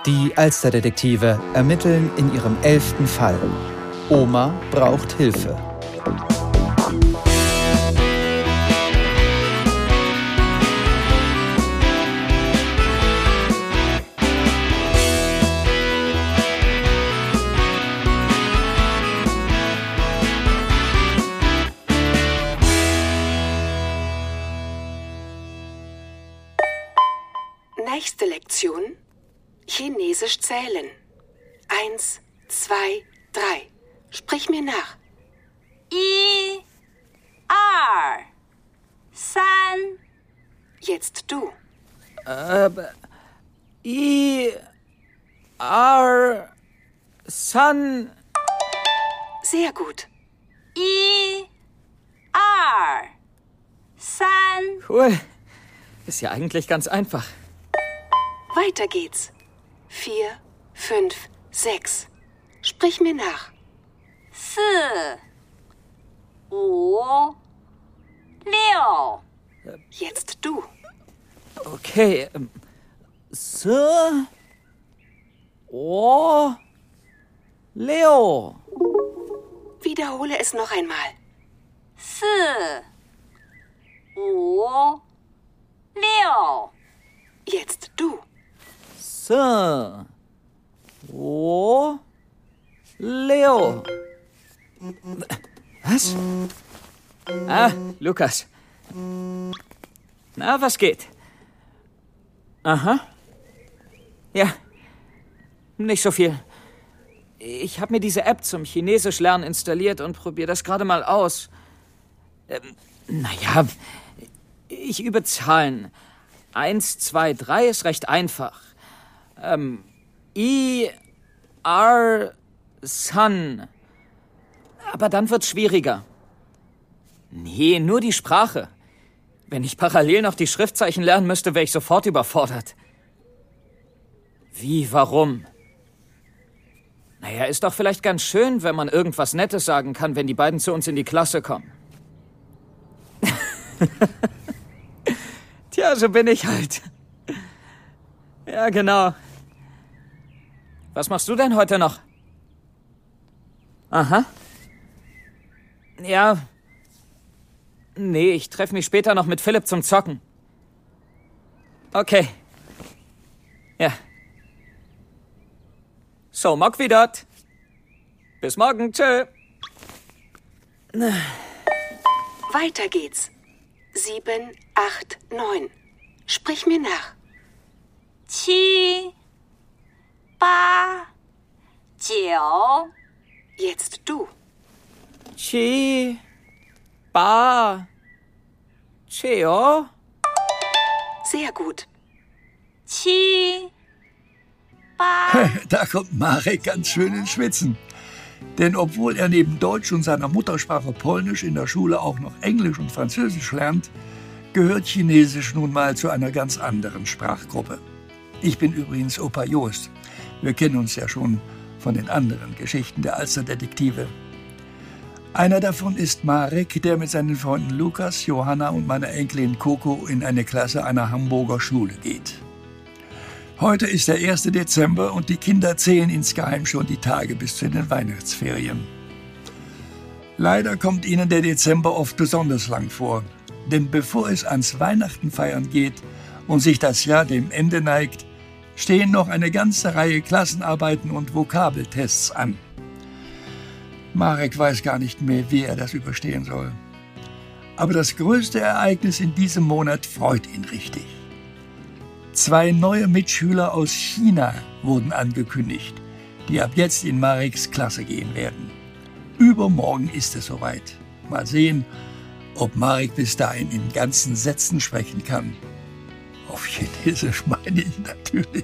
Die Alsterdetektive ermitteln in ihrem 11. Fall. Oma braucht Hilfe. Nächste Lektion: Chinesisch zählen. 1, 2, 3. Sprich mir nach. 1, 2, 3. Jetzt du. San. Sehr gut. 1, 2, 3. Cool. Ist ja eigentlich ganz einfach. Weiter geht's. 4, 5, 6. Sprich mir nach. 4, 5, 6. Jetzt du. Okay. Leo. Wiederhole es noch einmal. 4, 5, 6. Jetzt du. Leo. Was? Lukas. Na, was geht? Aha. Ja. Nicht so viel. Ich habe mir diese App zum Chinesisch lernen installiert und probiere das gerade mal aus. Naja, ich übe Zahlen. 1, 2, 3 ist recht einfach. Sun. Aber dann wird's schwieriger. Nee, nur die Sprache. Wenn ich parallel noch die Schriftzeichen lernen müsste, wäre ich sofort überfordert. Wie, warum? Naja, ist doch vielleicht ganz schön, wenn man irgendwas Nettes sagen kann, wenn die beiden zu uns in die Klasse kommen. Tja, so bin ich halt. Ja, genau. Was machst du denn heute noch? Aha. Ja. Nee, ich treffe mich später noch mit Philipp zum Zocken. Okay. Ja. So, mag wieder. Bis morgen, tschö. Weiter geht's. 7, 8, 9. Sprich mir nach. 7, 8, 9. Jetzt du. Cheo. Sehr gut. 7, 8. Da kommt Marek ganz schön ins Schwitzen. Denn obwohl er neben Deutsch und seiner Muttersprache Polnisch in der Schule auch noch Englisch und Französisch lernt, gehört Chinesisch nun mal zu einer ganz anderen Sprachgruppe. Ich bin übrigens Opa Jost. Wir kennen uns ja schon von den anderen Geschichten der Alsterdetektive. Einer davon ist Marek, der mit seinen Freunden Lukas, Johanna und meiner Enkelin Coco in eine Klasse einer Hamburger Schule geht. Heute ist der 1. Dezember und die Kinder zählen insgeheim schon die Tage bis zu den Weihnachtsferien. Leider kommt ihnen der Dezember oft besonders lang vor. Denn bevor es ans Weihnachtenfeiern geht und sich das Jahr dem Ende neigt, stehen noch eine ganze Reihe Klassenarbeiten und Vokabeltests an. Marek weiß gar nicht mehr, wie er das überstehen soll. Aber das größte Ereignis in diesem Monat freut ihn richtig. 2 neue Mitschüler aus China wurden angekündigt, die ab jetzt in Mareks Klasse gehen werden. Übermorgen ist es soweit. Mal sehen, ob Marek bis dahin in ganzen Sätzen sprechen kann. Auf Chinesisch meine ich natürlich.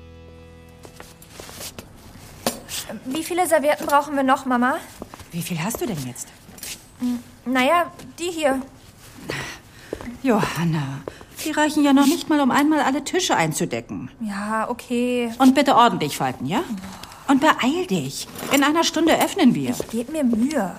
Wie viele Servietten brauchen wir noch, Mama? Wie viel hast du denn jetzt? Naja, die hier. Johanna, die reichen ja noch nicht mal, um einmal alle Tische einzudecken. Ja, okay. Und bitte ordentlich falten, ja? Und beeil dich. In einer Stunde öffnen wir. Ich gebe mir Mühe.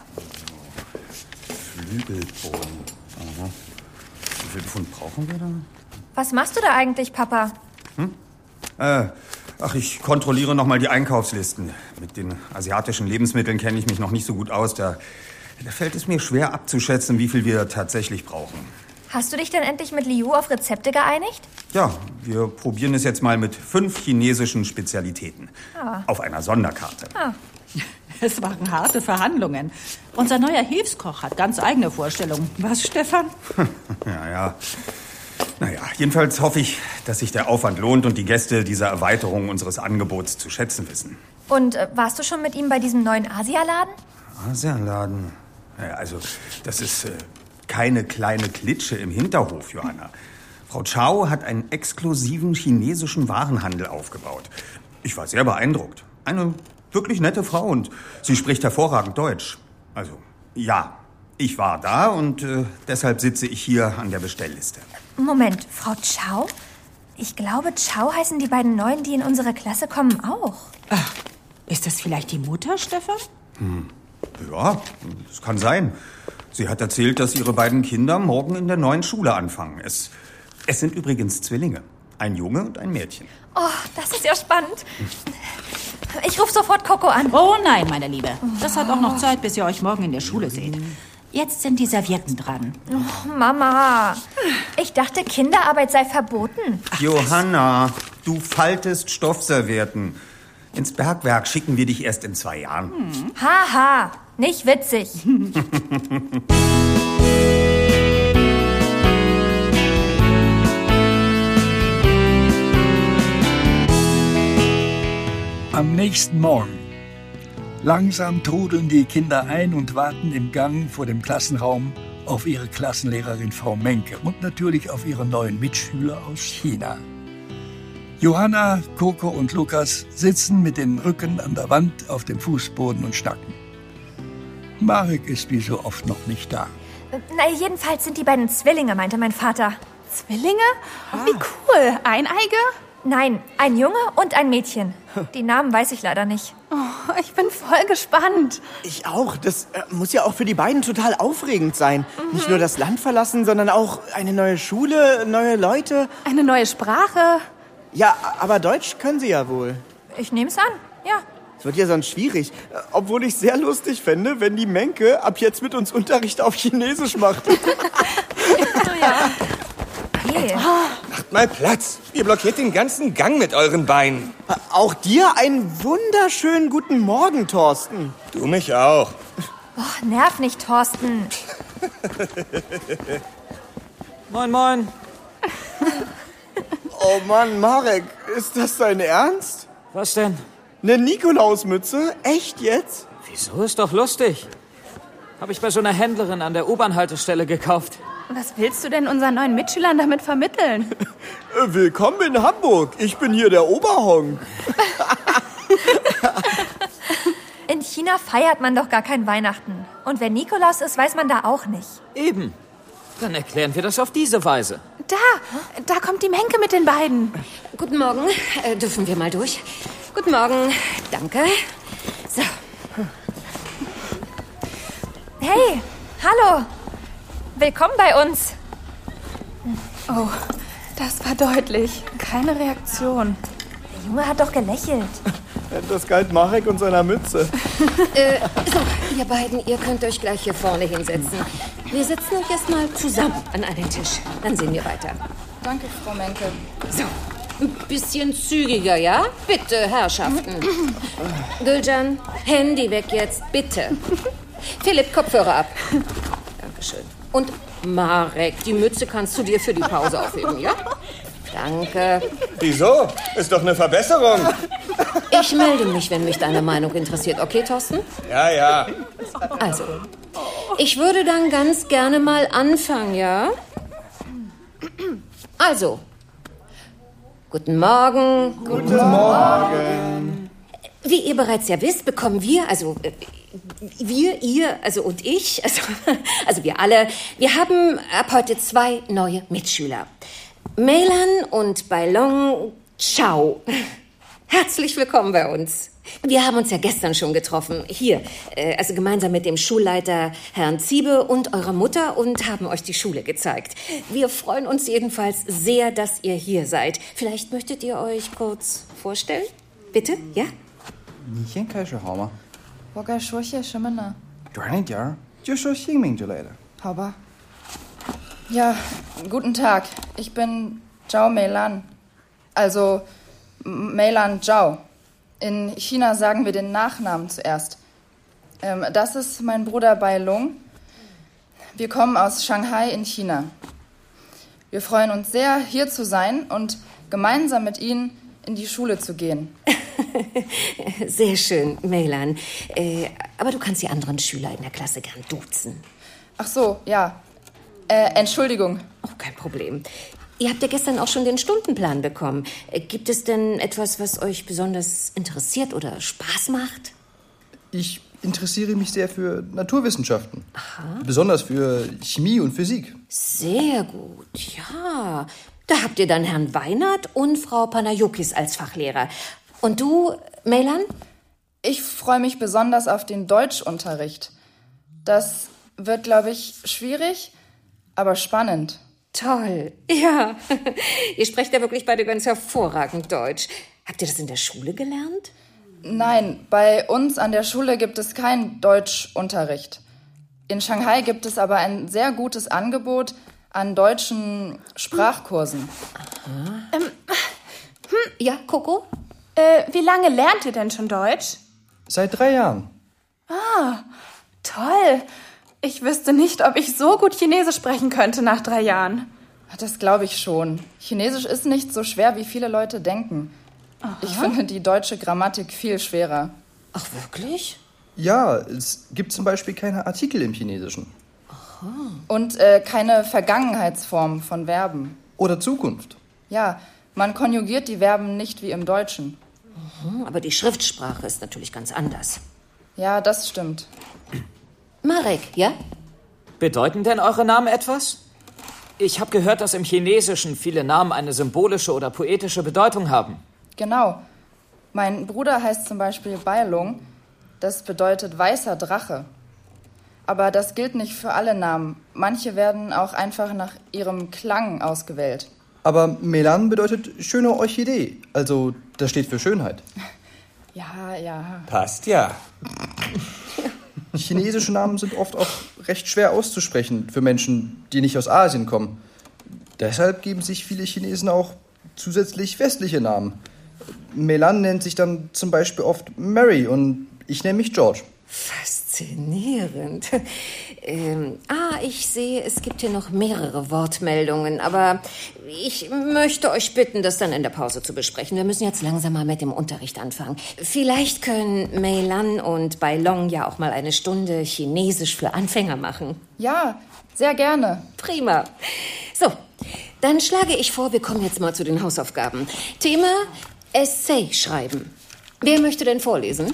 Flügelboden. Aha. Wie viel Pfund brauchen wir da? Was machst du da eigentlich, Papa? Ach, ich kontrolliere noch mal die Einkaufslisten. Mit den asiatischen Lebensmitteln kenne ich mich noch nicht so gut aus. Da fällt es mir schwer abzuschätzen, wie viel wir tatsächlich brauchen. Hast du dich denn endlich mit Liu auf Rezepte geeinigt? Ja, wir probieren es jetzt mal mit 5 chinesischen Spezialitäten. Auf einer Sonderkarte. Es waren harte Verhandlungen. Unser neuer Hilfskoch hat ganz eigene Vorstellungen. Was, Stefan? Ja. Naja, jedenfalls hoffe ich, dass sich der Aufwand lohnt und die Gäste diese Erweiterung unseres Angebots zu schätzen wissen. Und warst du schon mit ihm bei diesem neuen Asialaden? Asialaden? Naja, also, das ist keine kleine Klitsche im Hinterhof, Johanna. Frau Chow hat einen exklusiven chinesischen Warenhandel aufgebaut. Ich war sehr beeindruckt. Eine wirklich nette Frau und sie spricht hervorragend Deutsch. Also, ja, ich war da und deshalb sitze ich hier an der Bestellliste. Moment, Frau Chow? Ich glaube, Chow heißen die beiden Neuen, die in unsere Klasse kommen, auch. Ach, ist das vielleicht die Mutter, Stefan? Ja, das kann sein. Sie hat erzählt, dass ihre beiden Kinder morgen in der neuen Schule anfangen. Es sind übrigens Zwillinge. Ein Junge und ein Mädchen. Oh, das ist ja spannend. Ich rufe sofort Coco an. Oh nein, meine Liebe. Das hat auch noch Zeit, bis ihr euch morgen in der Schule seht. Jetzt sind die Servietten dran. Oh, Mama, ich dachte, Kinderarbeit sei verboten. Johanna, du faltest Stoffservietten. Ins Bergwerk schicken wir dich erst in 2 Jahren. Haha, nicht witzig. Am nächsten Morgen. Langsam trudeln die Kinder ein und warten im Gang vor dem Klassenraum auf ihre Klassenlehrerin Frau Menke und natürlich auf ihre neuen Mitschüler aus China. Johanna, Coco und Lukas sitzen mit den Rücken an der Wand auf dem Fußboden und schnacken. Marek ist wie so oft noch nicht da. Na, jedenfalls sind die beiden Zwillinge, meinte mein Vater. Zwillinge? Wie cool. Eineige? Nein, ein Junge und ein Mädchen. Die Namen weiß ich leider nicht. Oh, ich bin voll gespannt. Ich auch. Das muss ja auch für die beiden total aufregend sein. Nicht nur das Land verlassen, sondern auch eine neue Schule, neue Leute. Eine neue Sprache. Ja, aber Deutsch können sie ja wohl. Ich nehm's an, ja. Es wird ja sonst schwierig. Obwohl ich sehr lustig fände, wenn die Menke ab jetzt mit uns Unterricht auf Chinesisch macht. Ja. Hey. Macht mal Platz. Ihr blockiert den ganzen Gang mit euren Beinen. Auch dir einen wunderschönen guten Morgen, Thorsten. Du mich auch. Oh, nerv nicht, Thorsten. Moin, moin. Oh Mann, Marek, ist das dein Ernst? Was denn? Eine Nikolausmütze? Echt jetzt? Wieso? Ist doch lustig. Habe ich bei so einer Händlerin an der U-Bahn-Haltestelle gekauft. Was willst du denn unseren neuen Mitschülern damit vermitteln? Willkommen in Hamburg. Ich bin hier der Oberhonk. In China feiert man doch gar kein Weihnachten. Und wer Nikolaus ist, weiß man da auch nicht. Eben. Dann erklären wir das auf diese Weise. Da kommt die Menke mit den beiden. Guten Morgen. Dürfen wir mal durch? Guten Morgen. Danke. So. Hey, hallo. Willkommen bei uns. Oh, das war deutlich. Keine Reaktion. Der Junge hat doch gelächelt. Das galt Marek und seiner Mütze. So, ihr beiden, ihr könnt euch gleich hier vorne hinsetzen. Wir setzen euch erstmal zusammen an einen Tisch. Dann sehen wir weiter. Danke, Frau Menke. So, ein bisschen zügiger, ja? Bitte, Herrschaften. Gülcan, Handy weg jetzt, bitte. Philipp, Kopfhörer ab. Dankeschön. Und Marek, die Mütze kannst du dir für die Pause aufheben, ja? Danke. Wieso? Ist doch eine Verbesserung. Ich melde mich, wenn mich deine Meinung interessiert. Okay, Thorsten? Ja. Also, ich würde dann ganz gerne mal anfangen, ja? Also, guten Morgen. Guten Morgen. Wie ihr bereits ja wisst, bekommen wir, also ihr, also und ich, also wir alle, wir haben ab heute 2 neue Mitschüler. Meilan und Bailong Chow. Herzlich willkommen bei uns. Wir haben uns ja gestern schon getroffen. Hier, also gemeinsam mit dem Schulleiter Herrn Ziebe und eurer Mutter und haben euch die Schule gezeigt. Wir freuen uns jedenfalls sehr, dass ihr hier seid. Vielleicht möchtet ihr euch kurz vorstellen? Bitte, ja? 你先开始好吗？ 我该说些什么呢？ 短一点儿，就说姓名之类的。 好吧。Ja, guten Tag. Ich bin Zhao Meilan. Also Meilan Zhao. In China sagen wir den Nachnamen zuerst. Das ist mein Bruder Bai Lung. Wir kommen aus Shanghai in China. Wir freuen uns sehr, hier zu sein und gemeinsam mit Ihnen in die Schule zu gehen. Sehr schön, Meilan. Aber du kannst die anderen Schüler in der Klasse gern duzen. Ach so, ja. Entschuldigung. Oh, kein Problem. Ihr habt ja gestern auch schon den Stundenplan bekommen. Gibt es denn etwas, was euch besonders interessiert oder Spaß macht? Ich interessiere mich sehr für Naturwissenschaften. Aha. Besonders für Chemie und Physik. Sehr gut, ja. Da habt ihr dann Herrn Weinert und Frau Panayokis als Fachlehrer. Und du, Meilan? Ich freue mich besonders auf den Deutschunterricht. Das wird, glaube ich, schwierig, aber spannend. Toll, ja. Ihr sprecht ja wirklich beide ganz hervorragend Deutsch. Habt ihr das in der Schule gelernt? Nein, bei uns an der Schule gibt es keinen Deutschunterricht. In Shanghai gibt es aber ein sehr gutes Angebot an deutschen Sprachkursen. Aha. Ja, Coco? Wie lange lernt ihr denn schon Deutsch? Seit 3 Jahren. Ah, toll. Ich wüsste nicht, ob ich so gut Chinesisch sprechen könnte nach 3 Jahren. Das glaube ich schon. Chinesisch ist nicht so schwer, wie viele Leute denken. Aha. Ich finde die deutsche Grammatik viel schwerer. Ach, wirklich? Ja, es gibt zum Beispiel keine Artikel im Chinesischen. Aha. Und keine Vergangenheitsform von Verben. Oder Zukunft. Ja, man konjugiert die Verben nicht wie im Deutschen. Aber die Schriftsprache ist natürlich ganz anders. Ja, das stimmt. Marek, ja? Bedeuten denn eure Namen etwas? Ich habe gehört, dass im Chinesischen viele Namen eine symbolische oder poetische Bedeutung haben. Genau. Mein Bruder heißt zum Beispiel Bai Lung. Das bedeutet weißer Drache. Aber das gilt nicht für alle Namen. Manche werden auch einfach nach ihrem Klang ausgewählt. Aber Meilan bedeutet schöne Orchidee. Also, das steht für Schönheit. Ja, ja. Passt ja. Chinesische Namen sind oft auch recht schwer auszusprechen für Menschen, die nicht aus Asien kommen. Deshalb geben sich viele Chinesen auch zusätzlich westliche Namen. Meilan nennt sich dann zum Beispiel oft Mary und ich nenne mich George. Faszinierend. Ich sehe, es gibt hier noch mehrere Wortmeldungen, aber ich möchte euch bitten, das dann in der Pause zu besprechen. Wir müssen jetzt langsam mal mit dem Unterricht anfangen. Vielleicht können Meilan und Bai Lung ja auch mal eine Stunde Chinesisch für Anfänger machen. Ja, sehr gerne. Prima. So, dann schlage ich vor, wir kommen jetzt mal zu den Hausaufgaben. Thema Essay schreiben. Wer möchte denn vorlesen?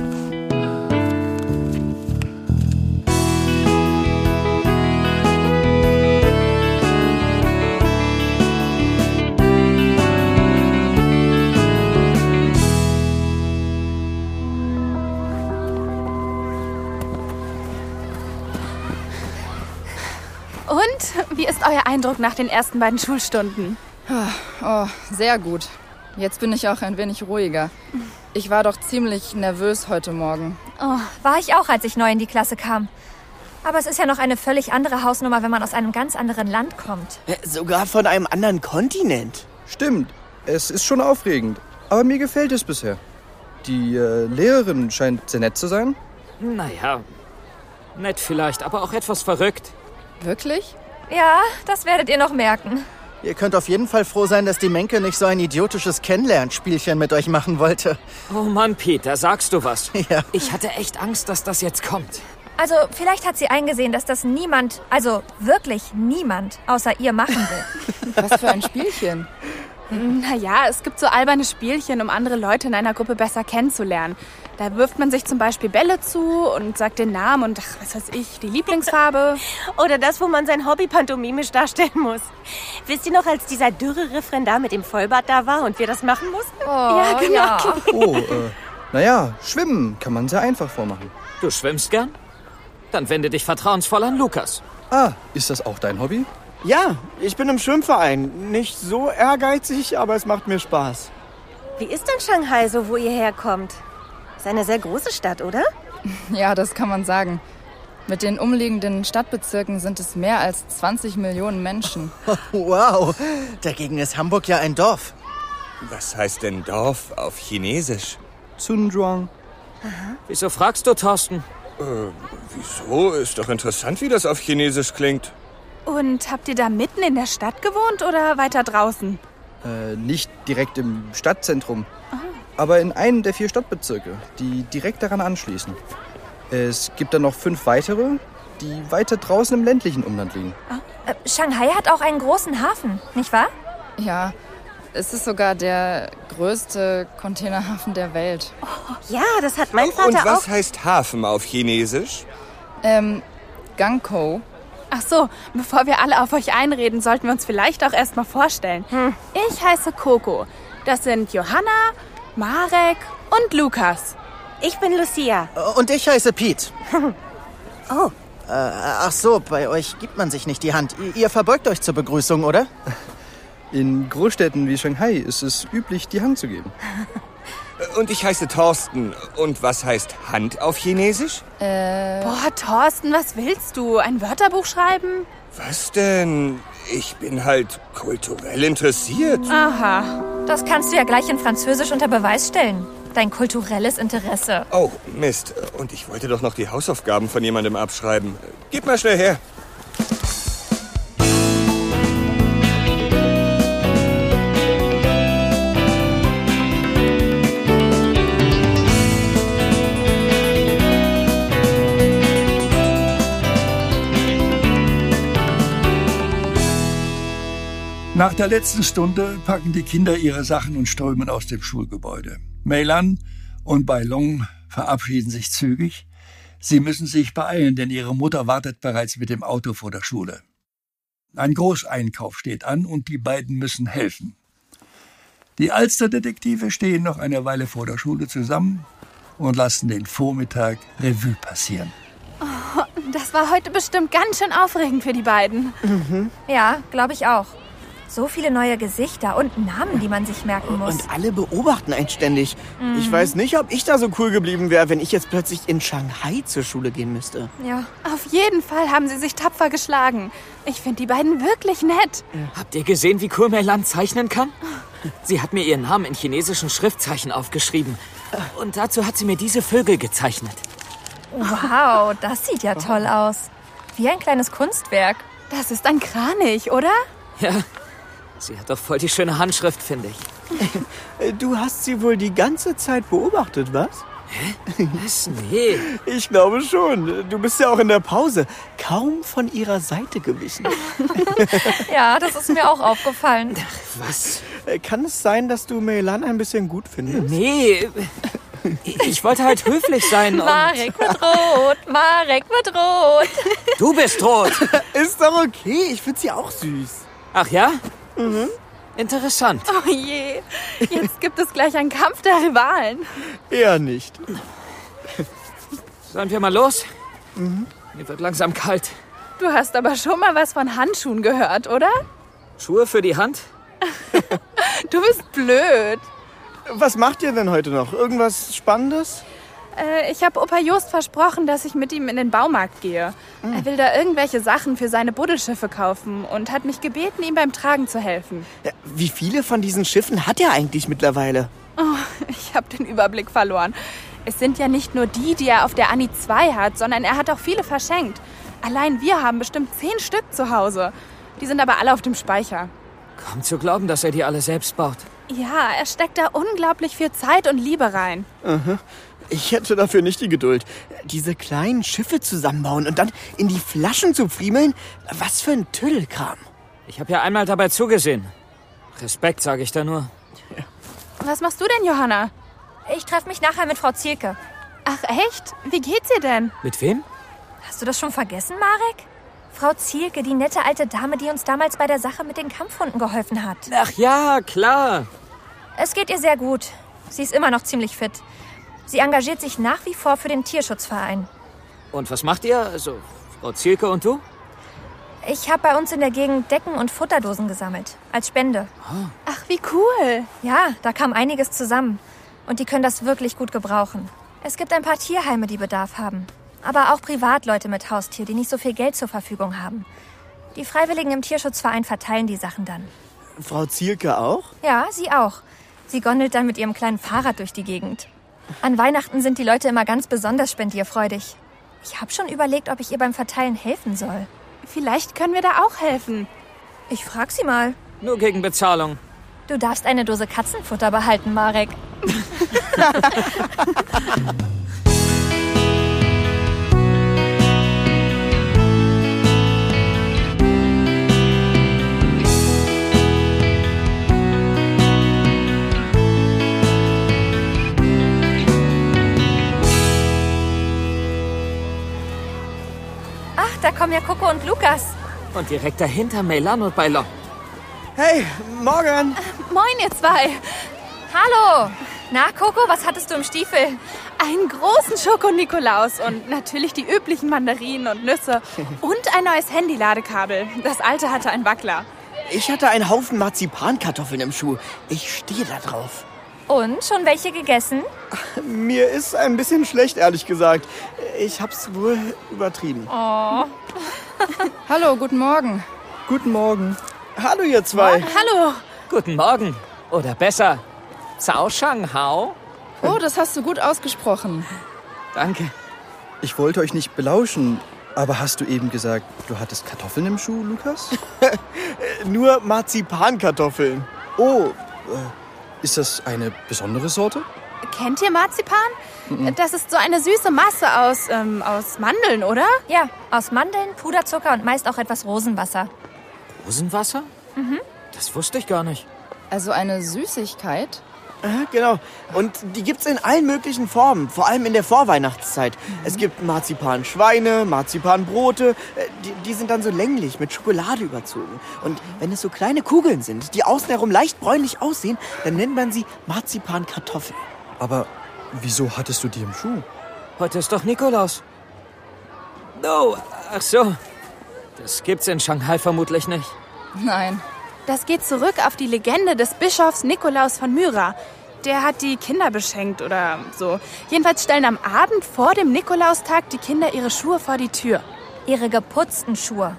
Und wie ist euer Eindruck nach den ersten beiden Schulstunden? Oh, sehr gut. Jetzt bin ich auch ein wenig ruhiger. Ich war doch ziemlich nervös heute Morgen. Oh, war ich auch, als ich neu in die Klasse kam. Aber es ist ja noch eine völlig andere Hausnummer, wenn man aus einem ganz anderen Land kommt. Sogar von einem anderen Kontinent. Stimmt, es ist schon aufregend. Aber mir gefällt es bisher. Die Lehrerin scheint sehr nett zu sein. Naja, nett vielleicht, aber auch etwas verrückt. Wirklich? Ja, das werdet ihr noch merken. Ihr könnt auf jeden Fall froh sein, dass die Menke nicht so ein idiotisches Kennenlernspielchen mit euch machen wollte. Oh Mann, Peter, sagst du was? Ja. Ich hatte echt Angst, dass das jetzt kommt. Also, vielleicht hat sie eingesehen, dass das niemand, also wirklich niemand, außer ihr machen will. Was für ein Spielchen? Naja, es gibt so alberne Spielchen, um andere Leute in einer Gruppe besser kennenzulernen. Da wirft man sich zum Beispiel Bälle zu und sagt den Namen und, was weiß ich, die Lieblingsfarbe. Oder das, wo man sein Hobby pantomimisch darstellen muss. Wisst ihr noch, als dieser dürre Referendar mit dem Vollbart da war und wir das machen mussten? Oh, ja, genau. Ja. Oh, naja, schwimmen kann man sehr einfach vormachen. Du schwimmst gern? Dann wende dich vertrauensvoll an Lukas. Ah, ist das auch dein Hobby? Ja, ich bin im Schwimmverein. Nicht so ehrgeizig, aber es macht mir Spaß. Wie ist denn Shanghai so, wo ihr herkommt? Ist eine sehr große Stadt, oder? Ja, das kann man sagen. Mit den umliegenden Stadtbezirken sind es mehr als 20 Millionen Menschen. Wow, dagegen ist Hamburg ja ein Dorf. Was heißt denn Dorf auf Chinesisch? Zunzhuang. Wieso fragst du, Thorsten? Wieso? Ist doch interessant, wie das auf Chinesisch klingt. Und habt ihr da mitten in der Stadt gewohnt oder weiter draußen? Nicht direkt im Stadtzentrum, aber in einem der 4 Stadtbezirke, die direkt daran anschließen. Es gibt dann noch 5 weitere, die weiter draußen im ländlichen Umland liegen. Shanghai hat auch einen großen Hafen, nicht wahr? Ja, es ist sogar der größte Containerhafen der Welt. Ja, das hat mein Vater Und was auch. heißt Hafen auf Chinesisch? Gangkou. Ach so, bevor wir alle auf euch einreden, sollten wir uns vielleicht auch erst mal vorstellen. Ich heiße Coco. Das sind Johanna, Marek und Lukas. Ich bin Lucia. Und ich heiße Pete. Oh. Ach so, bei euch gibt man sich nicht die Hand. Ihr verbeugt euch zur Begrüßung, oder? In Großstädten wie Shanghai ist es üblich, die Hand zu geben. Und ich heiße Thorsten. Und was heißt Hand auf Chinesisch? Boah, Thorsten, was willst du? Ein Wörterbuch schreiben? Was denn? Ich bin halt kulturell interessiert. Aha. Das kannst du ja gleich in Französisch unter Beweis stellen. Dein kulturelles Interesse. Oh, Mist. Und ich wollte doch noch die Hausaufgaben von jemandem abschreiben. Gib mal schnell her. Nach der letzten Stunde packen die Kinder ihre Sachen und strömen aus dem Schulgebäude. Meilan und Bai Long verabschieden sich zügig. Sie müssen sich beeilen, denn ihre Mutter wartet bereits mit dem Auto vor der Schule. Ein Großeinkauf steht an und die beiden müssen helfen. Die Alsterdetektive stehen noch eine Weile vor der Schule zusammen und lassen den Vormittag Revue passieren. Oh, das war heute bestimmt ganz schön aufregend für die beiden. Ja, glaube ich auch. So viele neue Gesichter und Namen, die man sich merken muss. Und alle beobachten einen ständig. Ich weiß nicht, ob ich da so cool geblieben wäre, wenn ich jetzt plötzlich in Shanghai zur Schule gehen müsste. Ja, auf jeden Fall haben sie sich tapfer geschlagen. Ich finde die beiden wirklich nett. Habt ihr gesehen, wie cool Meilan zeichnen kann? Sie hat mir ihren Namen in chinesischen Schriftzeichen aufgeschrieben. Und dazu hat sie mir diese Vögel gezeichnet. Wow, das sieht ja toll aus. Wie ein kleines Kunstwerk. Das ist ein Kranich, oder? Ja, sie hat doch voll die schöne Handschrift, finde ich. Du hast sie wohl die ganze Zeit beobachtet, was? Hä? Was? Nee. Ich glaube schon. Du bist ja auch in der Pause kaum von ihrer Seite gewichen. Ja, das ist mir auch aufgefallen. Ach, was? Kann es sein, dass du Meilan ein bisschen gut findest? Nee, ich wollte halt höflich sein und... Marek wird rot, Marek wird rot. Du bist rot. Ist doch okay, ich finde sie auch süß. Ach ja? Interessant. Oh je, jetzt gibt es gleich einen Kampf der Rivalen. Eher nicht. Sollen wir mal los? Mir wird langsam kalt. Du hast aber schon mal was von Handschuhen gehört, oder? Schuhe für die Hand? Du bist blöd. Was macht ihr denn heute noch? Irgendwas Spannendes? Ich habe Opa Jost versprochen, dass ich mit ihm in den Baumarkt gehe. Er will da irgendwelche Sachen für seine Buddelschiffe kaufen und hat mich gebeten, ihm beim Tragen zu helfen. Ja, wie viele von diesen Schiffen hat er eigentlich mittlerweile? Oh, ich habe den Überblick verloren. Es sind ja nicht nur die er auf der Annie 2 hat, sondern er hat auch viele verschenkt. Allein wir haben bestimmt 10 Stück zu Hause. Die sind aber alle auf dem Speicher. Kaum zu glauben, dass er die alle selbst baut. Ja, er steckt da unglaublich viel Zeit und Liebe rein. Ich hätte dafür nicht die Geduld. Diese kleinen Schiffe zusammenbauen und dann in die Flaschen zu friemeln, was für ein Tüddelkram. Ich habe ja einmal dabei zugesehen. Respekt, sage ich da nur. Was machst du denn, Johanna? Ich treffe mich nachher mit Frau Zielke. Ach echt? Wie geht's ihr denn? Mit wem? Hast du das schon vergessen, Marek? Frau Zielke, die nette alte Dame, die uns damals bei der Sache mit den Kampfhunden geholfen hat. Ach ja, klar. Es geht ihr sehr gut. Sie ist immer noch ziemlich fit. Sie engagiert sich nach wie vor für den Tierschutzverein. Und was macht ihr? Also, Frau Zielke und du? Ich habe bei uns in der Gegend Decken und Futterdosen gesammelt. Als Spende. Ach, wie cool. Ja, da kam einiges zusammen. Und die können das wirklich gut gebrauchen. Es gibt ein paar Tierheime, die Bedarf haben. Aber auch Privatleute mit Haustier, die nicht so viel Geld zur Verfügung haben. Die Freiwilligen im Tierschutzverein verteilen die Sachen dann. Frau Zielke auch? Ja, sie auch. Sie gondelt dann mit ihrem kleinen Fahrrad durch die Gegend. An Weihnachten sind die Leute immer ganz besonders spendierfreudig. Ich habe schon überlegt, ob ich ihr beim Verteilen helfen soll. Vielleicht können wir da auch helfen. Ich frag sie mal. Nur gegen Bezahlung. Du darfst eine Dose Katzenfutter behalten, Marek. Da kommen ja Coco und Lukas. Und direkt dahinter Meylan und Bailon. Hey, morgen. Moin, ihr zwei. Hallo. Na, Coco, was hattest du im Stiefel? Einen großen Schoko-Nikolaus und natürlich die üblichen Mandarinen und Nüsse. Und ein neues Handy-Ladekabel. Das alte hatte einen Wackler. Ich hatte einen Haufen Marzipankartoffeln im Schuh. Ich stehe da drauf. Und, schon welche gegessen? Mir ist ein bisschen schlecht, ehrlich gesagt. Ich hab's wohl übertrieben. Oh. Hallo, guten Morgen. Guten Morgen. Hallo, ihr zwei. Hallo. Guten Morgen. Oder besser, Cao Shang Hao. Oh, das hast du gut ausgesprochen. Danke. Ich wollte euch nicht belauschen, aber hast du eben gesagt, du hattest Kartoffeln im Schuh, Lukas? Nur Marzipankartoffeln. Oh, ist das eine besondere Sorte? Kennt ihr Marzipan? Das ist so eine süße Masse aus Mandeln, oder? Ja, aus Mandeln, Puderzucker und meist auch etwas Rosenwasser. Rosenwasser? Mhm. Das wusste ich gar nicht. Also eine Süßigkeit? Genau. Und die gibt's in allen möglichen Formen, vor allem in der Vorweihnachtszeit. Es gibt Marzipanschweine, Marzipanbrote. Die sind dann so länglich, mit Schokolade überzogen. Und wenn es so kleine Kugeln sind, die außen herum leicht bräunlich aussehen, dann nennt man sie Marzipankartoffeln. Aber wieso hattest du die im Schuh? Heute ist doch Nikolaus. Oh, ach so. Das gibt's in Shanghai vermutlich nicht. Nein. Das geht zurück auf die Legende des Bischofs Nikolaus von Myra. Der hat die Kinder beschenkt oder so. Jedenfalls stellen am Abend vor dem Nikolaustag die Kinder ihre Schuhe vor die Tür. Ihre geputzten Schuhe.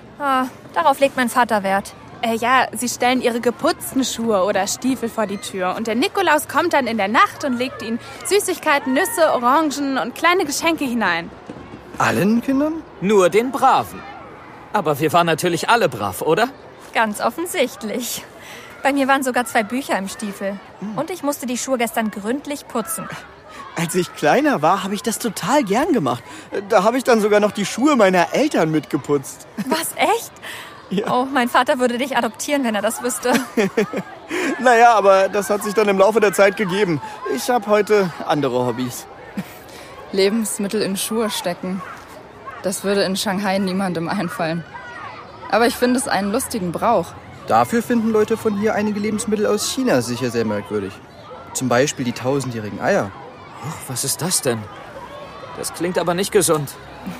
Darauf legt mein Vater Wert. Ja, sie stellen ihre geputzten Schuhe oder Stiefel vor die Tür. Und der Nikolaus kommt dann in der Nacht und legt ihnen Süßigkeiten, Nüsse, Orangen und kleine Geschenke hinein. Allen Kindern? Nur den Braven. Aber wir waren natürlich alle brav, oder? Ganz offensichtlich. Bei mir waren sogar 2 Bücher im Stiefel. Und ich musste die Schuhe gestern gründlich putzen. Als ich kleiner war, habe ich das total gern gemacht. Da habe ich dann sogar noch die Schuhe meiner Eltern mitgeputzt. Was, echt? Ja. Oh, mein Vater würde dich adoptieren, wenn er das wüsste. Naja, aber das hat sich dann im Laufe der Zeit gegeben. Ich habe heute andere Hobbys. Lebensmittel in Schuhe stecken. Das würde in Shanghai niemandem einfallen. Aber ich finde es einen lustigen Brauch. Dafür finden Leute von hier einige Lebensmittel aus China sicher sehr merkwürdig. Zum Beispiel die 1000-jährigen Eier. Ach, was ist das denn? Das klingt aber nicht gesund.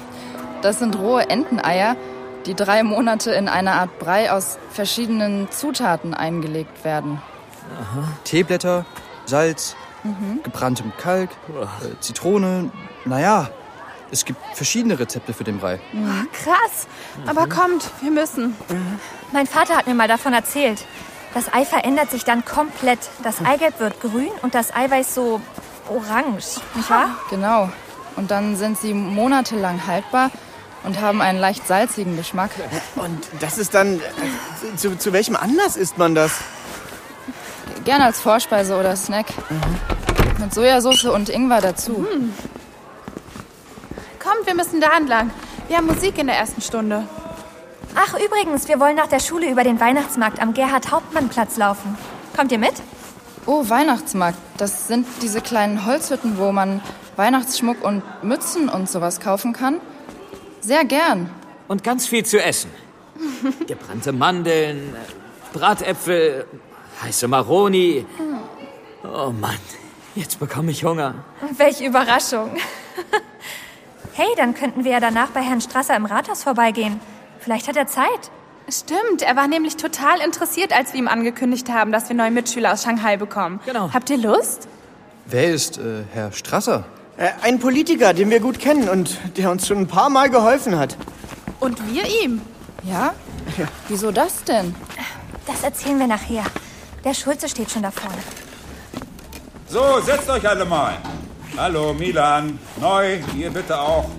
Das sind rohe Enteneier, die 3 Monate in einer Art Brei aus verschiedenen Zutaten eingelegt werden. Aha. Teeblätter, Salz, gebranntem Kalk, Zitrone, naja... Es gibt verschiedene Rezepte für den Brei. Oh, krass. Aber kommt, wir müssen. Mein Vater hat mir mal davon erzählt. Das Ei verändert sich dann komplett. Das Eigelb wird grün und das Eiweiß so orange, nicht wahr? Genau. Und dann sind sie monatelang haltbar und haben einen leicht salzigen Geschmack. Und das ist dann... Zu welchem Anlass isst man das? Gerne als Vorspeise oder Snack. Mit Sojasauce und Ingwer dazu. Kommt, wir müssen da entlang. Wir haben Musik in der ersten Stunde. Ach, übrigens, wir wollen nach der Schule über den Weihnachtsmarkt am Gerhard-Hauptmann-Platz laufen. Kommt ihr mit? Oh, Weihnachtsmarkt. Das sind diese kleinen Holzhütten, wo man Weihnachtsschmuck und Mützen und sowas kaufen kann. Sehr gern. Und ganz viel zu essen. Gebrannte Mandeln, Bratäpfel, heiße Maroni. Oh Mann, jetzt bekomme ich Hunger. Welche Überraschung. Hey, dann könnten wir ja danach bei Herrn Strasser im Rathaus vorbeigehen. Vielleicht hat er Zeit. Stimmt, er war nämlich total interessiert, als wir ihm angekündigt haben, dass wir neue Mitschüler aus Shanghai bekommen. Genau. Habt ihr Lust? Wer ist Herr Strasser? Ein Politiker, den wir gut kennen und der uns schon ein paar Mal geholfen hat. Und wir ihm. Ja? Wieso das denn? Das erzählen wir nachher. Der Schulze steht schon da vorne. So, setzt euch alle mal. Hallo, Milan. Neu, ihr bitte auch.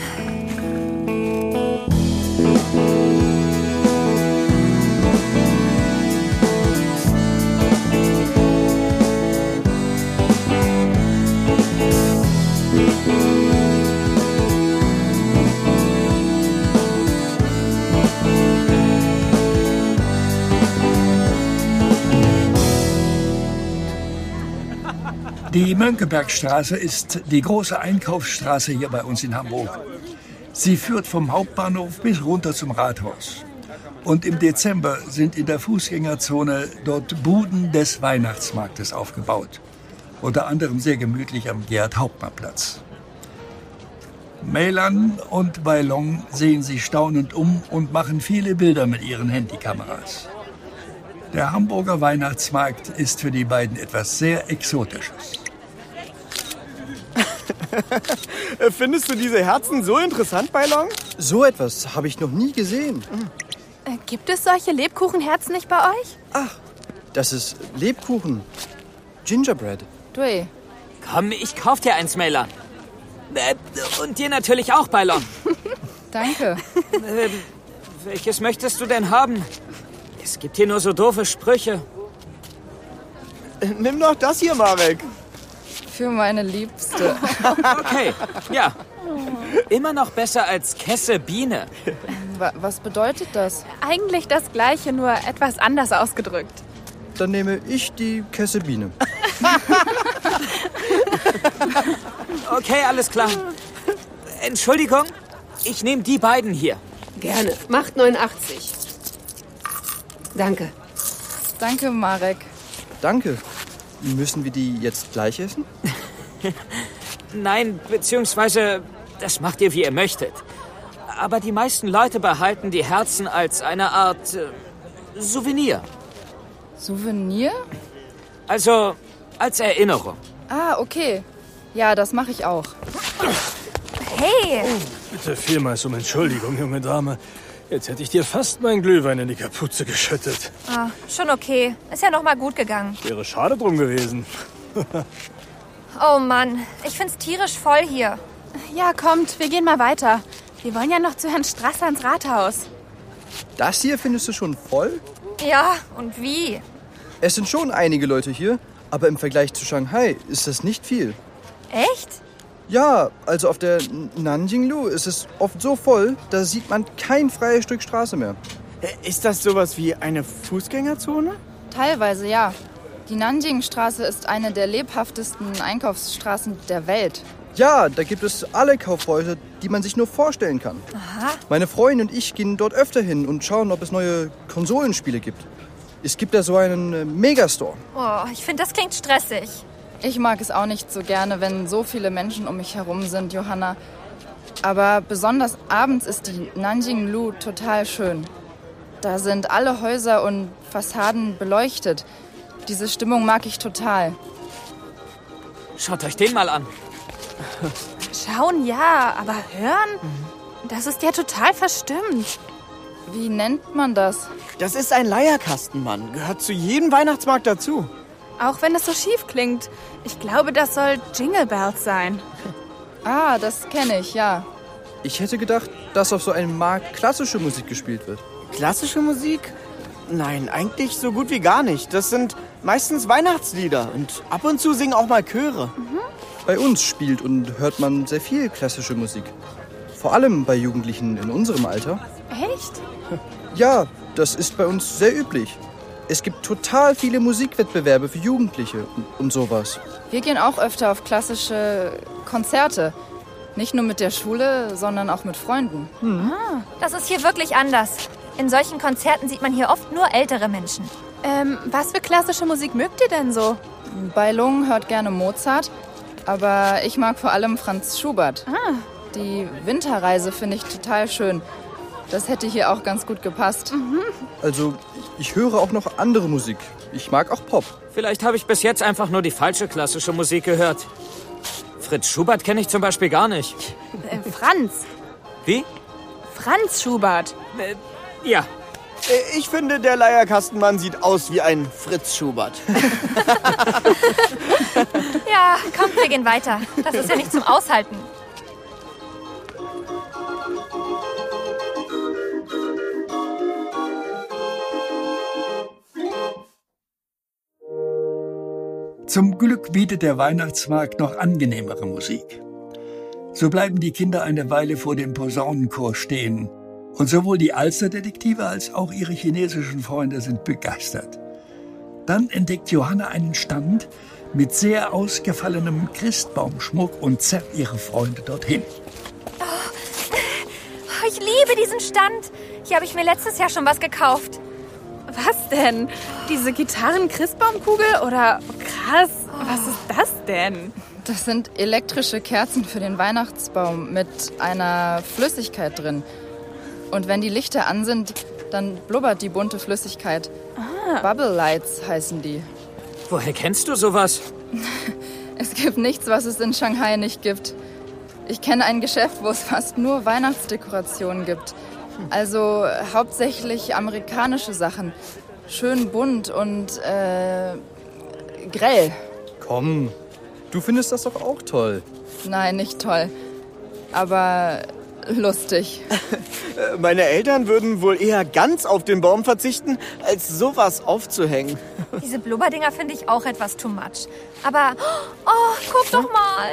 Die Mönckebergstraße ist die große Einkaufsstraße hier bei uns in Hamburg. Sie führt vom Hauptbahnhof bis runter zum Rathaus. Und im Dezember sind in der Fußgängerzone dort Buden des Weihnachtsmarktes aufgebaut. Unter anderem sehr gemütlich am Gerhard-Hauptmann-Platz. Meylan und Bailong sehen sich staunend um und machen viele Bilder mit ihren Handykameras. Der Hamburger Weihnachtsmarkt ist für die beiden etwas sehr Exotisches. Findest du diese Herzen so interessant, Bailong? So etwas habe ich noch nie gesehen. Gibt es solche Lebkuchenherzen nicht bei euch? Ach, das ist Lebkuchen. Gingerbread. Dui. Komm, ich kauf dir eins, Meylan. Und dir natürlich auch, Bailong. Danke. Welches möchtest du denn haben? Es gibt hier nur so doofe Sprüche. Nimm doch das hier, Marek. Für meine Liebste. Okay, ja. Immer noch besser als Kesse Biene. Was bedeutet das? Eigentlich das Gleiche, nur etwas anders ausgedrückt. Dann nehme ich die Kessebiene. Okay, alles klar. Entschuldigung, ich nehme die beiden hier. Gerne. Macht 89. Danke. Danke, Marek. Danke. Müssen wir die jetzt gleich essen? Nein, beziehungsweise, das macht ihr, wie ihr möchtet. Aber die meisten Leute behalten die Herzen als eine Art Souvenir. Souvenir? Also, als Erinnerung. Ah, okay. Ja, das mache ich auch. Hey! Bitte vielmals um Entschuldigung, junge Dame. Jetzt hätte ich dir fast meinen Glühwein in die Kapuze geschüttet. Ah, schon okay. Ist ja noch mal gut gegangen. Wäre schade drum gewesen. Oh Mann, ich find's tierisch voll hier. Ja, kommt, wir gehen mal weiter. Wir wollen ja noch zu Herrn Strasser ins Rathaus. Das hier findest du schon voll? Ja, und wie? Es sind schon einige Leute hier, aber im Vergleich zu Shanghai ist das nicht viel. Echt? Ja, also auf der Nanjinglu ist es oft so voll, da sieht man kein freies Stück Straße mehr. Ist das sowas wie eine Fußgängerzone? Teilweise, ja. Die Nanjingstraße ist eine der lebhaftesten Einkaufsstraßen der Welt. Ja, da gibt es alle Kaufhäuser, die man sich nur vorstellen kann. Aha. Meine Freundin und ich gehen dort öfter hin und schauen, ob es neue Konsolenspiele gibt. Es gibt da so einen Megastore. Oh, ich finde, das klingt stressig. Ich mag es auch nicht so gerne, wenn so viele Menschen um mich herum sind, Johanna. Aber besonders abends ist die Nanjinglu total schön. Da sind alle Häuser und Fassaden beleuchtet. Diese Stimmung mag ich total. Schaut euch den mal an. Schauen ja, aber hören? Das ist ja total verstimmt. Wie nennt man das? Das ist ein Leierkasten, Mann. Gehört zu jedem Weihnachtsmarkt dazu. Auch wenn es so schief klingt. Ich glaube, das soll Jingle Bells sein. Ah, das kenne ich, ja. Ich hätte gedacht, dass auf so einem Markt klassische Musik gespielt wird. Klassische Musik? Nein, eigentlich so gut wie gar nicht. Das sind meistens Weihnachtslieder und ab und zu singen auch mal Chöre. Bei uns spielt und hört man sehr viel klassische Musik. Vor allem bei Jugendlichen in unserem Alter. Echt? Ja, das ist bei uns sehr üblich. Es gibt total viele Musikwettbewerbe für Jugendliche und sowas. Wir gehen auch öfter auf klassische Konzerte. Nicht nur mit der Schule, sondern auch mit Freunden. Das ist hier wirklich anders. In solchen Konzerten sieht man hier oft nur ältere Menschen. Was für klassische Musik mögt ihr denn so? Bei Lung hört gerne Mozart, aber ich mag vor allem Franz Schubert. Die Winterreise finde ich total schön. Das hätte hier auch ganz gut gepasst. Also, ich höre auch noch andere Musik. Ich mag auch Pop. Vielleicht habe ich bis jetzt einfach nur die falsche klassische Musik gehört. Fritz Schubert kenne ich zum Beispiel gar nicht. Franz. Wie? Franz Schubert. Ja. Ich finde, der Leierkastenmann sieht aus wie ein Fritz Schubert. Ja, kommt, wir gehen weiter. Das ist ja nicht zum Aushalten. Zum Glück bietet der Weihnachtsmarkt noch angenehmere Musik. So bleiben die Kinder eine Weile vor dem Posaunenchor stehen. Und sowohl die Alsterdetektive als auch ihre chinesischen Freunde sind begeistert. Dann entdeckt Johanna einen Stand mit sehr ausgefallenem Christbaumschmuck und zerrt ihre Freunde dorthin. Oh, ich liebe diesen Stand. Hier habe ich mir letztes Jahr schon was gekauft. Was denn? Diese Gitarren-Christbaumkugel? Oder krass, was ist das denn? Das sind elektrische Kerzen für den Weihnachtsbaum mit einer Flüssigkeit drin. Und wenn die Lichter an sind, dann blubbert die bunte Flüssigkeit. Bubble Lights heißen die. Woher kennst du sowas? Es gibt nichts, was es in Shanghai nicht gibt. Ich kenne ein Geschäft, wo es fast nur Weihnachtsdekorationen gibt. Also hauptsächlich amerikanische Sachen. Schön bunt und grell. Komm, du findest das doch auch toll. Nein, nicht toll. Aber lustig. Meine Eltern würden wohl eher ganz auf den Baum verzichten, als sowas aufzuhängen. Diese Blubberdinger finde ich auch etwas too much. Aber, oh, guck doch mal.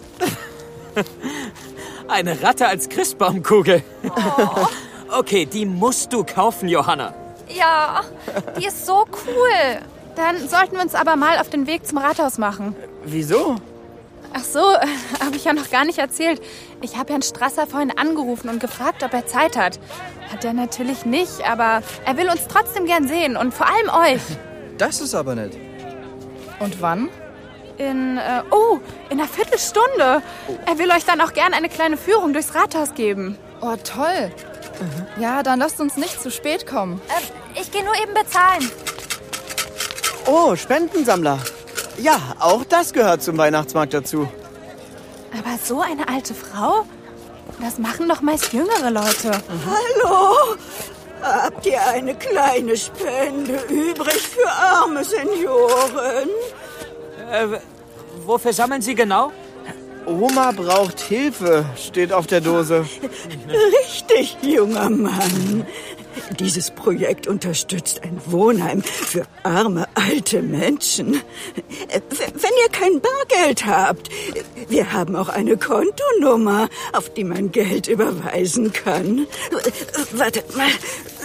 Eine Ratte als Christbaumkugel. Oh. Okay, die musst du kaufen, Johanna. Ja, die ist so cool. Dann sollten wir uns aber mal auf den Weg zum Rathaus machen. Wieso? Ach so, habe ich ja noch gar nicht erzählt. Ich habe Herrn Strasser vorhin angerufen und gefragt, ob er Zeit hat. Hat er natürlich nicht, aber er will uns trotzdem gern sehen und vor allem euch. Das ist aber nett. Und wann? In einer Viertelstunde. Er will euch dann auch gern eine kleine Führung durchs Rathaus geben. Oh, toll. Ja, dann lasst uns nicht zu spät kommen. Ich gehe nur eben bezahlen. Oh, Spendensammler. Ja, auch das gehört zum Weihnachtsmarkt dazu. Aber so eine alte Frau? Das machen doch meist jüngere Leute. Hallo? Habt ihr eine kleine Spende übrig für arme Senioren? Wofür sammeln Sie genau? Oma braucht Hilfe, steht auf der Dose. Richtig, junger Mann. Dieses Projekt unterstützt ein Wohnheim für arme alte Menschen. Wenn ihr kein Bargeld habt, wir haben auch eine Kontonummer, auf die man Geld überweisen kann. Wartet mal.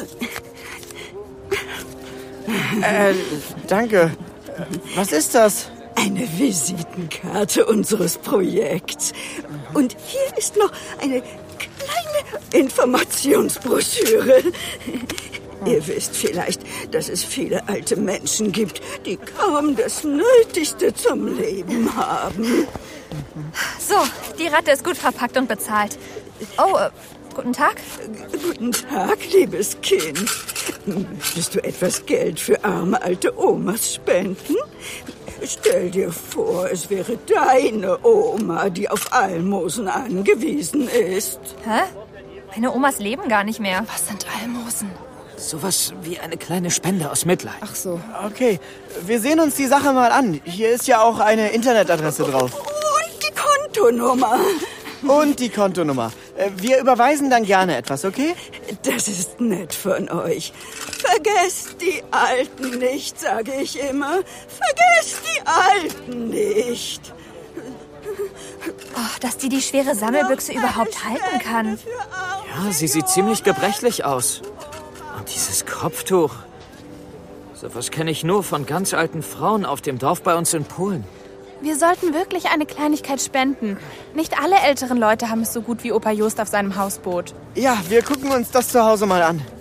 Danke. Was ist das? Eine Visitenkarte unseres Projekts. Und hier ist noch eine kleine Informationsbroschüre. Ihr wisst vielleicht, dass es viele alte Menschen gibt, die kaum das Nötigste zum Leben haben. So, die Ratte ist gut verpackt und bezahlt. Oh, guten Tag. Guten Tag, liebes Kind. Möchtest du etwas Geld für arme alte Omas spenden? Stell dir vor, es wäre deine Oma, die auf Almosen angewiesen ist. Hä? Meine Omas leben gar nicht mehr. Was sind Almosen? Sowas wie eine kleine Spende aus Mitleid. Ach so. Okay, wir sehen uns die Sache mal an. Hier ist ja auch eine Internetadresse drauf. Und die Kontonummer. Und die Kontonummer. Wir überweisen dann gerne etwas, okay? Das ist nett von euch. Vergesst die Alten nicht, sage ich immer. Vergesst die Alten nicht. Oh, dass die schwere Sammelbüchse überhaupt halten kann. Ja, sie sieht ziemlich gebrechlich aus. Und dieses Kopftuch. Sowas kenne ich nur von ganz alten Frauen auf dem Dorf bei uns in Polen. Wir sollten wirklich eine Kleinigkeit spenden. Nicht alle älteren Leute haben es so gut wie Opa Jost auf seinem Hausboot. Ja, wir gucken uns das zu Hause mal an.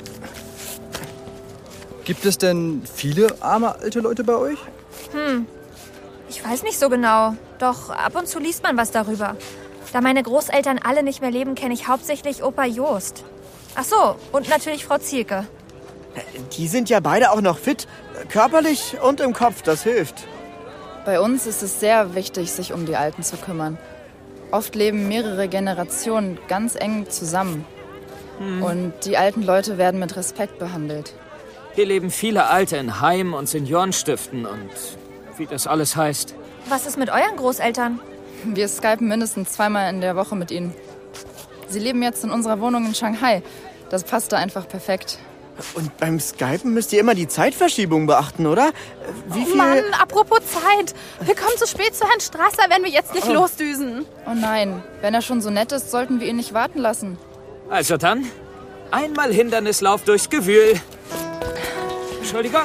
Gibt es denn viele arme alte Leute bei euch? Ich weiß nicht so genau. Doch ab und zu liest man was darüber. Da meine Großeltern alle nicht mehr leben, kenne ich hauptsächlich Opa Jost. Ach so, und natürlich Frau Zielke. Die sind ja beide auch noch fit. Körperlich und im Kopf, das hilft. Bei uns ist es sehr wichtig, sich um die Alten zu kümmern. Oft leben mehrere Generationen ganz eng zusammen. Und die alten Leute werden mit Respekt behandelt. Hier leben viele Alte in Heim- und Seniorenstiften und wie das alles heißt. Was ist mit euren Großeltern? Wir skypen mindestens 2-mal in der Woche mit ihnen. Sie leben jetzt in unserer Wohnung in Shanghai. Das passte einfach perfekt. Und beim Skypen müsst ihr immer die Zeitverschiebung beachten, oder? Wie viel... Mann, apropos Zeit. Wir kommen zu spät zu Herrn Strasser, wenn wir jetzt nicht losdüsen. Oh nein, wenn er schon so nett ist, sollten wir ihn nicht warten lassen. Also dann, einmal Hindernislauf durchs Gewühl. Entschuldigung.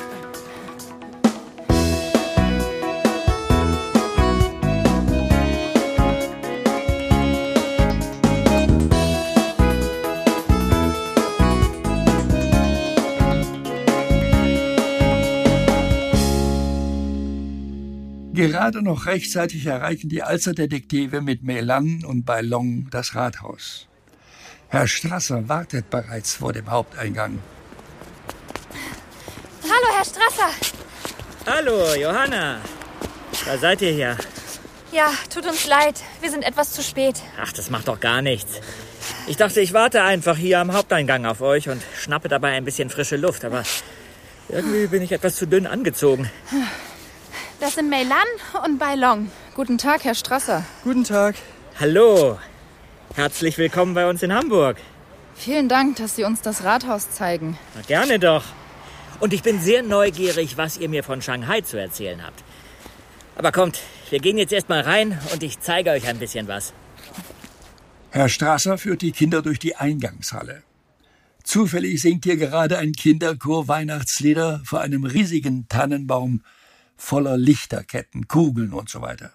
Gerade noch rechtzeitig erreichen die Alsterdetektive mit Melan und Bailong das Rathaus. Herr Strasser wartet bereits vor dem Haupteingang. Hallo, Herr Strasser. Hallo, Johanna. Da seid ihr ja. Ja, tut uns leid. Wir sind etwas zu spät. Ach, das macht doch gar nichts. Ich dachte, ich warte einfach hier am Haupteingang auf euch und schnappe dabei ein bisschen frische Luft. Aber irgendwie bin ich etwas zu dünn angezogen. Das sind Meilan und Bailong. Guten Tag, Herr Strasser. Guten Tag. Hallo. Herzlich willkommen bei uns in Hamburg. Vielen Dank, dass Sie uns das Rathaus zeigen. Na, gerne doch. Und ich bin sehr neugierig, was ihr mir von Shanghai zu erzählen habt. Aber kommt, wir gehen jetzt erst mal rein und ich zeige euch ein bisschen was. Herr Strasser führt die Kinder durch die Eingangshalle. Zufällig singt hier gerade ein Kinderchor Weihnachtslieder vor einem riesigen Tannenbaum voller Lichterketten, Kugeln und so weiter.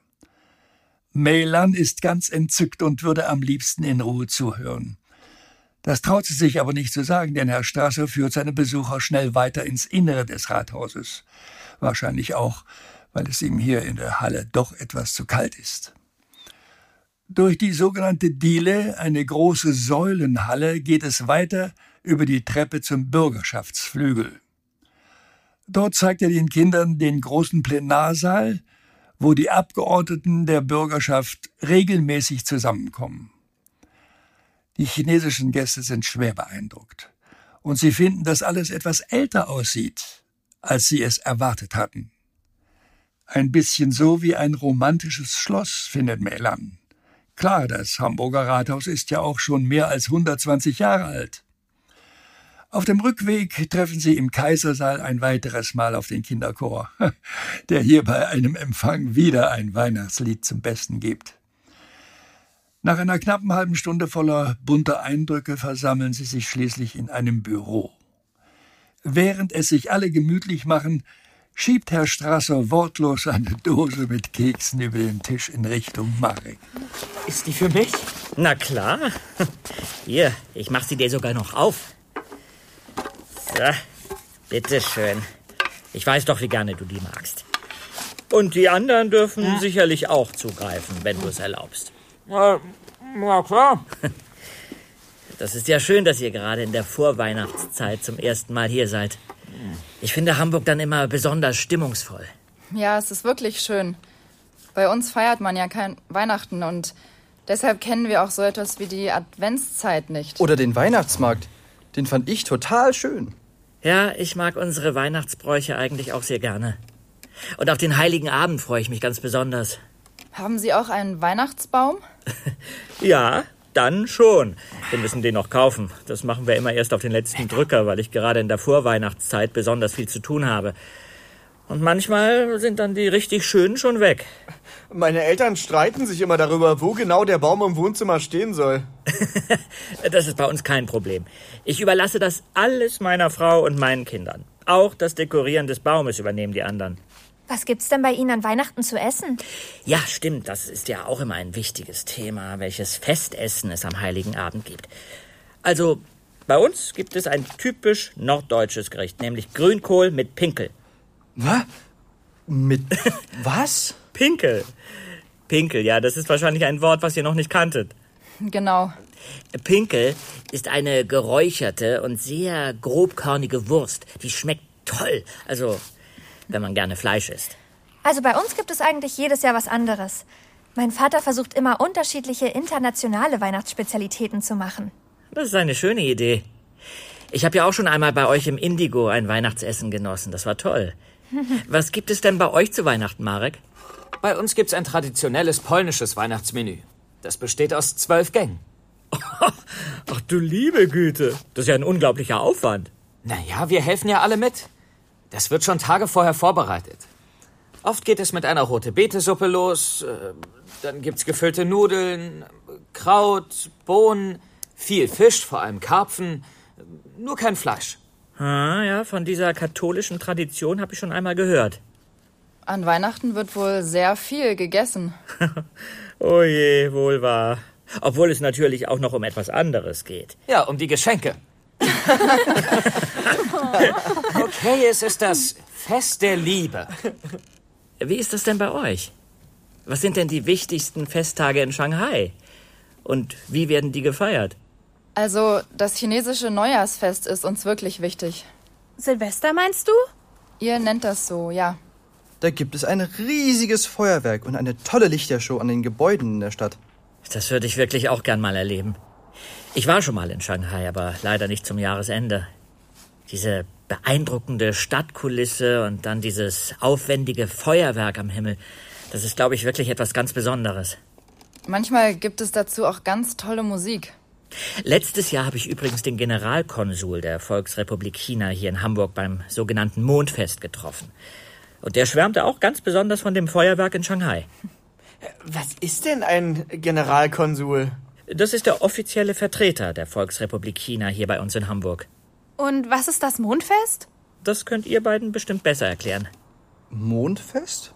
Meilan ist ganz entzückt und würde am liebsten in Ruhe zuhören. Das traut sie sich aber nicht zu sagen, denn Herr Strasser führt seine Besucher schnell weiter ins Innere des Rathauses. Wahrscheinlich auch, weil es ihm hier in der Halle doch etwas zu kalt ist. Durch die sogenannte Diele, eine große Säulenhalle, geht es weiter über die Treppe zum Bürgerschaftsflügel. Dort zeigt er den Kindern den großen Plenarsaal, wo die Abgeordneten der Bürgerschaft regelmäßig zusammenkommen. Die chinesischen Gäste sind schwer beeindruckt und sie finden, dass alles etwas älter aussieht, als sie es erwartet hatten. Ein bisschen so wie ein romantisches Schloss, findet Meilan. Klar, das Hamburger Rathaus ist ja auch schon mehr als 120 Jahre alt. Auf dem Rückweg treffen sie im Kaisersaal ein weiteres Mal auf den Kinderchor, der hier bei einem Empfang wieder ein Weihnachtslied zum Besten gibt. Nach einer knappen halben Stunde voller bunter Eindrücke versammeln sie sich schließlich in einem Büro. Während es sich alle gemütlich machen, schiebt Herr Strasser wortlos eine Dose mit Keksen über den Tisch in Richtung Marek. Ist die für mich? Na klar. Hier, ich mach sie dir sogar noch auf. So, bitteschön. Ich weiß doch, wie gerne du die magst. Und die anderen dürfen sicherlich auch zugreifen, wenn du es erlaubst. Ja, klar. Das ist ja schön, dass ihr gerade in der Vorweihnachtszeit zum ersten Mal hier seid. Ich finde Hamburg dann immer besonders stimmungsvoll. Ja, es ist wirklich schön. Bei uns feiert man ja kein Weihnachten und deshalb kennen wir auch so etwas wie die Adventszeit nicht. Oder den Weihnachtsmarkt. Den fand ich total schön. Ja, ich mag unsere Weihnachtsbräuche eigentlich auch sehr gerne. Und auf den Heiligen Abend freue ich mich ganz besonders. Haben Sie auch einen Weihnachtsbaum? Ja, dann schon. Wir müssen den noch kaufen. Das machen wir immer erst auf den letzten Drücker, weil ich gerade in der Vorweihnachtszeit besonders viel zu tun habe. Und manchmal sind dann die richtig schönen schon weg. Meine Eltern streiten sich immer darüber, wo genau der Baum im Wohnzimmer stehen soll. Das ist bei uns kein Problem. Ich überlasse das alles meiner Frau und meinen Kindern. Auch das Dekorieren des Baumes übernehmen die anderen. Was gibt's denn bei Ihnen an Weihnachten zu essen? Ja, stimmt. Das ist ja auch immer ein wichtiges Thema, welches Festessen es am Heiligen Abend gibt. Also, bei uns gibt es ein typisch norddeutsches Gericht, nämlich Grünkohl mit Pinkel. Was? Mit was? Pinkel. Pinkel, ja, das ist wahrscheinlich ein Wort, was ihr noch nicht kanntet. Genau. Pinkel ist eine geräucherte und sehr grobkörnige Wurst. Die schmeckt toll. Also, wenn man gerne Fleisch isst. Also bei uns gibt es eigentlich jedes Jahr was anderes. Mein Vater versucht immer unterschiedliche internationale Weihnachtsspezialitäten zu machen. Das ist eine schöne Idee. Ich habe ja auch schon einmal bei euch im Indigo ein Weihnachtsessen genossen. Das war toll. Was gibt es denn bei euch zu Weihnachten, Marek? Bei uns gibt's ein traditionelles polnisches Weihnachtsmenü. Das besteht aus 12 Gängen. Ach du liebe Güte. Das ist ja ein unglaublicher Aufwand. Naja, wir helfen ja alle mit. Das wird schon Tage vorher vorbereitet. Oft geht es mit einer Rote-Beete-Suppe los. Dann gibt's gefüllte Nudeln, Kraut, Bohnen, viel Fisch, vor allem Karpfen. Nur kein Fleisch. Ah, ja, von dieser katholischen Tradition habe ich schon einmal gehört. An Weihnachten wird wohl sehr viel gegessen. Oh je, wohl wahr. Obwohl es natürlich auch noch um etwas anderes geht. Ja, um die Geschenke. Okay, es ist das Fest der Liebe. Wie ist das denn bei euch? Was sind denn die wichtigsten Festtage in Shanghai? Und wie werden die gefeiert? Also, das chinesische Neujahrsfest ist uns wirklich wichtig. Silvester meinst du? Ihr nennt das so, ja. Da gibt es ein riesiges Feuerwerk und eine tolle Lichtershow an den Gebäuden in der Stadt. Das würde ich wirklich auch gern mal erleben. Ich war schon mal in Shanghai, aber leider nicht zum Jahresende. Diese beeindruckende Stadtkulisse und dann dieses aufwendige Feuerwerk am Himmel, das ist, glaube ich, wirklich etwas ganz Besonderes. Manchmal gibt es dazu auch ganz tolle Musik. Letztes Jahr habe ich übrigens den Generalkonsul der Volksrepublik China hier in Hamburg beim sogenannten Mondfest getroffen. Und der schwärmte auch ganz besonders von dem Feuerwerk in Shanghai. Was ist denn ein Generalkonsul? Das ist der offizielle Vertreter der Volksrepublik China hier bei uns in Hamburg. Und was ist das Mondfest? Das könnt ihr beiden bestimmt besser erklären. Mondfest?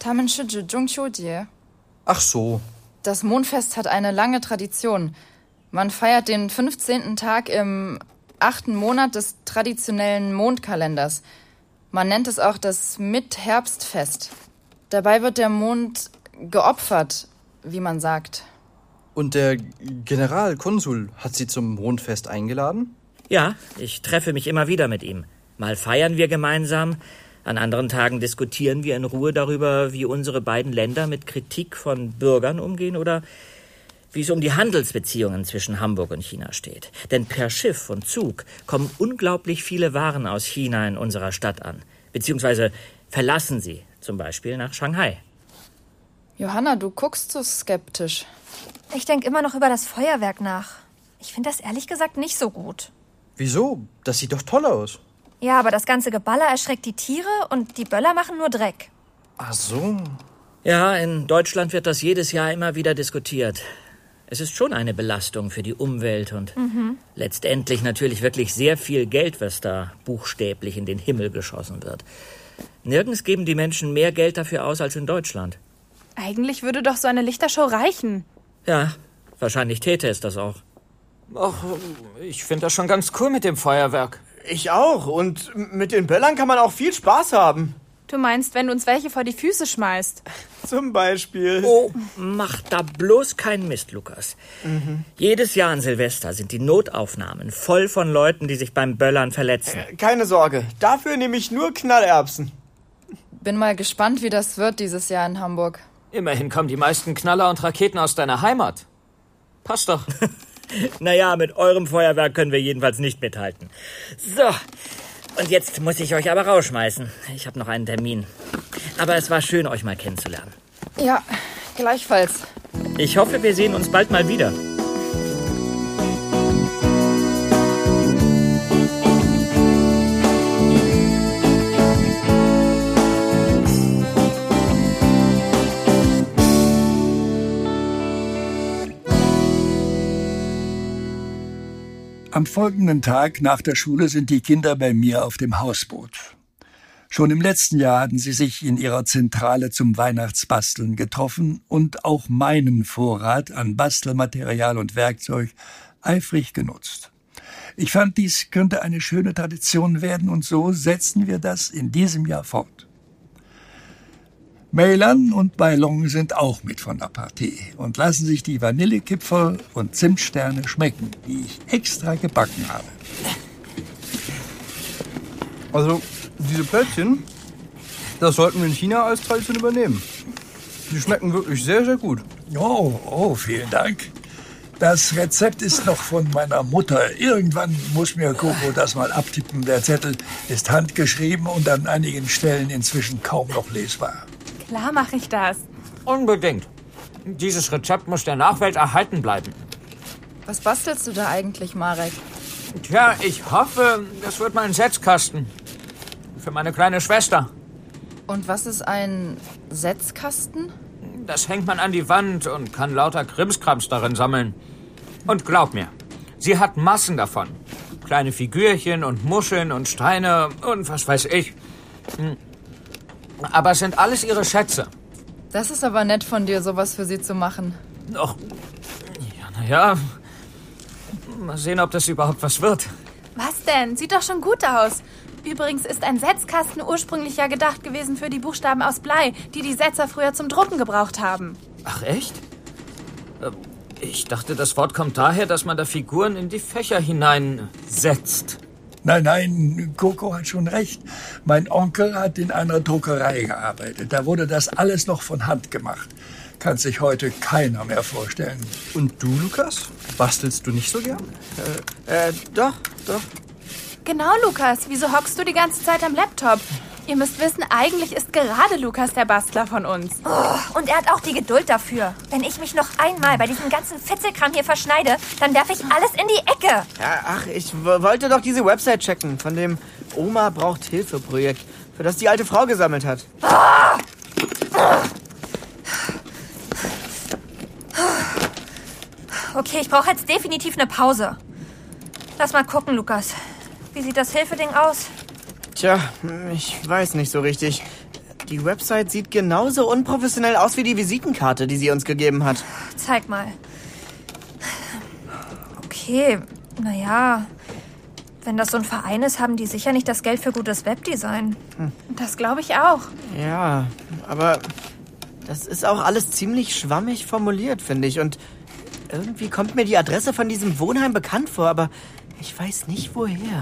Ach so. Das Mondfest hat eine lange Tradition. Man feiert den 15. Tag im 8. Monat des traditionellen Mondkalenders. Man nennt es auch das Mitherbstfest. Dabei wird der Mond geopfert, wie man sagt. Und der Generalkonsul hat Sie zum Mondfest eingeladen? Ja, ich treffe mich immer wieder mit ihm. Mal feiern wir gemeinsam, an anderen Tagen diskutieren wir in Ruhe darüber, wie unsere beiden Länder mit Kritik von Bürgern umgehen oder wie es um die Handelsbeziehungen zwischen Hamburg und China steht. Denn per Schiff und Zug kommen unglaublich viele Waren aus China in unserer Stadt an. Beziehungsweise verlassen sie, zum Beispiel nach Shanghai. Johanna, du guckst so skeptisch. Ich denke immer noch über das Feuerwerk nach. Ich finde das ehrlich gesagt nicht so gut. Wieso? Das sieht doch toll aus. Ja, aber das ganze Geballer erschreckt die Tiere und die Böller machen nur Dreck. Ach so. Ja, in Deutschland wird das jedes Jahr immer wieder diskutiert. Es ist schon eine Belastung für die Umwelt und letztendlich natürlich wirklich sehr viel Geld, was da buchstäblich in den Himmel geschossen wird. Nirgends geben die Menschen mehr Geld dafür aus als in Deutschland. Eigentlich würde doch so eine Lichtershow reichen. Ja, wahrscheinlich täte es das auch. Ach, ich finde das schon ganz cool mit dem Feuerwerk. Ich auch. Und mit den Böllern kann man auch viel Spaß haben. Du meinst, wenn du uns welche vor die Füße schmeißt? Zum Beispiel. Oh, mach da bloß keinen Mist, Lukas. Jedes Jahr an Silvester sind die Notaufnahmen voll von Leuten, die sich beim Böllern verletzen. Keine Sorge, dafür nehme ich nur Knallerbsen. Bin mal gespannt, wie das wird dieses Jahr in Hamburg. Immerhin kommen die meisten Knaller und Raketen aus deiner Heimat. Passt doch. Naja, mit eurem Feuerwerk können wir jedenfalls nicht mithalten. So, und jetzt muss ich euch aber rausschmeißen. Ich habe noch einen Termin. Aber es war schön, euch mal kennenzulernen. Ja, gleichfalls. Ich hoffe, wir sehen uns bald mal wieder. Am folgenden Tag nach der Schule sind die Kinder bei mir auf dem Hausboot. Schon im letzten Jahr hatten sie sich in ihrer Zentrale zum Weihnachtsbasteln getroffen und auch meinen Vorrat an Bastelmaterial und Werkzeug eifrig genutzt. Ich fand, dies könnte eine schöne Tradition werden und so setzen wir das in diesem Jahr fort. Meylan und Bailong sind auch mit von der Partie und lassen sich die Vanillekipferl und Zimtsterne schmecken, die ich extra gebacken habe. Also, diese Plätzchen, das sollten wir in China als Tradition übernehmen. Die schmecken wirklich sehr, sehr gut. Oh, vielen Dank. Das Rezept ist noch von meiner Mutter. Irgendwann muss mir Coco das mal abtippen. Der Zettel ist handgeschrieben und an einigen Stellen inzwischen kaum noch lesbar. Klar mache ich das. Unbedingt. Dieses Rezept muss der Nachwelt erhalten bleiben. Was bastelst du da eigentlich, Marek? Tja, ich hoffe, das wird mein Setzkasten. Für meine kleine Schwester. Und was ist ein Setzkasten? Das hängt man an die Wand und kann lauter Krimskrams darin sammeln. Und glaub mir, sie hat Massen davon. Kleine Figürchen und Muscheln und Steine und was weiß ich. Aber es sind alles ihre Schätze. Das ist aber nett von dir, sowas für sie zu machen. Doch, ja, mal sehen, ob das überhaupt was wird. Was denn? Sieht doch schon gut aus. Übrigens ist ein Setzkasten ursprünglich ja gedacht gewesen für die Buchstaben aus Blei, die Setzer früher zum Drucken gebraucht haben. Ach echt? Ich dachte, das Wort kommt daher, dass man da Figuren in die Fächer hineinsetzt. Nein, Coco hat schon recht. Mein Onkel hat in einer Druckerei gearbeitet. Da wurde das alles noch von Hand gemacht. Kann sich heute keiner mehr vorstellen. Und du, Lukas? Bastelst du nicht so gern? Doch. Genau, Lukas. Wieso hockst du die ganze Zeit am Laptop? Ihr müsst wissen, eigentlich ist gerade Lukas der Bastler von uns. Oh, und er hat auch die Geduld dafür. Wenn ich mich noch einmal bei diesem ganzen Fitzelkram hier verschneide, dann werfe ich alles in die Ecke. Ja, ich wollte doch diese Website checken, von dem Oma braucht Hilfe-Projekt, für das die alte Frau gesammelt hat. Okay, ich brauche jetzt definitiv eine Pause. Lass mal gucken, Lukas. Wie sieht das Hilfeding aus? Tja, ich weiß nicht so richtig. Die Website sieht genauso unprofessionell aus wie die Visitenkarte, die sie uns gegeben hat. Zeig mal. Okay, naja. Wenn das so ein Verein ist, haben die sicher nicht das Geld für gutes Webdesign. Das glaube ich auch. Ja, aber das ist auch alles ziemlich schwammig formuliert, finde ich. Und irgendwie kommt mir die Adresse von diesem Wohnheim bekannt vor, aber ich weiß nicht, woher.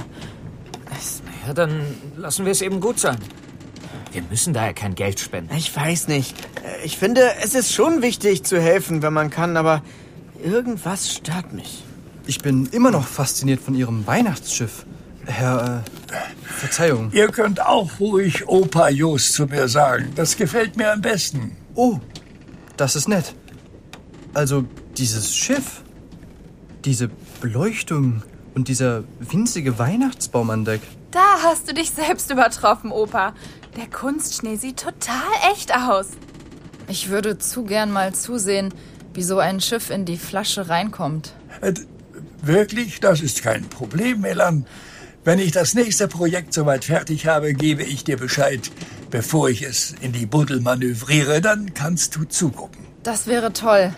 Ja, dann lassen wir es eben gut sein. Wir müssen daher kein Geld spenden. Ich weiß nicht. Ich finde, es ist schon wichtig zu helfen, wenn man kann, aber irgendwas stört mich. Ich bin immer noch fasziniert von Ihrem Weihnachtsschiff. Herr, Verzeihung. Ihr könnt auch ruhig Opa Jost zu mir sagen. Das gefällt mir am besten. Oh, das ist nett. Also, dieses Schiff, diese Beleuchtung und dieser winzige Weihnachtsbaum an Deck. Da hast du dich selbst übertroffen, Opa. Der Kunstschnee sieht total echt aus. Ich würde zu gern mal zusehen, wie so ein Schiff in die Flasche reinkommt. Wirklich? Das ist kein Problem, Meylan. Wenn ich das nächste Projekt soweit fertig habe, gebe ich dir Bescheid. Bevor ich es in die Buddel manövriere, dann kannst du zugucken. Das wäre toll.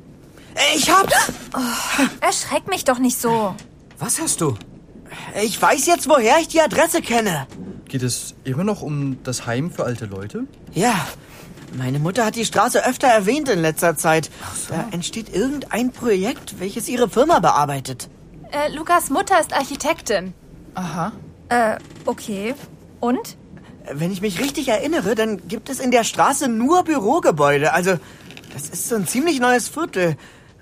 Ich hab's! Oh, erschreck mich doch nicht so. Was hast du? Ich weiß jetzt, woher ich die Adresse kenne. Geht es immer noch um das Heim für alte Leute? Ja, meine Mutter hat die Straße öfter erwähnt in letzter Zeit. Ach so. Da entsteht irgendein Projekt, welches ihre Firma bearbeitet. Lukas' Mutter ist Architektin. Aha. Okay. Und? Wenn ich mich richtig erinnere, dann gibt es in der Straße nur Bürogebäude. Also, das ist so ein ziemlich neues Viertel.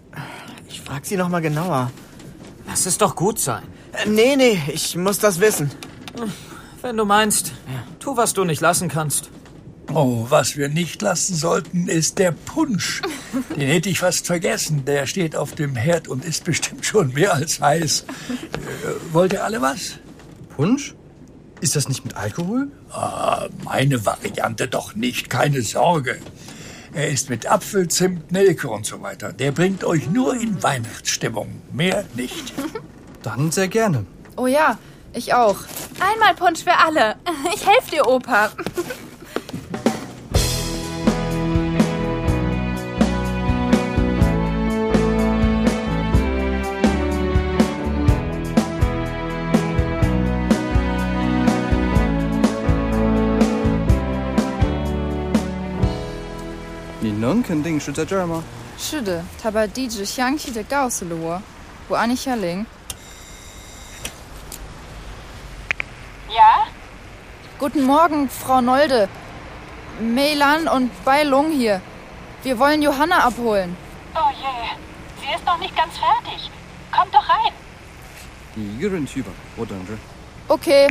Ich frag sie noch mal genauer. Lass es doch gut sein. Nee, ich muss das wissen. Wenn du meinst, tu, was du nicht lassen kannst. Oh, was wir nicht lassen sollten, ist der Punsch. Den hätte ich fast vergessen. Der steht auf dem Herd und ist bestimmt schon mehr als heiß. Wollt ihr alle was? Punsch? Ist das nicht mit Alkohol? Meine Variante doch nicht, keine Sorge. Er ist mit Apfel, Zimt, Nelke und so weiter. Der bringt euch nur in Weihnachtsstimmung, mehr nicht. Dann sehr gerne. Oh ja, ich auch. Einmal Punsch für alle. Ich helfe dir, Opa. Ni nâng肯定是在这儿吗？ 是的，他把地址详细的告诉了我。我按一下铃。 Ja? Guten Morgen, Frau Nolde. Meilan und Bailong hier. Wir wollen Johanna abholen. Oh je, sie ist noch nicht ganz fertig. Kommt doch rein. 你一个人去吧，我等着。 Okay.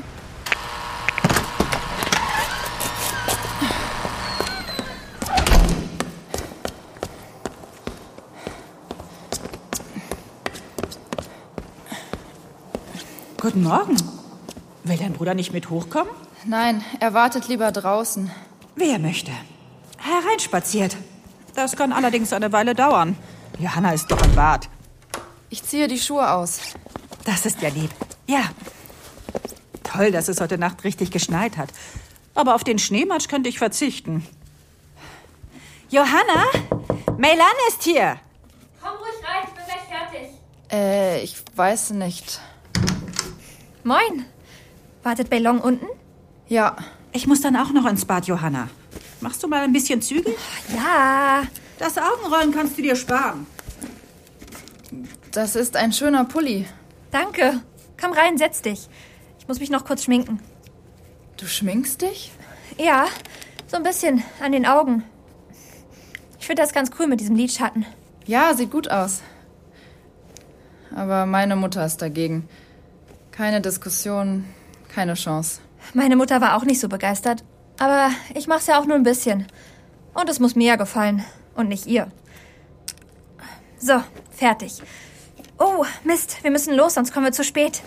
Guten Morgen. Will dein Bruder nicht mit hochkommen? Nein, er wartet lieber draußen. Wer möchte. Hereinspaziert. Das kann allerdings eine Weile dauern. Johanna ist doch im Bad. Ich ziehe die Schuhe aus. Das ist ja lieb. Ja. Toll, dass es heute Nacht richtig geschneit hat. Aber auf den Schneematsch könnte ich verzichten. Johanna, Meilan ist hier. Komm ruhig rein, ich bin gleich fertig. Ich weiß nicht. Moin. Wartet Bailong unten? Ja. Ich muss dann auch noch ins Bad, Johanna. Machst du mal ein bisschen Zügel? Ja. Das Augenrollen kannst du dir sparen. Das ist ein schöner Pulli. Danke. Komm rein, setz dich. Ich muss mich noch kurz schminken. Du schminkst dich? Ja, so ein bisschen an den Augen. Ich finde das ganz cool mit diesem Lidschatten. Ja, sieht gut aus. Aber meine Mutter ist dagegen. Keine Diskussion, keine Chance. Meine Mutter war auch nicht so begeistert. Aber ich mach's ja auch nur ein bisschen. Und es muss mir ja gefallen. Und nicht ihr. So, fertig. Oh, Mist, wir müssen los, sonst kommen wir zu spät.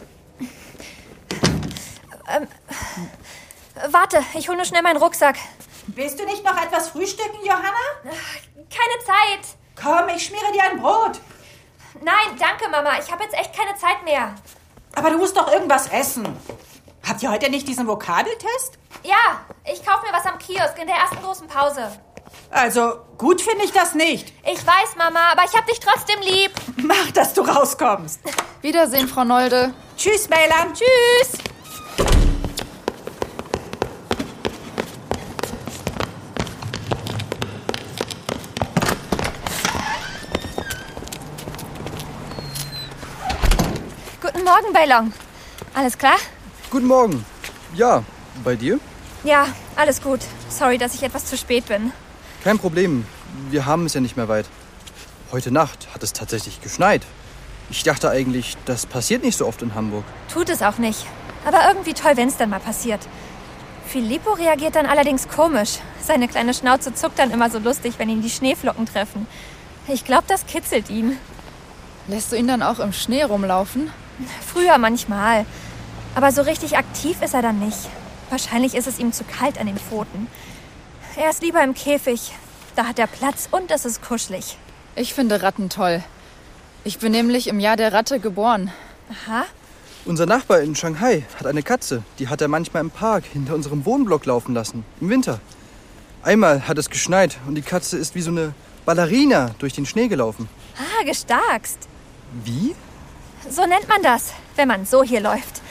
Warte, ich hole nur schnell meinen Rucksack. Willst du nicht noch etwas frühstücken, Johanna? Keine Zeit. Komm, ich schmiere dir ein Brot. Nein, danke, Mama. Ich habe jetzt echt keine Zeit mehr. Aber du musst doch irgendwas essen. Habt ihr heute nicht diesen Vokabeltest? Ja, ich kaufe mir was am Kiosk in der ersten großen Pause. Also, gut finde ich das nicht. Ich weiß, Mama, aber ich hab dich trotzdem lieb. Mach, dass du rauskommst. Wiedersehen, Frau Nolde. Tschüss, Meilan. Tschüss. Guten Morgen, Bailong. Alles klar? Guten Morgen. Ja, bei dir? Ja, alles gut. Sorry, dass ich etwas zu spät bin. Kein Problem. Wir haben es ja nicht mehr weit. Heute Nacht hat es tatsächlich geschneit. Ich dachte eigentlich, das passiert nicht so oft in Hamburg. Tut es auch nicht. Aber irgendwie toll, wenn es dann mal passiert. Filippo reagiert dann allerdings komisch. Seine kleine Schnauze zuckt dann immer so lustig, wenn ihn die Schneeflocken treffen. Ich glaube, das kitzelt ihn. Lässt du ihn dann auch im Schnee rumlaufen? Früher manchmal. Aber so richtig aktiv ist er dann nicht. Wahrscheinlich ist es ihm zu kalt an den Pfoten. Er ist lieber im Käfig. Da hat er Platz und es ist kuschelig. Ich finde Ratten toll. Ich bin nämlich im Jahr der Ratte geboren. Aha. Unser Nachbar in Shanghai hat eine Katze. Die hat er manchmal im Park hinter unserem Wohnblock laufen lassen. Im Winter. Einmal hat es geschneit und die Katze ist wie so eine Ballerina durch den Schnee gelaufen. Ah, gestarkst. Wie? So nennt man das, wenn man so hier läuft.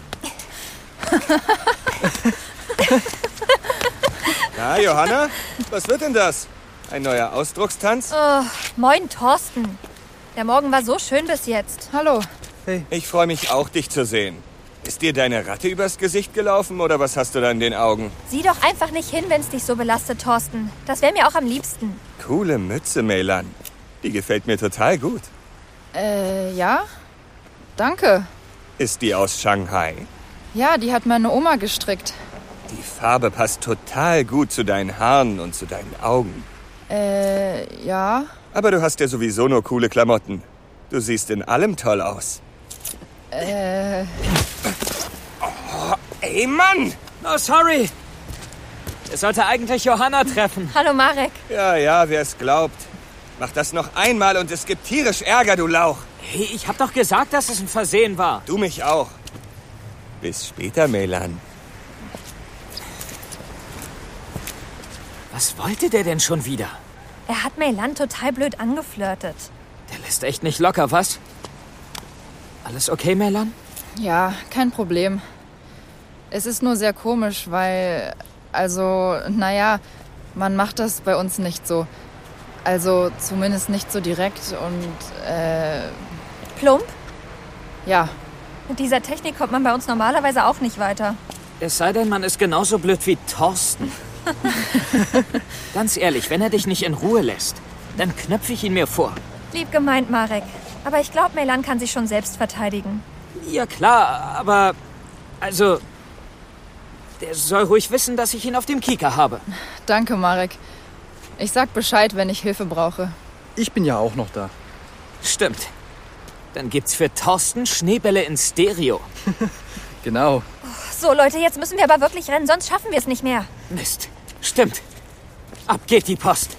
Na, Johanna, was wird denn das? Ein neuer Ausdruckstanz? Oh, moin, Thorsten. Der Morgen war so schön bis jetzt. Hallo. Hey. Ich freue mich auch, dich zu sehen. Ist dir deine Ratte übers Gesicht gelaufen oder was hast du da in den Augen? Sieh doch einfach nicht hin, wenn es dich so belastet, Thorsten. Das wäre mir auch am liebsten. Coole Mütze, Meilan. Die gefällt mir total gut. Ja? Danke. Ist die aus Shanghai? Ja, die hat meine Oma gestrickt. Die Farbe passt total gut zu deinen Haaren und zu deinen Augen. Ja. Aber du hast ja sowieso nur coole Klamotten. Du siehst in allem toll aus. Oh, ey, Mann! Oh, sorry. Er sollte eigentlich Johanna treffen. Hallo, Marek. Ja, wer es glaubt. Mach das noch einmal und es gibt tierisch Ärger, du Lauch. Hey, ich hab doch gesagt, dass es ein Versehen war. Du mich auch. Bis später, Melan. Was wollte der denn schon wieder? Er hat Melan total blöd angeflirtet. Der lässt echt nicht locker, was? Alles okay, Melan? Ja, kein Problem. Es ist nur sehr komisch, weil, naja, man macht das bei uns nicht so. Also zumindest nicht so direkt und, Plump? Ja. Mit dieser Technik kommt man bei uns normalerweise auch nicht weiter. Es sei denn, man ist genauso blöd wie Thorsten. Ganz ehrlich, wenn er dich nicht in Ruhe lässt, dann knöpfe ich ihn mir vor. Lieb gemeint, Marek. Aber ich glaube, Melan kann sich schon selbst verteidigen. Ja klar, aber... Also... Der soll ruhig wissen, dass ich ihn auf dem Kieker habe. Danke, Marek. Ich sag Bescheid, wenn ich Hilfe brauche. Ich bin ja auch noch da. Stimmt. Dann gibt's für Thorsten Schneebälle in Stereo. Genau. So, Leute, jetzt müssen wir aber wirklich rennen, sonst schaffen wir es nicht mehr. Mist. Stimmt. Ab geht die Post.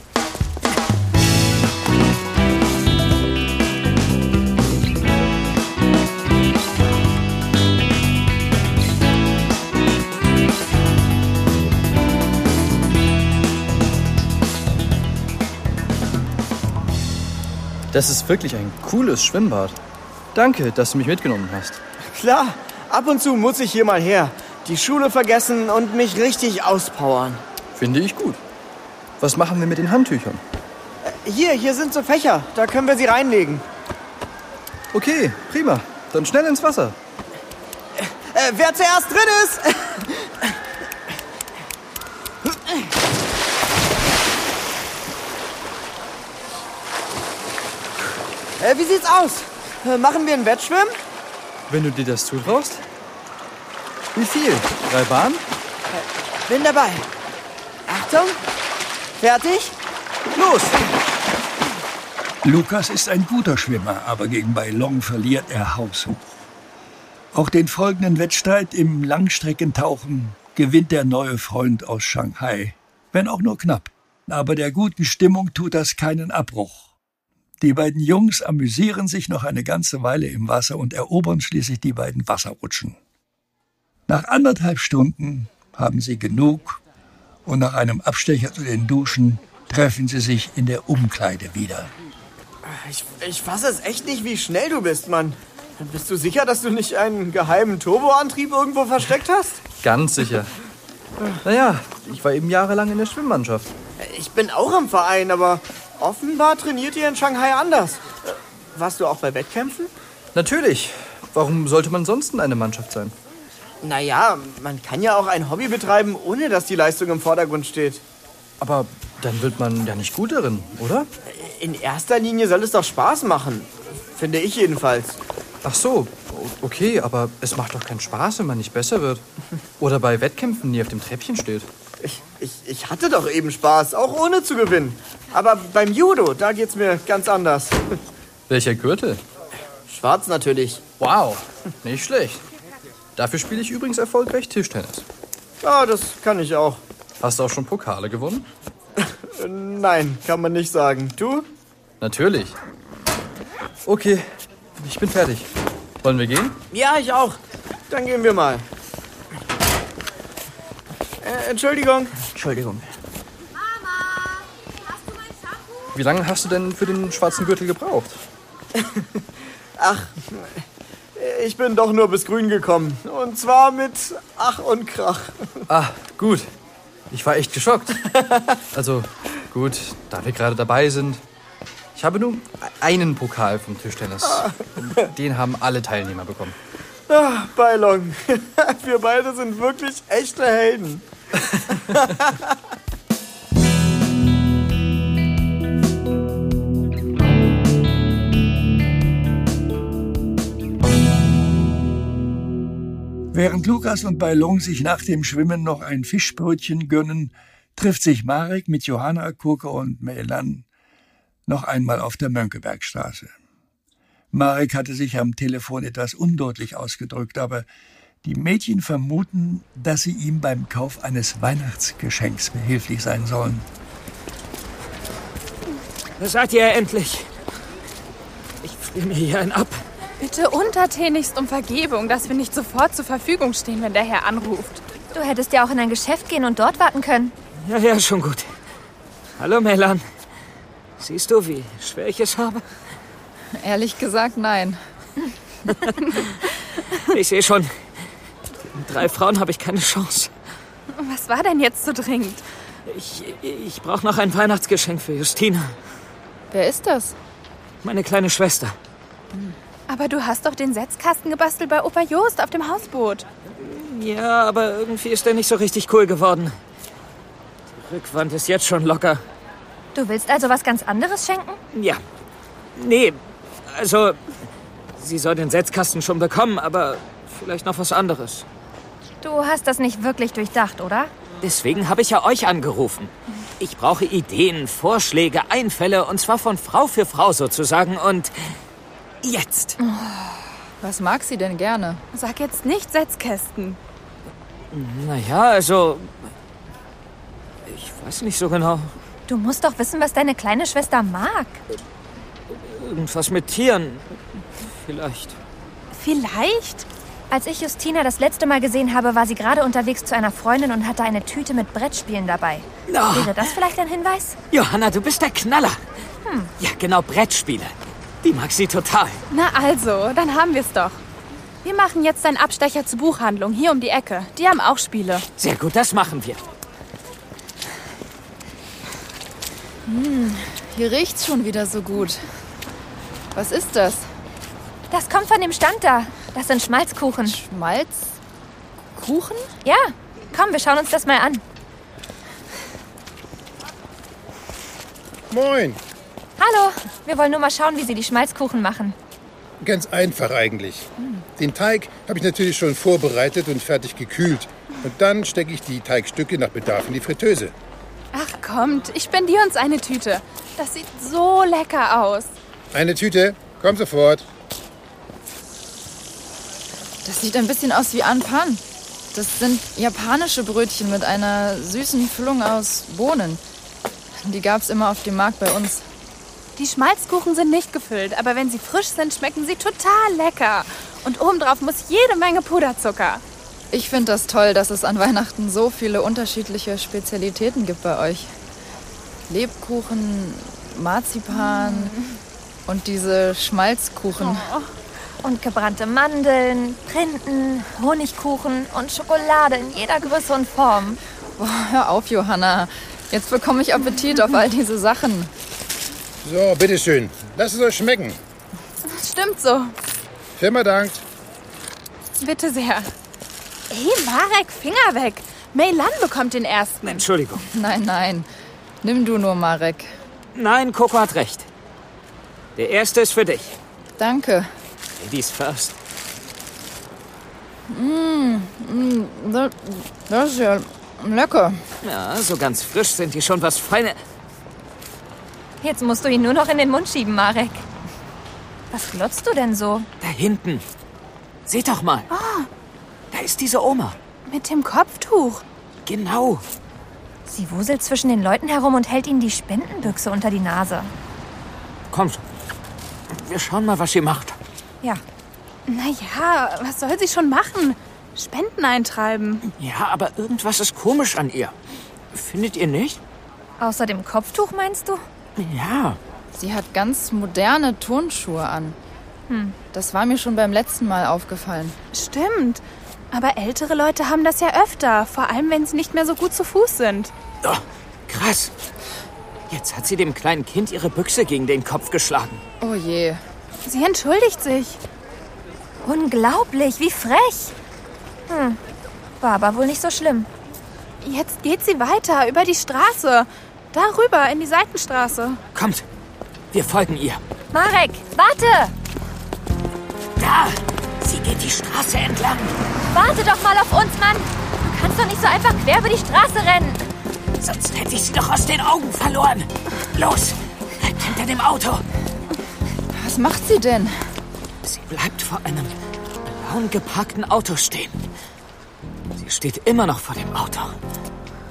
Das ist wirklich ein cooles Schwimmbad. Danke, dass du mich mitgenommen hast. Klar, ab und zu muss ich hier mal her. Die Schule vergessen und mich richtig auspowern. Finde ich gut. Was machen wir mit den Handtüchern? Hier sind so Fächer. Da können wir sie reinlegen. Okay, prima. Dann schnell ins Wasser. Wer zuerst drin ist... Wie sieht's aus? Machen wir ein Wettschwimmen? Wenn du dir das zutraust. Wie viel? 3 Bahnen? Bin dabei. Achtung. Fertig? Los! Lukas ist ein guter Schwimmer, aber gegen Bailong verliert er haushoch. Auch den folgenden Wettstreit im Langstreckentauchen gewinnt der neue Freund aus Shanghai. Wenn auch nur knapp. Aber der guten Stimmung tut das keinen Abbruch. Die beiden Jungs amüsieren sich noch eine ganze Weile im Wasser und erobern schließlich die beiden Wasserrutschen. Nach 1,5 Stunden haben sie genug und nach einem Abstecher zu den Duschen treffen sie sich in der Umkleide wieder. Ich fasse es echt nicht, wie schnell du bist, Mann. Bist du sicher, dass du nicht einen geheimen Turboantrieb irgendwo versteckt hast? Ganz sicher. Naja, ich war eben jahrelang in der Schwimmmannschaft. Ich bin auch im Verein, aber offenbar trainiert ihr in Shanghai anders. Warst du auch bei Wettkämpfen? Natürlich. Warum sollte man sonst in einer Mannschaft sein? Naja, man kann ja auch ein Hobby betreiben, ohne dass die Leistung im Vordergrund steht. Aber dann wird man ja nicht gut darin, oder? In erster Linie soll es doch Spaß machen. Finde ich jedenfalls. Ach so, okay, aber es macht doch keinen Spaß, wenn man nicht besser wird. Oder bei Wettkämpfen nie auf dem Treppchen steht. Ich hatte doch eben Spaß, auch ohne zu gewinnen. Aber beim Judo, da geht's mir ganz anders. Welcher Gürtel? Schwarz natürlich. Wow, nicht schlecht. Dafür spiele ich übrigens erfolgreich Tischtennis. Ja, das kann ich auch. Hast du auch schon Pokale gewonnen? Nein, kann man nicht sagen. Du? Natürlich. Okay, ich bin fertig. Wollen wir gehen? Ja, ich auch. Dann gehen wir mal. Entschuldigung. Wie lange hast du denn für den schwarzen Gürtel gebraucht? Ach, ich bin doch nur bis grün gekommen. Und zwar mit Ach und Krach. Ah, gut. Ich war echt geschockt. Also, gut, da wir gerade dabei sind. Ich habe nur einen Pokal vom Tischtennis. Den haben alle Teilnehmer bekommen. Ah, Bailong. Wir beide sind wirklich echte Helden. Während Lukas und Bailong sich nach dem Schwimmen noch ein Fischbrötchen gönnen, trifft sich Marek mit Johanna, Kurke und Melan noch einmal auf der Mönckebergstraße. Marek hatte sich am Telefon etwas undeutlich ausgedrückt, aber die Mädchen vermuten, dass sie ihm beim Kauf eines Weihnachtsgeschenks behilflich sein sollen. Da seid ihr endlich. Ich friere mir hier einen ab. Bitte untertänigst um Vergebung, dass wir nicht sofort zur Verfügung stehen, wenn der Herr anruft. Du hättest ja auch in ein Geschäft gehen und dort warten können. Ja, schon gut. Hallo, Melan. Siehst du, wie schwer ich es habe? Ehrlich gesagt, nein. Ich sehe schon, gegen 3 Frauen habe ich keine Chance. Was war denn jetzt so dringend? Ich brauche noch ein Weihnachtsgeschenk für Justina. Wer ist das? Meine kleine Schwester. Aber du hast doch den Setzkasten gebastelt bei Opa Jost auf dem Hausboot. Ja, aber irgendwie ist der nicht so richtig cool geworden. Die Rückwand ist jetzt schon locker. Du willst also was ganz anderes schenken? Ja. Nee, also, sie soll den Setzkasten schon bekommen, aber vielleicht noch was anderes. Du hast das nicht wirklich durchdacht, oder? Deswegen habe ich ja euch angerufen. Ich brauche Ideen, Vorschläge, Einfälle, und zwar von Frau für Frau sozusagen. Und jetzt. Was mag sie denn gerne? Sag jetzt nicht Setzkästen. Naja, also, ich weiß nicht so genau. Du musst doch wissen, was deine kleine Schwester mag. Irgendwas mit Tieren. Vielleicht. Vielleicht? Als ich Justina das letzte Mal gesehen habe, war sie gerade unterwegs zu einer Freundin und hatte eine Tüte mit Brettspielen dabei. Oh. Wäre das vielleicht ein Hinweis? Johanna, du bist der Knaller. Ja, genau, Brettspiele. Die mag sie total. Na also, dann haben wir's doch. Wir machen jetzt einen Abstecher zur Buchhandlung, hier um die Ecke. Die haben auch Spiele. Sehr gut, das machen wir. Hier riecht's schon wieder so gut. Was ist das? Das kommt von dem Stand da. Das sind Schmalzkuchen. Schmalzkuchen? Ja, komm, wir schauen uns das mal an. Moin. Hallo, wir wollen nur mal schauen, wie Sie die Schmalzkuchen machen. Ganz einfach eigentlich. Den Teig habe ich natürlich schon vorbereitet und fertig gekühlt. Und dann stecke ich die Teigstücke nach Bedarf in die Fritteuse. Ach kommt, ich spendiere uns eine Tüte. Das sieht so lecker aus. Eine Tüte, komm sofort. Das sieht ein bisschen aus wie Anpan. Das sind japanische Brötchen mit einer süßen Füllung aus Bohnen. Die gab's immer auf dem Markt bei uns. Die Schmalzkuchen sind nicht gefüllt, aber wenn sie frisch sind, schmecken sie total lecker. Und obendrauf muss jede Menge Puderzucker. Ich finde das toll, dass es an Weihnachten so viele unterschiedliche Spezialitäten gibt bei euch. Lebkuchen, Marzipan und diese Schmalzkuchen. Oh. Und gebrannte Mandeln, Printen, Honigkuchen und Schokolade in jeder Größe und Form. Boah, hör auf, Johanna. Jetzt bekomme ich Appetit auf all diese Sachen. So, bitteschön. Lasst es euch schmecken. Stimmt so. Firma dankt. Bitte sehr. Hey, Marek, Finger weg. Melan bekommt den ersten. Entschuldigung. Nein. Nimm du nur, Marek. Nein, Coco hat recht. Der erste ist für dich. Danke. Ladies first. Das ist ja lecker. Ja, so ganz frisch sind die schon was Feine. Jetzt musst du ihn nur noch in den Mund schieben, Marek. Was glotzt du denn so? Da hinten. Seht doch mal. Oh. Da ist diese Oma. Mit dem Kopftuch. Genau. Sie wuselt zwischen den Leuten herum und hält ihnen die Spendenbüchse unter die Nase. Kommt. Wir schauen mal, was sie macht. Ja. Naja, was soll sie schon machen? Spenden eintreiben. Ja, aber irgendwas ist komisch an ihr. Findet ihr nicht? Außer dem Kopftuch, meinst du? Ja. Sie hat ganz moderne Turnschuhe an. Das war mir schon beim letzten Mal aufgefallen. Stimmt. Aber ältere Leute haben das ja öfter. Vor allem, wenn sie nicht mehr so gut zu Fuß sind. Oh, krass. Jetzt hat sie dem kleinen Kind ihre Büchse gegen den Kopf geschlagen. Oh je. Sie entschuldigt sich. Unglaublich, wie frech. War aber wohl nicht so schlimm. Jetzt geht sie weiter, über die Straße. Darüber, in die Seitenstraße. Kommt, wir folgen ihr. Marek, warte! Da, sie geht die Straße entlang. Warte doch mal auf uns, Mann. Du kannst doch nicht so einfach quer über die Straße rennen. Sonst hätte ich sie doch aus den Augen verloren. Los, bleibt hinter dem Auto. Was macht sie denn? Sie bleibt vor einem blauen geparkten Auto stehen. Sie steht immer noch vor dem Auto.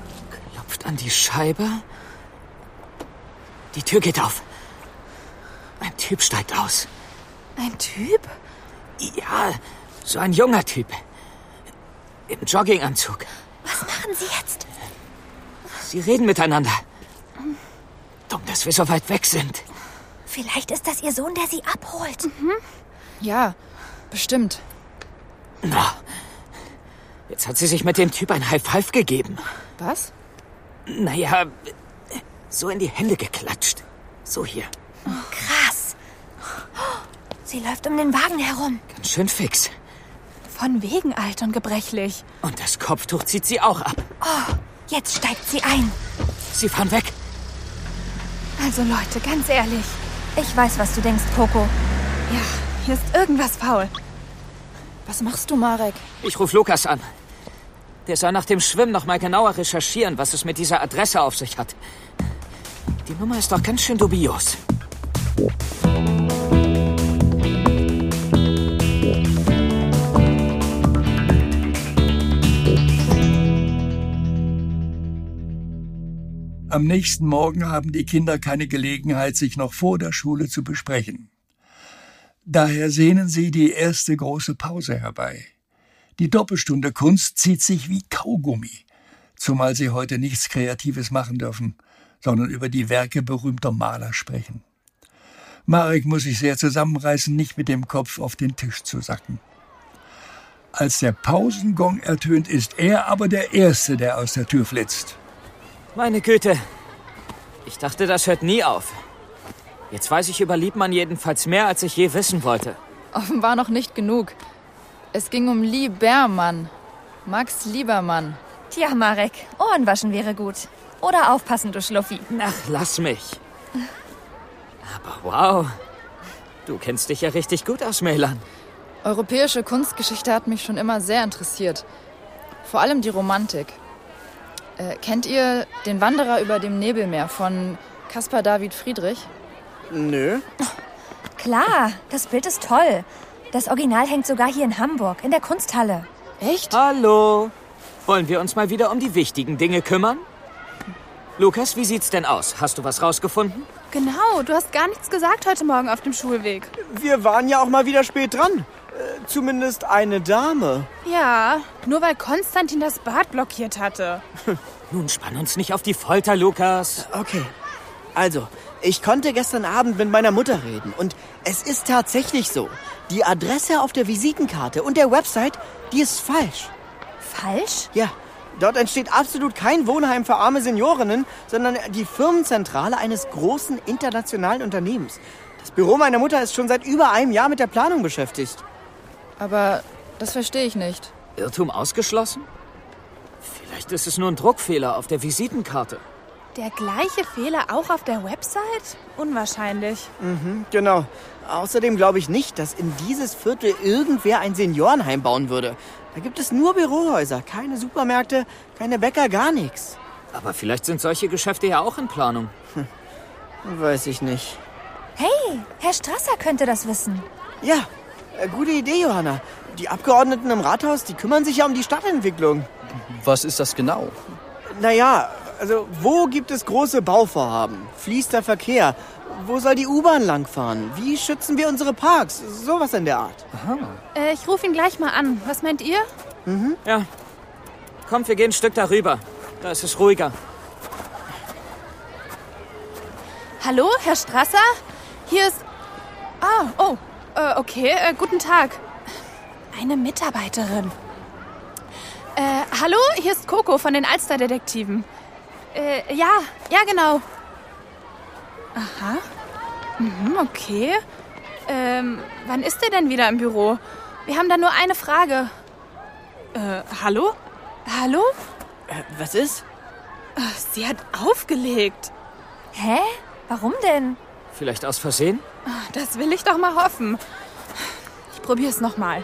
Klopft an die Scheibe. Die Tür geht auf. Ein Typ steigt aus. Ein Typ? Ja, so ein junger Typ. Im Jogginganzug. Was machen Sie jetzt? Sie reden miteinander. Dumm, dass wir so weit weg sind. Vielleicht ist das Ihr Sohn, der Sie abholt. Ja, bestimmt. Na, jetzt hat sie sich mit dem Typ ein High Five gegeben. Was? Naja, so in die Hände geklatscht. So hier. Krass. Sie läuft um den Wagen herum. Ganz schön fix. Von wegen alt und gebrechlich. Und das Kopftuch zieht sie auch ab. Oh, jetzt steigt sie ein. Sie fahren weg. Also Leute, ganz ehrlich. Ich weiß, was du denkst, Coco. Ja, hier ist irgendwas faul. Was machst du, Marek? Ich ruf Lukas an. Der soll nach dem Schwimmen noch mal genauer recherchieren, was es mit dieser Adresse auf sich hat. Die Nummer ist doch ganz schön dubios. Am nächsten Morgen haben die Kinder keine Gelegenheit, sich noch vor der Schule zu besprechen. Daher sehnen sie die erste große Pause herbei. Die Doppelstunde Kunst zieht sich wie Kaugummi, zumal sie heute nichts Kreatives machen dürfen, sondern über die Werke berühmter Maler sprechen. Marek muss sich sehr zusammenreißen, nicht mit dem Kopf auf den Tisch zu sacken. Als der Pausengong ertönt, ist er aber der Erste, der aus der Tür flitzt. Meine Güte. Ich dachte, das hört nie auf. Jetzt weiß ich über Liebmann jedenfalls mehr, als ich je wissen wollte. Offenbar noch nicht genug. Es ging um Liebermann. Max Liebermann. Tja, Marek, Ohrenwaschen wäre gut. Oder aufpassen, du Schluffi. Ach, lass mich. Aber wow. Du kennst dich ja richtig gut aus, Meylan. Europäische Kunstgeschichte hat mich schon immer sehr interessiert. Vor allem die Romantik. Kennt ihr Den Wanderer über dem Nebelmeer von Caspar David Friedrich? Nö. Klar, das Bild ist toll. Das Original hängt sogar hier in Hamburg, in der Kunsthalle. Echt? Hallo. Wollen wir uns mal wieder um die wichtigen Dinge kümmern? Lukas, wie sieht's denn aus? Hast du was rausgefunden? Genau, du hast gar nichts gesagt heute Morgen auf dem Schulweg. Wir waren ja auch mal wieder spät dran. Zumindest eine Dame. Ja, nur weil Konstantin das Bad blockiert hatte. Nun spann uns nicht auf die Folter, Lukas. Okay. Also, ich konnte gestern Abend mit meiner Mutter reden. Und es ist tatsächlich so. Die Adresse auf der Visitenkarte und der Website, die ist falsch. Falsch? Ja. Dort entsteht absolut kein Wohnheim für arme Seniorinnen, sondern die Firmenzentrale eines großen internationalen Unternehmens. Das Büro meiner Mutter ist schon seit über einem Jahr mit der Planung beschäftigt. Aber das verstehe ich nicht. Irrtum ausgeschlossen? Vielleicht ist es nur ein Druckfehler auf der Visitenkarte. Der gleiche Fehler auch auf der Website? Unwahrscheinlich. Genau. Außerdem glaube ich nicht, dass in dieses Viertel irgendwer ein Seniorenheim bauen würde. Da gibt es nur Bürohäuser, keine Supermärkte, keine Bäcker, gar nichts. Aber vielleicht sind solche Geschäfte ja auch in Planung. Weiß ich nicht. Hey, Herr Strasser könnte das wissen. Ja, gute Idee, Johanna. Die Abgeordneten im Rathaus, die kümmern sich ja um die Stadtentwicklung. Was ist das genau? Naja, also wo gibt es große Bauvorhaben? Fließt der Verkehr? Wo soll die U-Bahn langfahren? Wie schützen wir unsere Parks? Sowas in der Art. Aha. Ich rufe ihn gleich mal an. Was meint ihr? Ja. Kommt, wir gehen ein Stück darüber. Da ist es ruhiger. Hallo, Herr Strasser? Hier ist... Okay, guten Tag. Eine Mitarbeiterin. Hallo, hier ist Coco von den Alster-Detektiven. Ja, genau. Aha. Okay. Wann ist er denn wieder im Büro? Wir haben da nur eine Frage. Hallo? Hallo? Was ist? Sie hat aufgelegt. Hä? Warum denn? Vielleicht aus Versehen? Das will ich doch mal hoffen. Ich probiere es nochmal.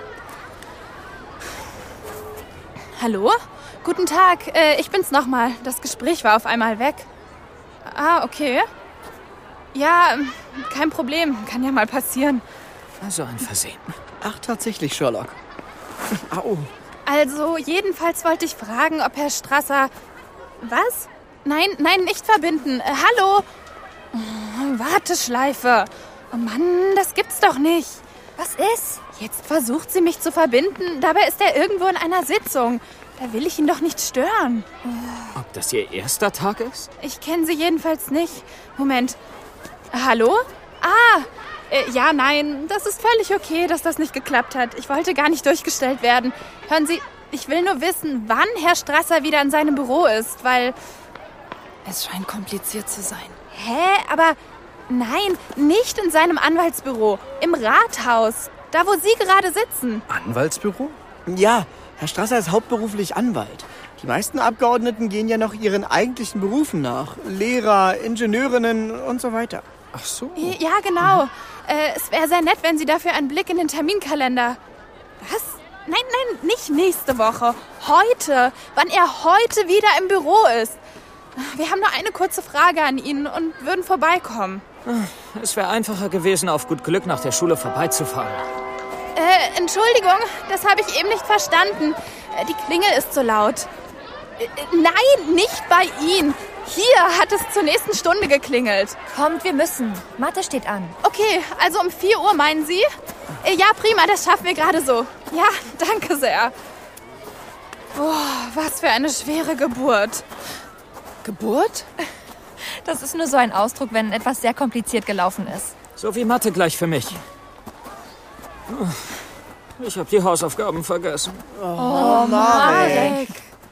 Hallo? Guten Tag, ich bin's nochmal. Das Gespräch war auf einmal weg. Okay. Ja, kein Problem. Kann ja mal passieren. Also ein Versehen. Ach, tatsächlich, Sherlock. Au. Also, jedenfalls wollte ich fragen, ob Herr Strasser... Was? Nein, nicht verbinden. Hallo? Warteschleife. Oh Mann, das gibt's doch nicht. Was ist? Jetzt versucht sie mich zu verbinden. Dabei ist er irgendwo in einer Sitzung. Da will ich ihn doch nicht stören. Ob das ihr erster Tag ist? Ich kenne sie jedenfalls nicht. Moment. Hallo? Ja, nein, das ist völlig okay, dass das nicht geklappt hat. Ich wollte gar nicht durchgestellt werden. Hören Sie, ich will nur wissen, wann Herr Strasser wieder in seinem Büro ist, weil... Es scheint kompliziert zu sein. Hä? Aber nein, nicht in seinem Anwaltsbüro. Im Rathaus. Da, wo Sie gerade sitzen. Anwaltsbüro? Ja, Herr Strasser ist hauptberuflich Anwalt. Die meisten Abgeordneten gehen ja noch ihren eigentlichen Berufen nach. Lehrer, Ingenieurinnen und so weiter. Ach so. Ja, genau. Es wäre sehr nett, wenn Sie dafür einen Blick in den Terminkalender... Was? Nein, nicht nächste Woche. Heute. Wann er heute wieder im Büro ist. Wir haben nur eine kurze Frage an ihn und würden vorbeikommen. Es wäre einfacher gewesen, auf gut Glück nach der Schule vorbeizufahren. Entschuldigung, das habe ich eben nicht verstanden. Die Klingel ist zu laut. Nein, nicht bei Ihnen. Hier hat es zur nächsten Stunde geklingelt. Kommt, wir müssen. Mathe steht an. Okay, also um 4 Uhr meinen Sie? Ja, prima, das schaffen wir gerade so. Ja, danke sehr. Was für eine schwere Geburt. Geburt? Das ist nur so ein Ausdruck, wenn etwas sehr kompliziert gelaufen ist. So wie Mathe gleich für mich. Ich habe die Hausaufgaben vergessen. Oh, Marek.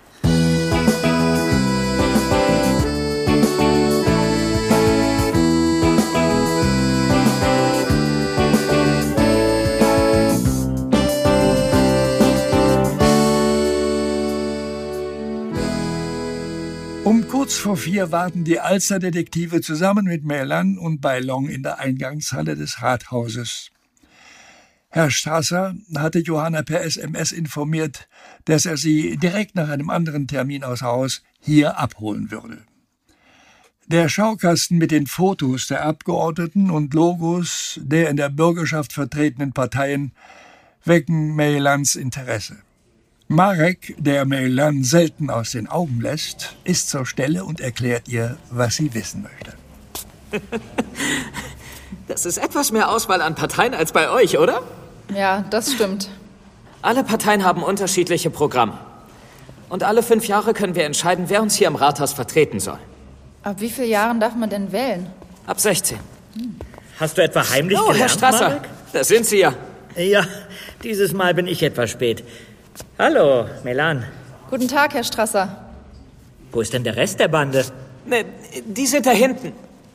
Um kurz vor 4 warten die Alster-Detektive zusammen mit Melan und Bailong in der Eingangshalle des Rathauses. Herr Strasser hatte Johanna per SMS informiert, dass er sie direkt nach einem anderen Termin aus Haus hier abholen würde. Der Schaukasten mit den Fotos der Abgeordneten und Logos der in der Bürgerschaft vertretenen Parteien wecken Melans Interesse. Marek, der Melan selten aus den Augen lässt, ist zur Stelle und erklärt ihr, was sie wissen möchte. Das ist etwas mehr Auswahl an Parteien als bei euch, oder? Ja, das stimmt. Alle Parteien haben unterschiedliche Programme. Und alle 5 Jahre können wir entscheiden, wer uns hier im Rathaus vertreten soll. Ab wie vielen Jahren darf man denn wählen? Ab 16. Hast du etwa heimlich gelernt, Herr Strasser, Marek? da sind Sie ja. Ja, dieses Mal bin ich etwas spät. Hallo, Melan. Guten Tag, Herr Strasser. Wo ist denn der Rest der Bande? Ne, die sind da hinten.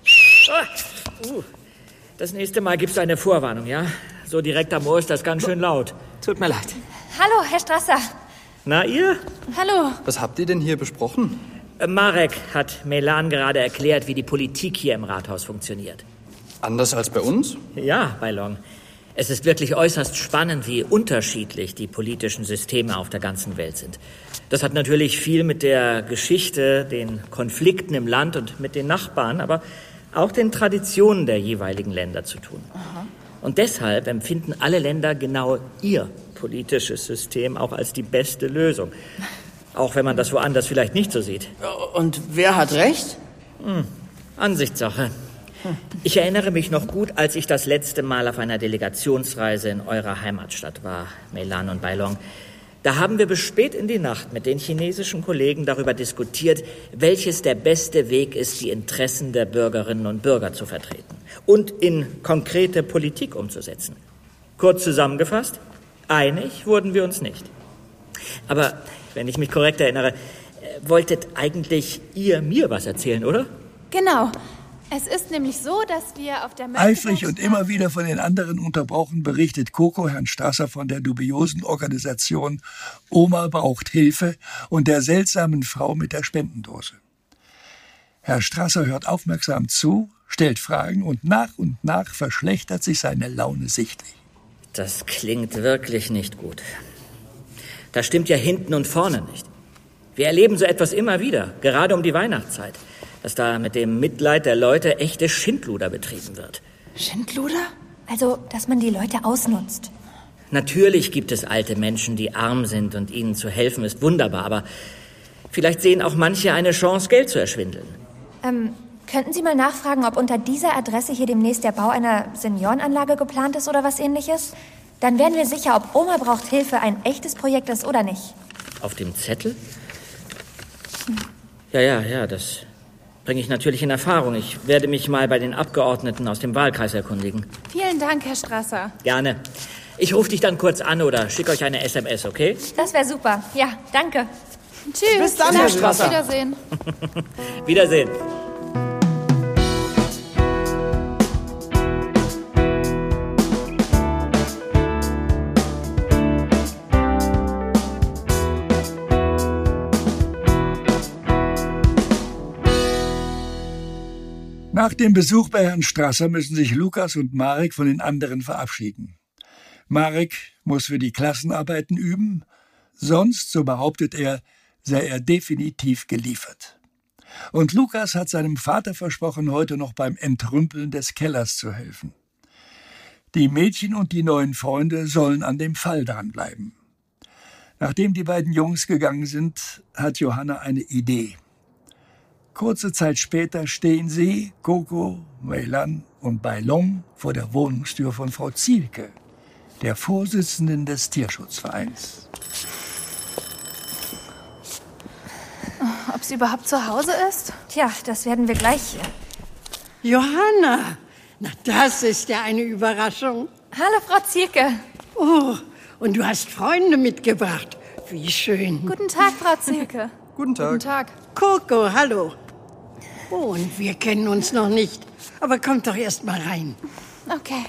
Das nächste Mal gibst du eine Vorwarnung, ja? So direkt am Ohr ist das ganz schön laut. Tut mir leid. Hallo, Herr Strasser. Na, ihr? Hallo. Was habt ihr denn hier besprochen? Marek hat Melan gerade erklärt, wie die Politik hier im Rathaus funktioniert. Anders als bei uns? Ja, Bailong. Es ist wirklich äußerst spannend, wie unterschiedlich die politischen Systeme auf der ganzen Welt sind. Das hat natürlich viel mit der Geschichte, den Konflikten im Land und mit den Nachbarn, aber auch den Traditionen der jeweiligen Länder zu tun. Aha. Und deshalb empfinden alle Länder genau ihr politisches System auch als die beste Lösung. Auch wenn man das woanders vielleicht nicht so sieht. Und wer hat recht? Ansichtssache. Ich erinnere mich noch gut, als ich das letzte Mal auf einer Delegationsreise in eurer Heimatstadt war, Melan und Bailong. Da haben wir bis spät in die Nacht mit den chinesischen Kollegen darüber diskutiert, welches der beste Weg ist, die Interessen der Bürgerinnen und Bürger zu vertreten und in konkrete Politik umzusetzen. Kurz zusammengefasst, einig wurden wir uns nicht. Aber wenn ich mich korrekt erinnere, wolltet eigentlich ihr mir was erzählen, oder? Genau. Es ist nämlich so, dass wir auf der... Eifrig und immer wieder von den anderen unterbrochen berichtet Coco Herrn Strasser von der dubiosen Organisation Oma braucht Hilfe und der seltsamen Frau mit der Spendendose. Herr Strasser hört aufmerksam zu, stellt Fragen und nach verschlechtert sich seine Laune sichtlich. Das klingt wirklich nicht gut. Das stimmt ja hinten und vorne nicht. Wir erleben so etwas immer wieder, gerade um die Weihnachtszeit, dass da mit dem Mitleid der Leute echte Schindluder betrieben wird. Schindluder? Also, dass man die Leute ausnutzt. Natürlich gibt es alte Menschen, die arm sind und ihnen zu helfen ist wunderbar, aber vielleicht sehen auch manche eine Chance, Geld zu erschwindeln. Könnten Sie mal nachfragen, ob unter dieser Adresse hier demnächst der Bau einer Seniorenanlage geplant ist oder was Ähnliches? Dann werden wir sicher, ob Oma braucht Hilfe ein echtes Projekt ist oder nicht. Auf dem Zettel? Ja, das bringe ich natürlich in Erfahrung. Ich werde mich mal bei den Abgeordneten aus dem Wahlkreis erkundigen. Vielen Dank, Herr Strasser. Gerne. Ich rufe dich dann kurz an oder schicke euch eine SMS, okay? Das wäre super. Ja, danke. Tschüss. Bis dann, Herr Strasser. Wiedersehen. Wiedersehen. Nach dem Besuch bei Herrn Strasser müssen sich Lukas und Marek von den anderen verabschieden. Marek muss für die Klassenarbeiten üben, sonst, so behauptet er, sei er definitiv geliefert. Und Lukas hat seinem Vater versprochen, heute noch beim Entrümpeln des Kellers zu helfen. Die Mädchen und die neuen Freunde sollen an dem Fall dranbleiben. Nachdem die beiden Jungs gegangen sind, hat Johanna eine Idee. Kurze Zeit später stehen sie, Coco, Meylan und Bailong, vor der Wohnungstür von Frau Zielke, der Vorsitzenden des Tierschutzvereins. Ob sie überhaupt zu Hause ist? Tja, das werden wir gleich. Johanna, na das ist ja eine Überraschung. Hallo, Frau Zielke. Oh, und du hast Freunde mitgebracht. Wie schön. Guten Tag, Frau Zielke. Guten Tag. Guten Tag. Coco, hallo. Oh, und wir kennen uns noch nicht. Aber kommt doch erst mal rein. Okay.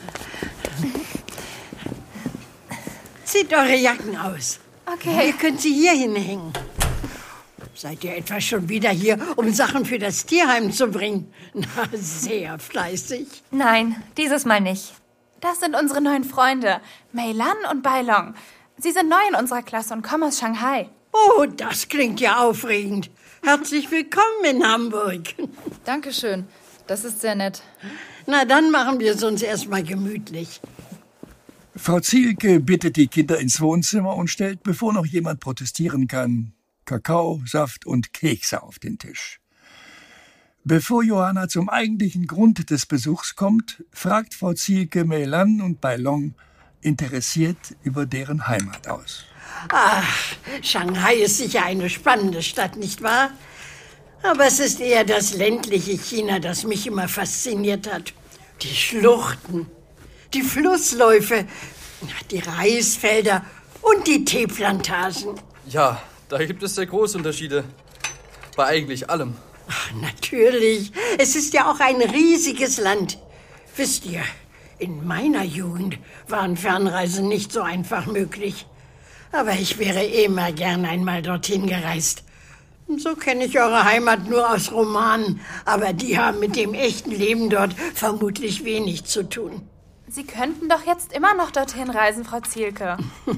Zieht eure Jacken aus. Okay. Ihr könnt sie hier hinhängen. Seid ihr etwa schon wieder hier, um Sachen für das Tierheim zu bringen? Na, sehr fleißig. Nein, dieses Mal nicht. Das sind unsere neuen Freunde, Meylan und Bailong. Sie sind neu in unserer Klasse und kommen aus Shanghai. Oh, das klingt ja aufregend. Herzlich willkommen in Hamburg. Dankeschön. Das ist sehr nett. Na, dann machen wir es uns erstmal gemütlich. Frau Zielke bittet die Kinder ins Wohnzimmer und stellt, bevor noch jemand protestieren kann, Kakao, Saft und Kekse auf den Tisch. Bevor Johanna zum eigentlichen Grund des Besuchs kommt, fragt Frau Zielke Meylan und Bailong interessiert über deren Heimat aus. Ach, Shanghai ist sicher eine spannende Stadt, nicht wahr? Aber es ist eher das ländliche China, das mich immer fasziniert hat. Die Schluchten, die Flussläufe, die Reisfelder und die Teeplantagen. Ja, da gibt es sehr große Unterschiede. Bei eigentlich allem. Ach, natürlich. Es ist ja auch ein riesiges Land. Wisst ihr, in meiner Jugend waren Fernreisen nicht so einfach möglich. Aber ich wäre immer gern einmal dorthin gereist. So kenne ich eure Heimat nur aus Romanen, aber die haben mit dem echten Leben dort vermutlich wenig zu tun. Sie könnten doch jetzt immer noch dorthin reisen, Frau Zielke.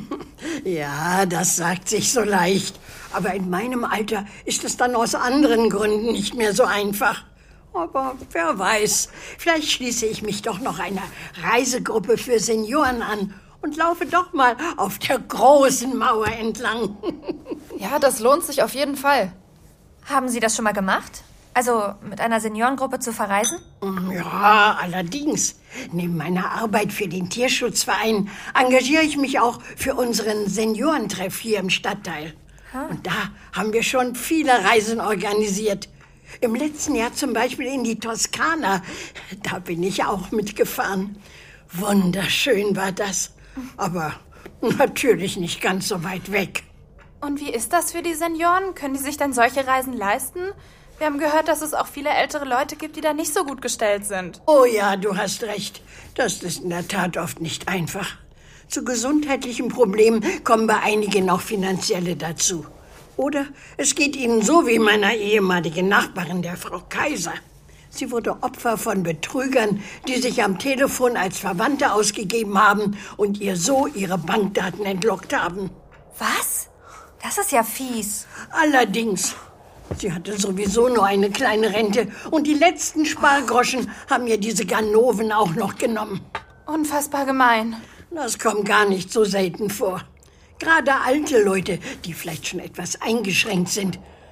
Ja, das sagt sich so leicht. Aber in meinem Alter ist es dann aus anderen Gründen nicht mehr so einfach. Aber wer weiß, vielleicht schließe ich mich doch noch einer Reisegruppe für Senioren an und laufe doch mal auf der großen Mauer entlang. Ja, das lohnt sich auf jeden Fall. Haben Sie das schon mal gemacht? Also mit einer Seniorengruppe zu verreisen? Ja, allerdings. Neben meiner Arbeit für den Tierschutzverein engagiere ich mich auch für unseren Seniorentreff hier im Stadtteil. Und da haben wir schon viele Reisen organisiert. Im letzten Jahr zum Beispiel in die Toskana. Da bin ich auch mitgefahren. Wunderschön war das. Aber natürlich nicht ganz so weit weg. Und wie ist das für die Senioren? Können die sich dann solche Reisen leisten? Wir haben gehört, dass es auch viele ältere Leute gibt, die da nicht so gut gestellt sind. Oh ja, du hast recht. Das ist in der Tat oft nicht einfach. Zu gesundheitlichen Problemen kommen bei einigen auch finanzielle dazu. Oder es geht ihnen so wie meiner ehemaligen Nachbarin, der Frau Kaiser. Sie wurde Opfer von Betrügern, die sich am Telefon als Verwandte ausgegeben haben und ihr so ihre Bankdaten entlockt haben. Was? Das ist ja fies. Allerdings. Sie hatte sowieso nur eine kleine Rente und die letzten Spargroschen haben ihr diese Ganoven auch noch genommen. Unfassbar gemein. Das kommt gar nicht so selten vor. Gerade alte Leute, die vielleicht schon etwas eingeschränkt sind,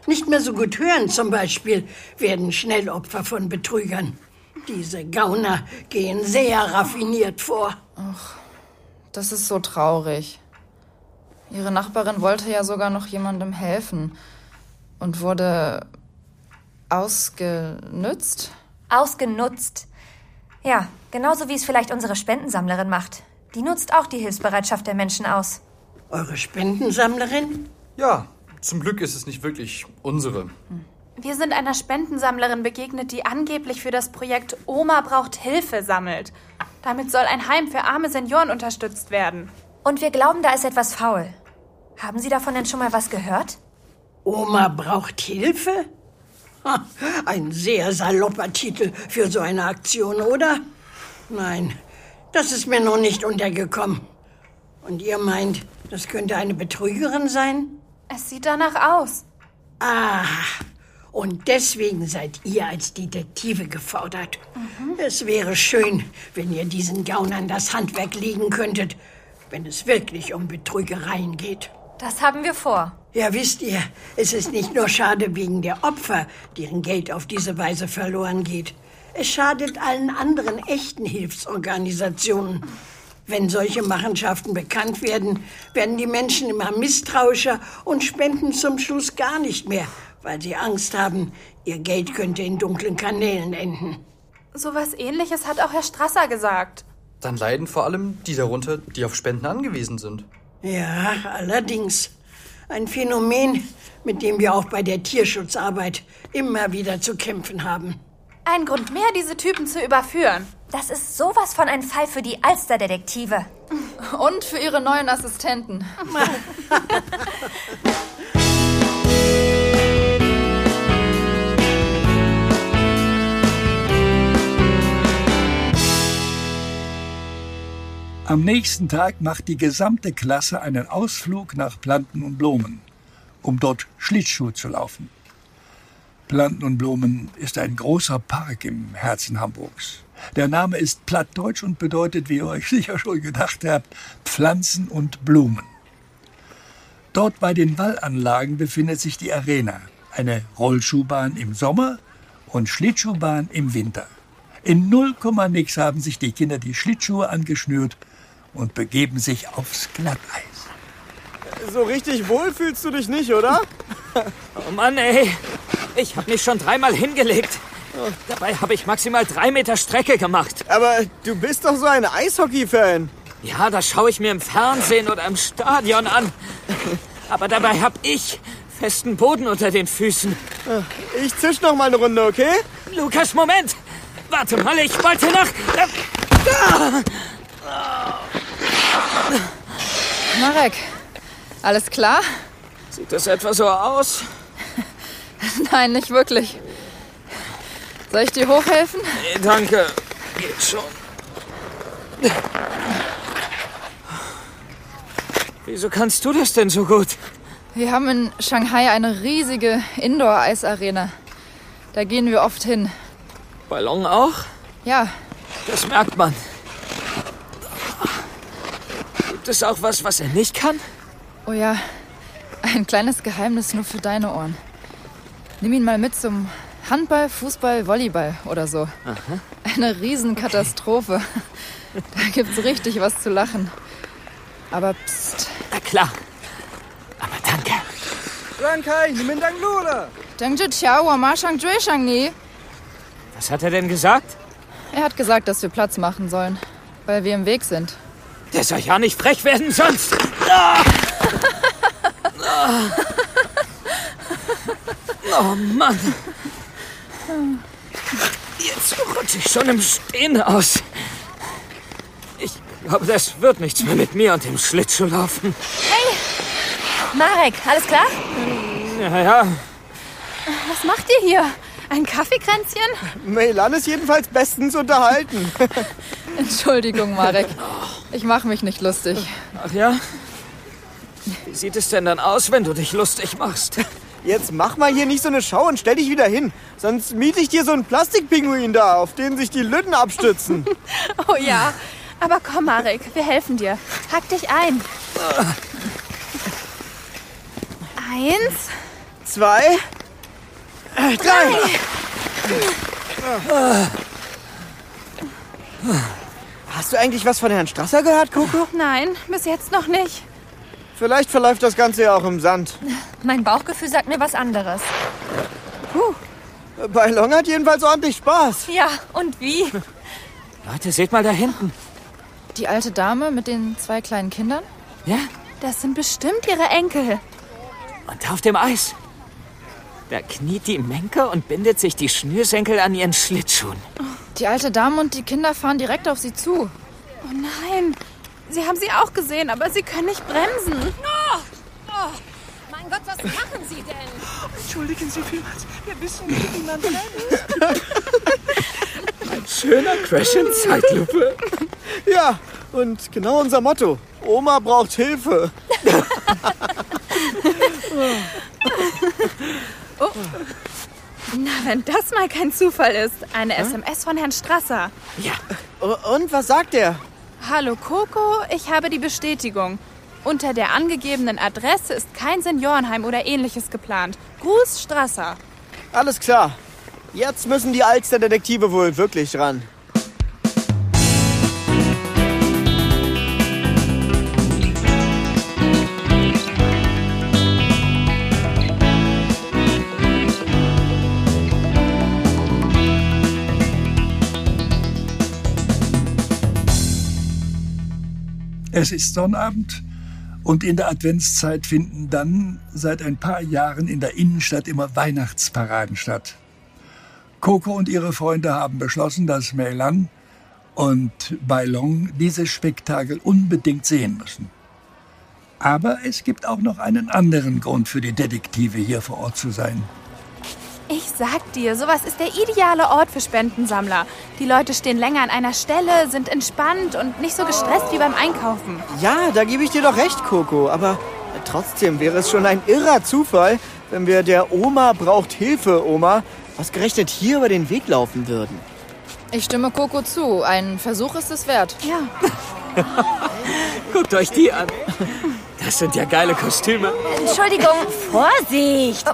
nicht mehr so gut hören zum Beispiel, werden schnell Opfer von Betrügern. Diese Gauner gehen sehr raffiniert vor. Ach, das ist so traurig. Ihre Nachbarin wollte ja sogar noch jemandem helfen und wurde ausgenützt? Ausgenutzt. Ja, genauso wie es vielleicht unsere Spendensammlerin macht. Die nutzt auch die Hilfsbereitschaft der Menschen aus. Eure Spendensammlerin? Ja, zum Glück ist es nicht wirklich unsere. Wir sind einer Spendensammlerin begegnet, die angeblich für das Projekt Oma braucht Hilfe sammelt. Damit soll ein Heim für arme Senioren unterstützt werden. Und wir glauben, da ist etwas faul. Haben Sie davon denn schon mal was gehört? Oma braucht Hilfe? Ha, ein sehr salopper Titel für so eine Aktion, oder? Nein, das ist mir noch nicht untergekommen. Und ihr meint, das könnte eine Betrügerin sein? Es sieht danach aus. Ah, und deswegen seid ihr als Detektive gefordert. Es wäre schön, wenn ihr diesen Gaunern das Handwerk legen könntet, wenn es wirklich um Betrügereien geht. Das haben wir vor. Ja, wisst ihr, es ist nicht nur schade wegen der Opfer, deren Geld auf diese Weise verloren geht. Es schadet allen anderen echten Hilfsorganisationen. Wenn solche Machenschaften bekannt werden, werden die Menschen immer misstrauischer und spenden zum Schluss gar nicht mehr, weil sie Angst haben, ihr Geld könnte in dunklen Kanälen enden. Sowas Ähnliches hat auch Herr Strasser gesagt. Dann leiden vor allem die darunter, die auf Spenden angewiesen sind. Ja, allerdings. Ein Phänomen, mit dem wir auch bei der Tierschutzarbeit immer wieder zu kämpfen haben. Ein Grund mehr, diese Typen zu überführen. Das ist sowas von ein Fall für die Alsterdetektive. Und für ihre neuen Assistenten. Am nächsten Tag macht die gesamte Klasse einen Ausflug nach Planten und Blumen, um dort Schlittschuh zu laufen. Planten und Blumen ist ein großer Park im Herzen Hamburgs. Der Name ist plattdeutsch und bedeutet, wie ihr euch sicher schon gedacht habt, Pflanzen und Blumen. Dort bei den Wallanlagen befindet sich die Arena, eine Rollschuhbahn im Sommer und Schlittschuhbahn im Winter. In 0, nix haben sich die Kinder die Schlittschuhe angeschnürt und begeben sich aufs Glatteis. So richtig wohl fühlst du dich nicht, oder? Oh Mann, ey. Ich habe mich schon 3-mal hingelegt. Dabei habe ich maximal 3 Meter Strecke gemacht. Aber du bist doch so ein Eishockey-Fan. Ja, das schaue ich mir im Fernsehen oder im Stadion an. Aber dabei habe ich festen Boden unter den Füßen. Ich zisch noch mal eine Runde, okay? Lukas, Moment! Warte mal, ich wollte noch... Marek, alles klar? Sieht das etwa so aus? Nein, nicht wirklich. Soll ich dir hochhelfen? Nee, danke. Geht schon. Wieso kannst du das denn so gut? Wir haben in Shanghai eine riesige Indoor-Eisarena. Da gehen wir oft hin. Ballon auch? Ja. Das merkt man. Gibt es auch was er nicht kann? Oh ja, ein kleines Geheimnis nur für deine Ohren. Nimm ihn mal mit zum Handball, Fußball, Volleyball oder so. Aha. Eine Riesenkatastrophe. Da gibt's richtig was zu lachen. Aber pst. Na klar. Aber danke. Was hat er denn gesagt? Er hat gesagt, dass wir Platz machen sollen, weil wir im Weg sind. Der soll ja nicht frech werden, sonst... Oh Mann. Jetzt rutsche ich schon im Stehen aus. Ich glaube, das wird nichts mehr mit mir und dem Schlittschuhlaufen. Hey, Marek, alles klar? Ja. Was macht ihr hier? Ein Kaffeekränzchen? Meylan ist jedenfalls bestens unterhalten. Entschuldigung, Marek. Ich mache mich nicht lustig. Ach ja? Wie sieht es denn dann aus, wenn du dich lustig machst? Jetzt mach mal hier nicht so eine Schau und stell dich wieder hin. Sonst miete ich dir so einen Plastikpinguin da, auf den sich die Lütten abstützen. Oh ja, aber komm, Marek, wir helfen dir. Hack dich ein. 1, 2, 3. Hast du eigentlich was von Herrn Strasser gehört, Coco? Nein, bis jetzt noch nicht. Vielleicht verläuft das Ganze ja auch im Sand. Mein Bauchgefühl sagt mir was anderes. Bailong hat jedenfalls ordentlich Spaß. Ja, und wie? Leute, seht mal da hinten. Die alte Dame mit den 2 kleinen Kindern? Ja? Das sind bestimmt ihre Enkel. Und auf dem Eis. Da kniet die Menke und bindet sich die Schnürsenkel an ihren Schlittschuhen. Die alte Dame und die Kinder fahren direkt auf sie zu. Oh nein, sie haben sie auch gesehen, aber sie können nicht bremsen. Mein Gott, was machen Sie denn? Entschuldigen Sie vielmals, wir wissen nicht, wie man bremst. Ein schöner Crash in Zeitlupe. Ja, und genau unser Motto. Oma braucht Hilfe. Oh. Na, wenn das mal kein Zufall ist. Eine SMS von Herrn Strasser. Ja. Und, was sagt er? Hallo Coco, ich habe die Bestätigung. Unter der angegebenen Adresse ist kein Seniorenheim oder ähnliches geplant. Gruß Strasser. Alles klar. Jetzt müssen die Alster-Detektive wohl wirklich ran. Es ist Sonnabend und in der Adventszeit finden dann seit ein paar Jahren in der Innenstadt immer Weihnachtsparaden statt. Coco und ihre Freunde haben beschlossen, dass Meilan und Bailong dieses Spektakel unbedingt sehen müssen. Aber es gibt auch noch einen anderen Grund für die Detektive, hier vor Ort zu sein. Ich sag dir, sowas ist der ideale Ort für Spendensammler. Die Leute stehen länger an einer Stelle, sind entspannt und nicht so gestresst wie beim Einkaufen. Ja, da gebe ich dir doch recht, Coco. Aber trotzdem wäre es schon ein irrer Zufall, wenn wir der Oma braucht Hilfe, Oma, ausgerechnet hier über den Weg laufen würden. Ich stimme Coco zu. Ein Versuch ist es wert. Ja. Guckt euch die an. Das sind ja geile Kostüme. Entschuldigung. Vorsicht!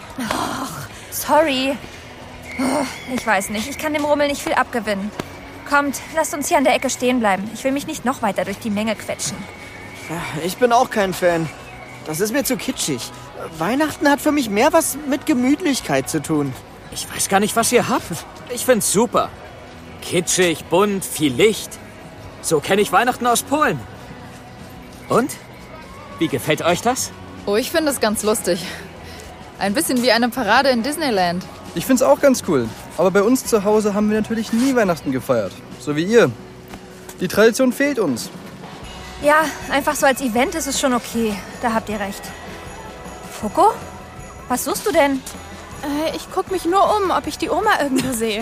Sorry. Ich weiß nicht, ich kann dem Rummel nicht viel abgewinnen. Kommt, lasst uns hier an der Ecke stehen bleiben. Ich will mich nicht noch weiter durch die Menge quetschen. Ich bin auch kein Fan. Das ist mir zu kitschig. Weihnachten hat für mich mehr was mit Gemütlichkeit zu tun. Ich weiß gar nicht, was ihr habt. Ich find's super. Kitschig, bunt, viel Licht. So kenne ich Weihnachten aus Polen. Und? Wie gefällt euch das? Oh, ich finde es ganz lustig. Ein bisschen wie eine Parade in Disneyland. Ich find's auch ganz cool. Aber bei uns zu Hause haben wir natürlich nie Weihnachten gefeiert. So wie ihr. Die Tradition fehlt uns. Ja, einfach so als Event ist es schon okay. Da habt ihr recht. Coco? Was suchst du denn? Ich guck mich nur um, ob ich die Oma irgendwo sehe.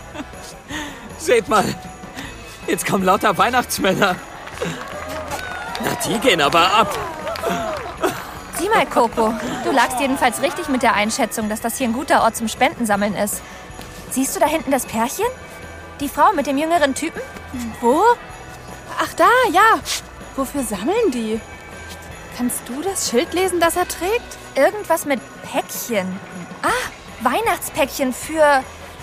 Seht mal. Jetzt kommen lauter Weihnachtsmänner. Na, die gehen aber ab. Sieh mal, Coco. Du lagst jedenfalls richtig mit der Einschätzung, dass das hier ein guter Ort zum Spendensammeln ist. Siehst du da hinten das Pärchen? Die Frau mit dem jüngeren Typen? Wo? Ach da, ja. Wofür sammeln die? Kannst du das Schild lesen, das er trägt? Irgendwas mit Päckchen. Ah, Weihnachtspäckchen für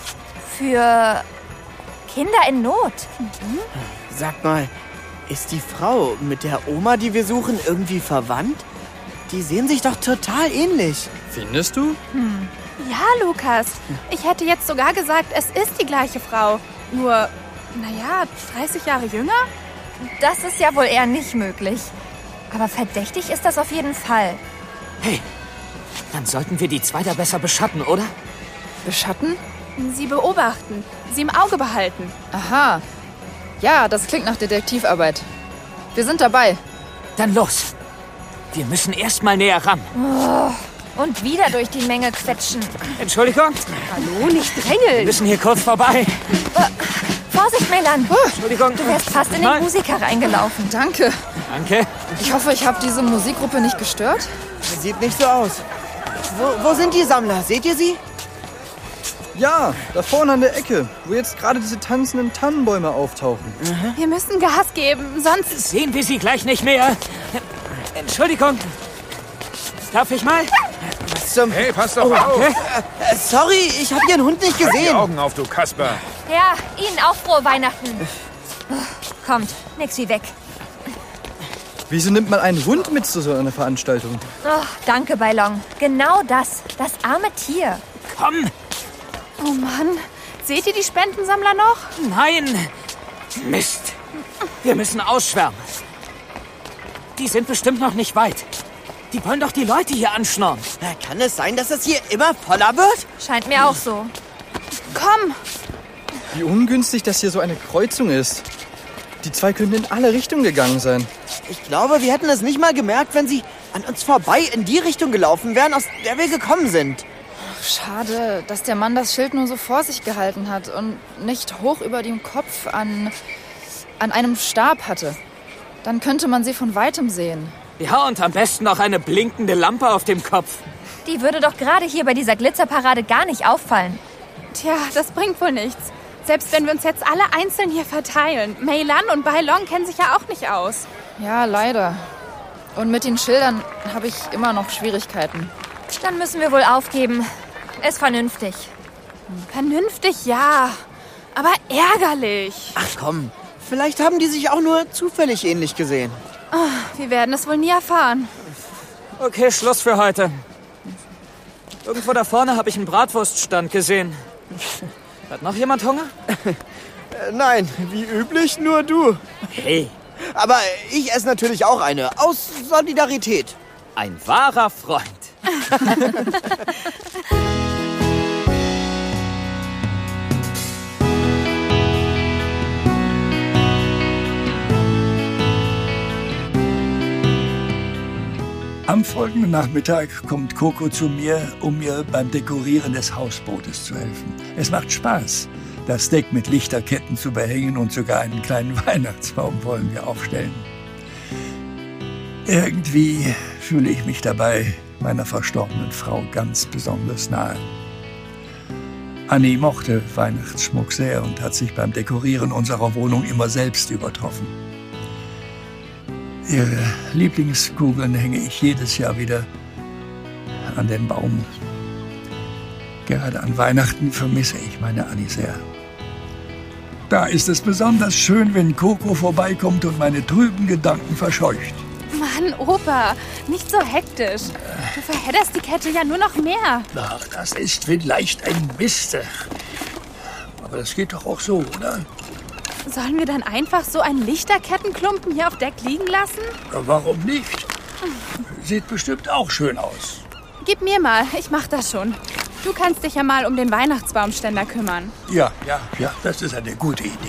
Kinder in Not. Mhm. Sag mal, ist die Frau mit der Oma, die wir suchen, irgendwie verwandt? Die sehen sich doch total ähnlich. Findest du? Ja, Lukas. Ich hätte jetzt sogar gesagt, es ist die gleiche Frau. Nur, 30 Jahre jünger? Das ist ja wohl eher nicht möglich. Aber verdächtig ist das auf jeden Fall. Hey, dann sollten wir die zwei da besser beschatten, oder? Beschatten? Sie beobachten, sie im Auge behalten. Aha. Ja, das klingt nach Detektivarbeit. Wir sind dabei. Dann los. Wir müssen erst mal näher ran. Oh, und wieder durch die Menge quetschen. Entschuldigung? Hallo, nicht drängeln. Wir müssen hier kurz vorbei. Vorsicht, Meilan. Entschuldigung. Du wärst fast in den Musiker reingelaufen. Danke. Danke. Ich hoffe, ich habe diese Musikgruppe nicht gestört. Sieht nicht so aus. Wo sind die Sammler? Seht ihr sie? Ja, da vorne an der Ecke, wo jetzt gerade diese tanzenden Tannenbäume auftauchen. Wir müssen Gas geben, sonst sehen wir sie gleich nicht mehr. Entschuldigung. Darf ich mal? Was zum... Hey, pass doch auf! Sorry, ich habe Ihren Hund nicht Halt die gesehen. Augen auf, du Kasper. Ja, Ihnen auch frohe Weihnachten. Kommt, nix wie weg. Wieso nimmt man einen Hund mit zu so einer Veranstaltung? Oh, danke, Bailong. Genau das arme Tier. Komm! Oh Mann, seht ihr die Spendensammler noch? Nein! Mist! Wir müssen ausschwärmen. Die sind bestimmt noch nicht weit. Die wollen doch die Leute hier anschnurren. Kann es sein, dass es hier immer voller wird? Scheint mir auch so. Komm! Wie ungünstig, dass hier so eine Kreuzung ist. Die zwei könnten in alle Richtungen gegangen sein. Ich glaube, wir hätten es nicht mal gemerkt, wenn sie an uns vorbei in die Richtung gelaufen wären, aus der wir gekommen sind. Schade, dass der Mann das Schild nur so vor sich gehalten hat und nicht hoch über dem Kopf an einem Stab hatte. Dann könnte man sie von Weitem sehen. Ja, und am besten noch eine blinkende Lampe auf dem Kopf. Die würde doch gerade hier bei dieser Glitzerparade gar nicht auffallen. Tja, das bringt wohl nichts. Selbst wenn wir uns jetzt alle einzeln hier verteilen. Mei-Lan und Bailong kennen sich ja auch nicht aus. Ja, leider. Und mit den Schildern habe ich immer noch Schwierigkeiten. Dann müssen wir wohl aufgeben. Ist vernünftig. Vernünftig, ja. Aber ärgerlich. Ach komm, vielleicht haben die sich auch nur zufällig ähnlich gesehen. Oh, wir werden es wohl nie erfahren. Okay, Schluss für heute. Irgendwo da vorne habe ich einen Bratwurststand gesehen. Hat noch jemand Hunger? Nein, wie üblich nur du. Hey. Aber ich esse natürlich auch eine, aus Solidarität. Ein wahrer Freund. Am folgenden Nachmittag kommt Coco zu mir, um mir beim Dekorieren des Hausbootes zu helfen. Es macht Spaß, das Deck mit Lichterketten zu behängen und sogar einen kleinen Weihnachtsbaum wollen wir aufstellen. Irgendwie fühle ich mich dabei meiner verstorbenen Frau ganz besonders nahe. Annie mochte Weihnachtsschmuck sehr und hat sich beim Dekorieren unserer Wohnung immer selbst übertroffen. Ihre Lieblingskugeln hänge ich jedes Jahr wieder an den Baum. Gerade an Weihnachten vermisse ich meine Annie sehr. Da ist es besonders schön, wenn Coco vorbeikommt und meine trüben Gedanken verscheucht. Mann, Opa, nicht so hektisch. Du verhedderst die Kette ja nur noch mehr. Ach, das ist vielleicht ein Mist. Aber das geht doch auch so, oder? Sollen wir dann einfach so einen Lichterkettenklumpen hier auf Deck liegen lassen? Ja, warum nicht? Sieht bestimmt auch schön aus. Gib mir mal, ich mach das schon. Du kannst dich ja mal um den Weihnachtsbaumständer kümmern. Ja, das ist eine gute Idee.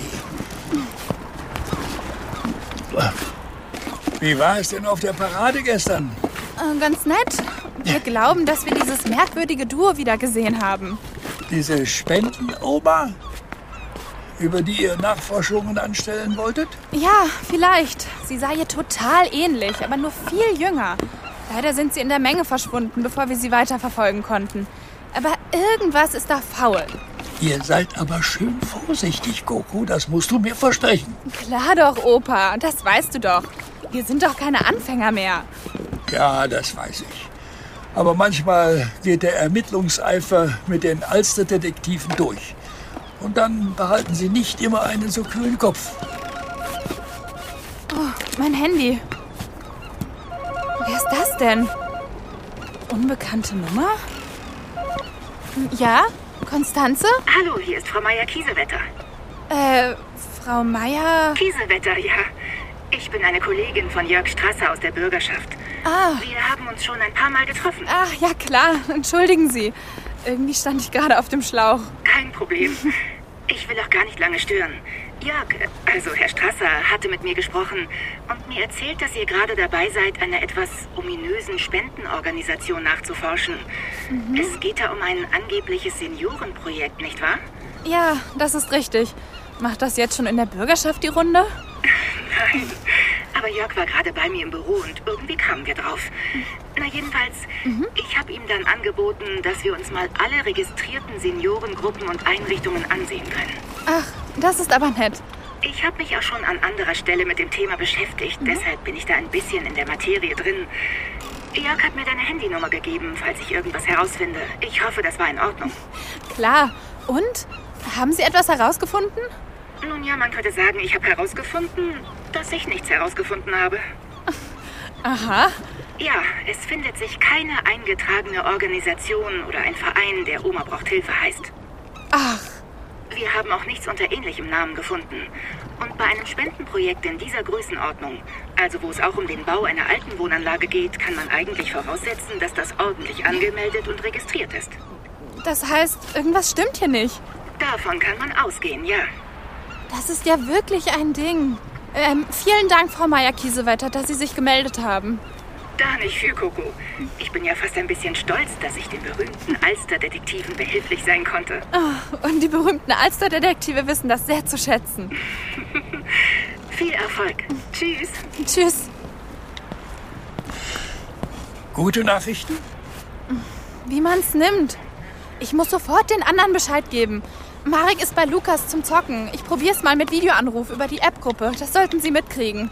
Wie war es denn auf der Parade gestern? Ganz nett. Wir glauben, dass wir dieses merkwürdige Duo wieder gesehen haben. Diese Spendenoma, über die ihr Nachforschungen anstellen wolltet? Ja, vielleicht. Sie sah ihr total ähnlich, aber nur viel jünger. Leider sind sie in der Menge verschwunden, bevor wir sie weiterverfolgen konnten. Aber irgendwas ist da faul. Ihr seid aber schön vorsichtig, Coco. Das musst du mir versprechen. Klar doch, Opa. Das weißt du doch. Wir sind doch keine Anfänger mehr. Ja, das weiß ich. Aber manchmal geht der Ermittlungseifer mit den Alsterdetektiven durch. Und dann behalten sie nicht immer einen so kühlen Kopf. Oh, mein Handy. Wer ist das denn? Unbekannte Nummer? Ja? Konstanze? Hallo, hier ist Frau Meier-Kiesewetter. Frau Meier? Kiesewetter, ja. Ich bin eine Kollegin von Jörg Strasser aus der Bürgerschaft. Ah. Wir haben uns schon ein paar Mal getroffen. Ach, ja klar. Entschuldigen Sie. Irgendwie stand ich gerade auf dem Schlauch. Kein Problem. Ich will auch gar nicht lange stören. Jörg, also Herr Strasser, hatte mit mir gesprochen und mir erzählt, dass ihr gerade dabei seid, einer etwas ominösen Spendenorganisation nachzuforschen. Es geht da um ein angebliches Seniorenprojekt, nicht wahr? Ja, das ist richtig. Macht das jetzt schon in der Bürgerschaft die Runde? Nein, aber Jörg war gerade bei mir im Büro und irgendwie kamen wir drauf. Na jedenfalls, ich habe ihm dann angeboten, dass wir uns mal alle registrierten Seniorengruppen und Einrichtungen ansehen können. Ach, das ist aber nett. Ich habe mich auch schon an anderer Stelle mit dem Thema beschäftigt, deshalb bin ich da ein bisschen in der Materie drin. Jörg hat mir deine Handynummer gegeben, falls ich irgendwas herausfinde. Ich hoffe, das war in Ordnung. Klar. Und? Haben Sie etwas herausgefunden? Nun ja, man könnte sagen, ich habe herausgefunden, dass ich nichts herausgefunden habe. Aha. Ja, es findet sich keine eingetragene Organisation oder ein Verein, der Oma braucht Hilfe heißt. Ach. Wir haben auch nichts unter ähnlichem Namen gefunden. Und bei einem Spendenprojekt in dieser Größenordnung, also wo es auch um den Bau einer alten Wohnanlage geht, kann man eigentlich voraussetzen, dass das ordentlich angemeldet und registriert ist. Das heißt, irgendwas stimmt hier nicht. Davon kann man ausgehen, ja. Das ist ja wirklich ein Ding. Vielen Dank, Frau Meyer-Kiesewetter, dass Sie sich gemeldet haben. Da nicht für, Coco. Ich bin ja fast ein bisschen stolz, dass ich den berühmten Alster-Detektiven behilflich sein konnte. Oh, und die berühmten Alster-Detektive wissen das sehr zu schätzen. Viel Erfolg. Tschüss. Tschüss. Gute Nachrichten? Wie man's nimmt. Ich muss sofort den anderen Bescheid geben. Marek ist bei Lukas zum Zocken. Ich probier's mal mit Videoanruf über die App-Gruppe. Das sollten Sie mitkriegen.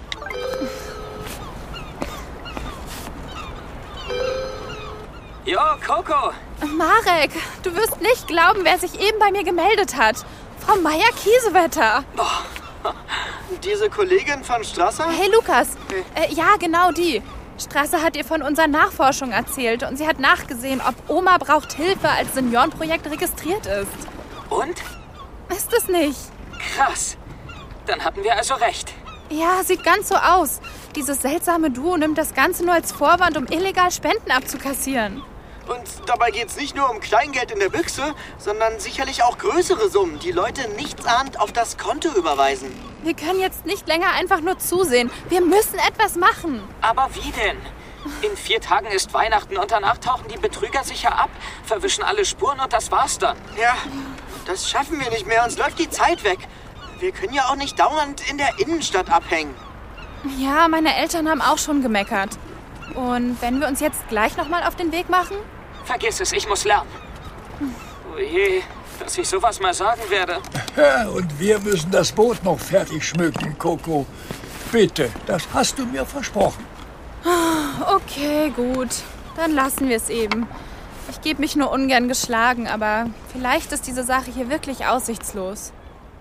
Jo, Coco. Marek, du wirst nicht glauben, wer sich eben bei mir gemeldet hat. Frau Meyer-Kiesewetter. Diese Kollegin von Strasser? Hey, Lukas. Ja, genau die. Strasser hat ihr von unserer Nachforschung erzählt und sie hat nachgesehen, ob Oma braucht Hilfe als Seniorenprojekt registriert ist. Und? Ist es nicht? Krass. Dann hatten wir also recht. Ja, sieht ganz so aus. Dieses seltsame Duo nimmt das Ganze nur als Vorwand, um illegal Spenden abzukassieren. Und dabei geht's nicht nur um Kleingeld in der Büchse, sondern sicherlich auch größere Summen, die Leute nichtsahnd auf das Konto überweisen. Wir können jetzt nicht länger einfach nur zusehen. Wir müssen etwas machen. Aber wie denn? In 4 Tagen ist Weihnachten und danach tauchen die Betrüger sicher ab, verwischen alle Spuren und das war's dann. Ja, das schaffen wir nicht mehr. Uns läuft die Zeit weg. Wir können ja auch nicht dauernd in der Innenstadt abhängen. Ja, meine Eltern haben auch schon gemeckert. Und wenn wir uns jetzt gleich nochmal auf den Weg machen? Vergiss es, ich muss lernen. Oh je, dass ich sowas mal sagen werde. Ja, und wir müssen das Boot noch fertig schmücken, Coco. Bitte, das hast du mir versprochen. Okay, gut. Dann lassen wir es eben. Ich gebe mich nur ungern geschlagen, aber vielleicht ist diese Sache hier wirklich aussichtslos.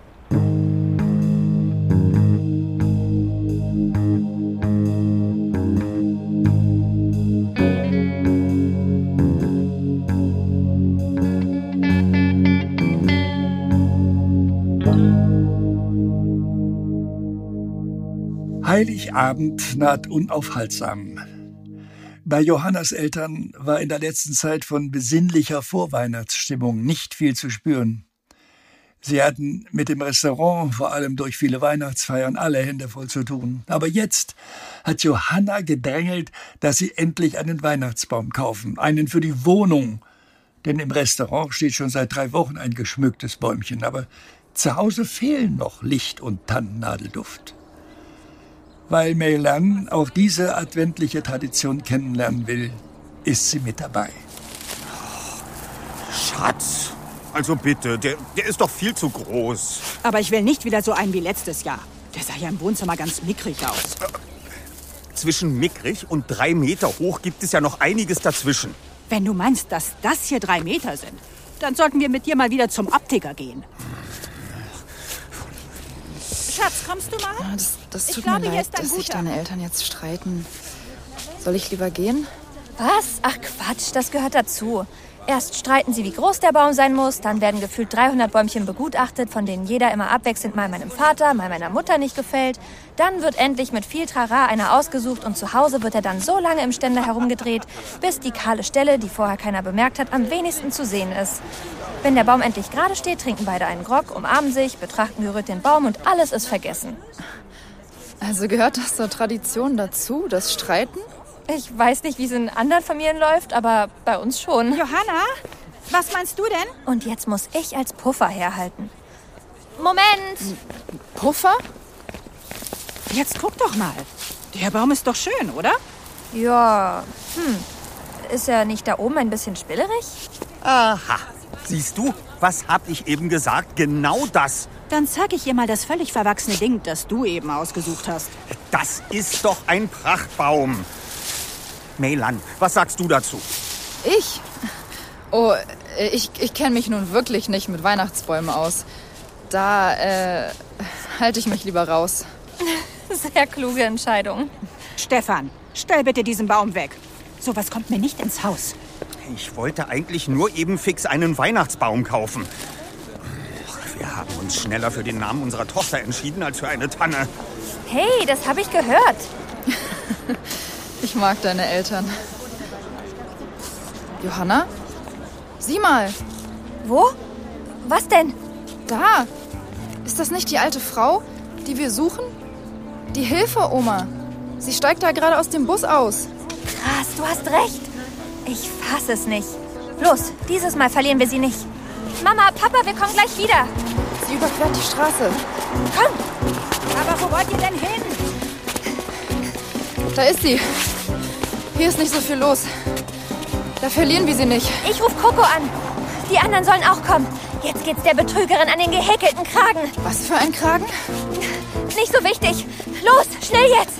Heiligabend naht unaufhaltsam. Bei Johannas Eltern war in der letzten Zeit von besinnlicher Vorweihnachtsstimmung nicht viel zu spüren. Sie hatten mit dem Restaurant, vor allem durch viele Weihnachtsfeiern, alle Hände voll zu tun. Aber jetzt hat Johanna gedrängelt, dass sie endlich einen Weihnachtsbaum kaufen, einen für die Wohnung. Denn im Restaurant steht schon seit 3 Wochen ein geschmücktes Bäumchen. Aber zu Hause fehlen noch Licht und Tannennadelduft. Weil Meylan auch diese adventliche Tradition kennenlernen will, ist sie mit dabei. Schatz, also bitte, der ist doch viel zu groß. Aber ich will nicht wieder so einen wie letztes Jahr. Der sah ja im Wohnzimmer ganz mickrig aus. Zwischen mickrig und 3 Meter hoch gibt es ja noch einiges dazwischen. Wenn du meinst, dass das hier 3 Meter sind, dann sollten wir mit dir mal wieder zum Optiker gehen. Schatz, kommst du mal? Ja, das tut mir leid, dass sich deine Eltern jetzt streiten. Soll ich lieber gehen? Was? Ach Quatsch, das gehört dazu. Erst streiten sie, wie groß der Baum sein muss, dann werden gefühlt 300 Bäumchen begutachtet, von denen jeder immer abwechselnd mal meinem Vater, mal meiner Mutter nicht gefällt. Dann wird endlich mit viel Trara einer ausgesucht und zu Hause wird er dann so lange im Ständer herumgedreht, bis die kahle Stelle, die vorher keiner bemerkt hat, am wenigsten zu sehen ist. Wenn der Baum endlich gerade steht, trinken beide einen Grog, umarmen sich, betrachten gerührt den Baum und alles ist vergessen. Also gehört das zur Tradition dazu, das Streiten? Ich weiß nicht, wie es in anderen Familien läuft, aber bei uns schon. Johanna, was meinst du denn? Und jetzt muss ich als Puffer herhalten. Moment! Puffer? Jetzt guck doch mal. Der Baum ist doch schön, oder? Ja, Ist er nicht da oben ein bisschen spillerig? Aha. Siehst du, was hab ich eben gesagt? Genau das. Dann zeig ich ihr mal das völlig verwachsene Ding, das du eben ausgesucht hast. Das ist doch ein Prachtbaum. Mei-Lan, was sagst du dazu? Ich? Oh, ich kenne mich nun wirklich nicht mit Weihnachtsbäumen aus. Da, halte ich mich lieber raus. Sehr kluge Entscheidung. Stefan, stell bitte diesen Baum weg. Sowas kommt mir nicht ins Haus. Ich wollte eigentlich nur eben fix einen Weihnachtsbaum kaufen. Wir haben uns schneller für den Namen unserer Tochter entschieden als für eine Tanne. Hey, das habe ich gehört. Ich mag deine Eltern. Johanna? Sieh mal. Wo? Was denn? Da. Ist das nicht die alte Frau, die wir suchen? Die Hilfe-Oma. Sie steigt da gerade aus dem Bus aus. Krass, du hast recht. Ich fasse es nicht. Los, dieses Mal verlieren wir sie nicht. Mama, Papa, wir kommen gleich wieder. Sie überquert die Straße. Komm. Aber wo wollt ihr denn hin? Da ist sie. Hier ist nicht so viel los. Da verlieren wir sie nicht. Ich rufe Coco an. Die anderen sollen auch kommen. Jetzt geht's der Betrügerin an den gehäkelten Kragen. Was für ein Kragen? Nicht so wichtig. Los, schnell jetzt.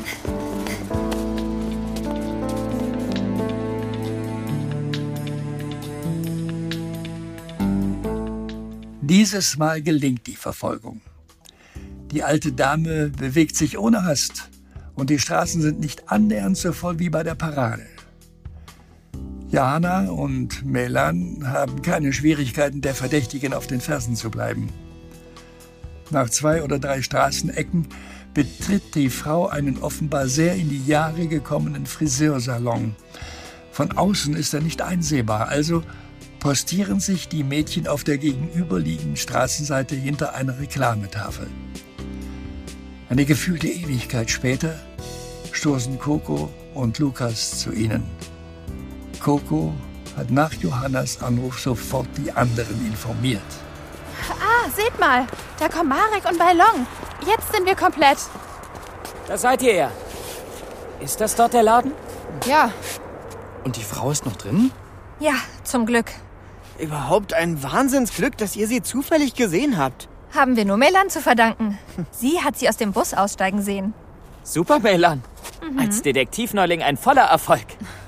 Dieses Mal gelingt die Verfolgung. Die alte Dame bewegt sich ohne Hast und die Straßen sind nicht annähernd so voll wie bei der Parade. Johanna und Mei-Lan haben keine Schwierigkeiten, der Verdächtigen auf den Fersen zu bleiben. Nach 2 oder 3 Straßenecken betritt die Frau einen offenbar sehr in die Jahre gekommenen Friseursalon. Von außen ist er nicht einsehbar, also postieren sich die Mädchen auf der gegenüberliegenden Straßenseite hinter einer Reklametafel. Eine gefühlte Ewigkeit später stoßen Coco und Lukas zu ihnen. Coco hat nach Johannas Anruf sofort die anderen informiert. Ah, seht mal, da kommen Marek und Bailong. Jetzt sind wir komplett. Da seid ihr ja. Ist das dort der Laden? Ja. Und die Frau ist noch drin? Ja, zum Glück. Überhaupt ein Wahnsinnsglück, dass ihr sie zufällig gesehen habt. Haben wir nur Mei-Lan zu verdanken. Sie hat sie aus dem Bus aussteigen sehen. Super, Mei-Lan. Als Detektivneuling ein voller Erfolg.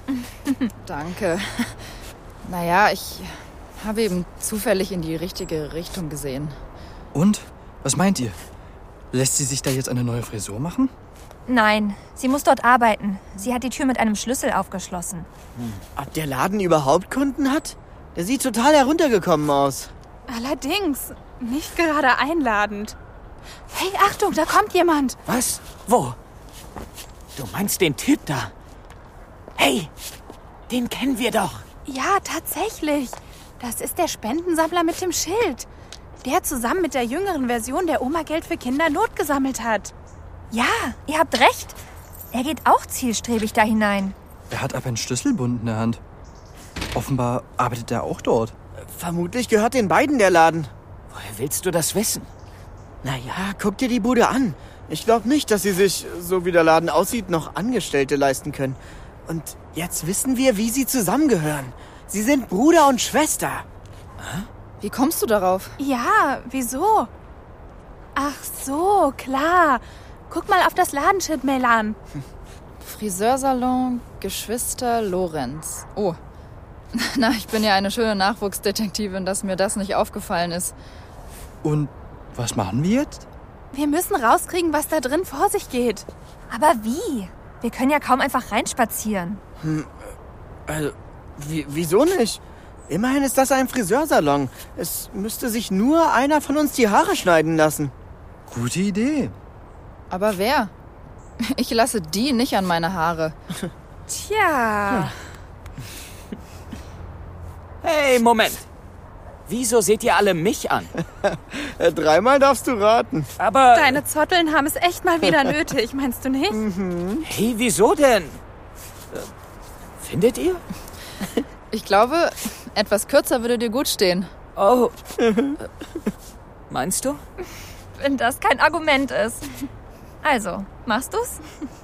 Danke. Naja, ich habe eben zufällig in die richtige Richtung gesehen. Und? Was meint ihr? Lässt sie sich da jetzt eine neue Frisur machen? Nein, sie muss dort arbeiten. Sie hat die Tür mit einem Schlüssel aufgeschlossen. Ob der Laden überhaupt Kunden hat? Der sieht total heruntergekommen aus. Allerdings, nicht gerade einladend. Hey, Achtung, da kommt jemand. Was? Wo? Du meinst den Typ da? Hey, den kennen wir doch. Ja, tatsächlich. Das ist der Spendensammler mit dem Schild. Der zusammen mit der jüngeren Version der Oma Geld für Kinder Not gesammelt hat. Ja, ihr habt recht. Er geht auch zielstrebig da hinein. Er hat aber einen Schlüsselbund in der Hand. Offenbar arbeitet er auch dort. Vermutlich gehört den beiden der Laden. Woher willst du das wissen? Naja, guck dir die Bude an. Ich glaube nicht, dass sie sich, so wie der Laden aussieht, noch Angestellte leisten können. Und jetzt wissen wir, wie sie zusammengehören. Sie sind Bruder und Schwester. Wie kommst du darauf? Ja, wieso? Ach so, klar. Guck mal auf das Ladenschild, Mei-Lan. Friseursalon Geschwister Lorenz. Oh. Na, ich bin ja eine schöne Nachwuchsdetektivin, dass mir das nicht aufgefallen ist. Und was machen wir jetzt? Wir müssen rauskriegen, was da drin vor sich geht. Aber wie? Wir können ja kaum einfach reinspazieren. Also, wieso nicht? Immerhin ist das ein Friseursalon. Es müsste sich nur einer von uns die Haare schneiden lassen. Gute Idee. Aber wer? Ich lasse die nicht an meine Haare. Tja. Hey, Moment. Wieso seht ihr alle mich an? 3-mal darfst du raten. Aber... Deine Zotteln haben es echt mal wieder nötig, meinst du nicht? Hey, wieso denn? Findet ihr? Ich glaube, etwas kürzer würde dir gut stehen. Oh. Meinst du? Wenn das kein Argument ist. Also, machst du's?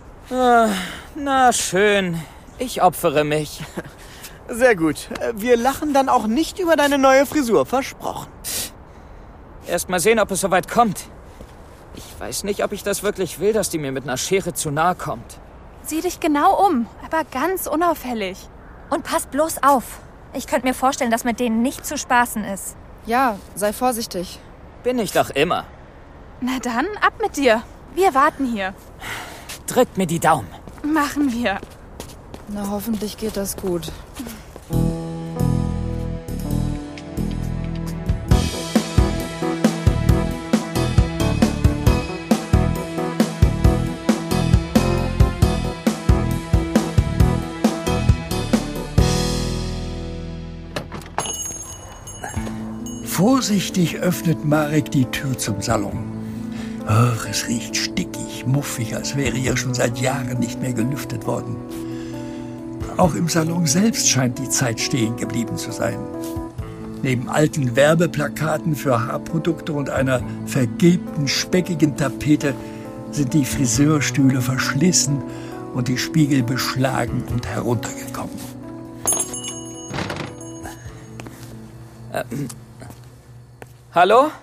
Na schön. Ich opfere mich. Sehr gut. Wir lachen dann auch nicht über deine neue Frisur, versprochen. Erst mal sehen, ob es soweit kommt. Ich weiß nicht, ob ich das wirklich will, dass die mir mit einer Schere zu nahe kommt. Sieh dich genau um, aber ganz unauffällig. Und pass bloß auf. Ich könnte mir vorstellen, dass mit denen nicht zu spaßen ist. Ja, sei vorsichtig. Bin ich doch immer. Na dann, ab mit dir. Wir warten hier. Drückt mir die Daumen. Machen wir. Na, hoffentlich geht das gut. Vorsichtig öffnet Marek die Tür zum Salon. Ach, es riecht stickig, muffig, als wäre hier schon seit Jahren nicht mehr gelüftet worden. Auch im Salon selbst scheint die Zeit stehen geblieben zu sein. Neben alten Werbeplakaten für Haarprodukte und einer vergilbten, speckigen Tapete sind die Friseurstühle verschlissen und die Spiegel beschlagen und heruntergekommen. Hallo?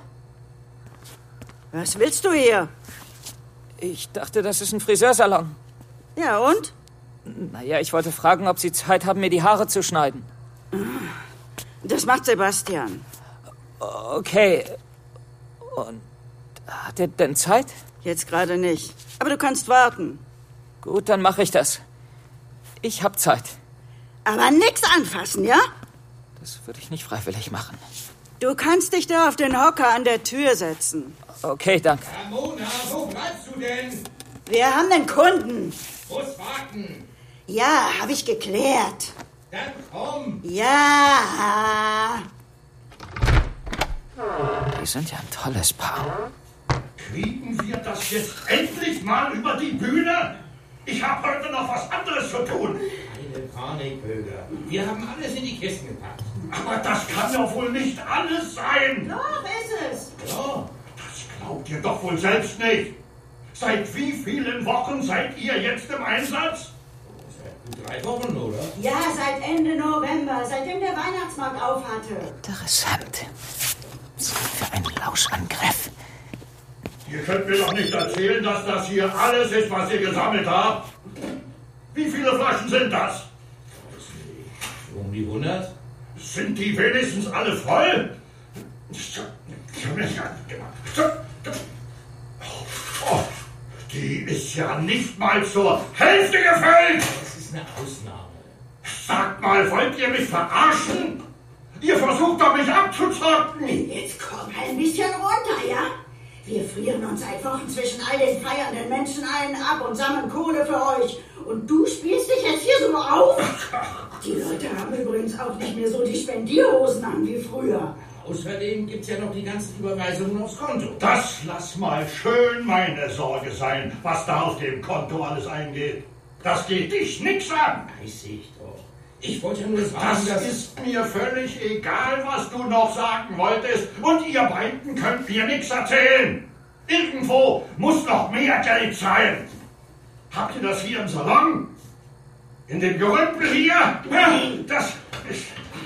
Was willst du hier? Ich dachte, das ist ein Friseursalon. Ja, und? Naja, ich wollte fragen, ob Sie Zeit haben, mir die Haare zu schneiden. Das macht Sebastian. Okay. Und hat er denn Zeit? Jetzt gerade nicht. Aber du kannst warten. Gut, dann mache ich das. Ich hab Zeit. Aber nix anfassen, ja? Das würde ich nicht freiwillig machen. Du kannst dich da auf den Hocker an der Tür setzen. Okay, danke. Ramona, wo bleibst du denn? Wir haben einen Kunden. Muss warten. Ja, habe ich geklärt. Dann komm. Ja. Die sind ja ein tolles Paar. Kriegen wir das jetzt endlich mal über die Bühne? Ich habe heute noch was anderes zu tun. Keine Panik, Böger. Wir haben alles in die Kisten gepackt. Aber das kann doch wohl nicht alles sein. Doch, ist es. Ja. Das glaubt ihr doch wohl selbst nicht. Seit wie vielen Wochen seid ihr jetzt im Einsatz? Seit 3 Wochen, oder? Ja, seit Ende November, seitdem der Weihnachtsmarkt aufhatte. Interessant. Was für ein Lauschangriff. Ihr könnt mir doch nicht erzählen, dass das hier alles ist, was ihr gesammelt habt. Wie viele Flaschen sind das? Um die 100? Sind die wenigstens alle voll? Oh, die ist ja nicht mal zur Hälfte gefüllt! Das ist eine Ausnahme. Sagt mal, wollt ihr mich verarschen? Ihr versucht doch, mich abzuzocken! Jetzt komm ein bisschen runter, ja? Wir frieren uns seit Wochen zwischen all den feiernden Menschen ein ab und sammeln Kohle für euch. Und du spielst dich jetzt hier so auf? Die Leute haben übrigens auch nicht mehr so die Spendierhosen an wie früher. Außerdem gibt's ja noch die ganzen Überweisungen aufs Konto. Das lass mal schön meine Sorge sein, was da auf dem Konto alles eingeht. Das geht dich nix an. Weiß ich doch. Ich wollte ja nur sagen, das ist mir völlig egal, was du noch sagen wolltest. Und ihr beiden könnt mir nichts erzählen. Irgendwo muss noch mehr Geld sein. Habt ihr das hier im Salon? In dem Gerümpel hier? Das ist...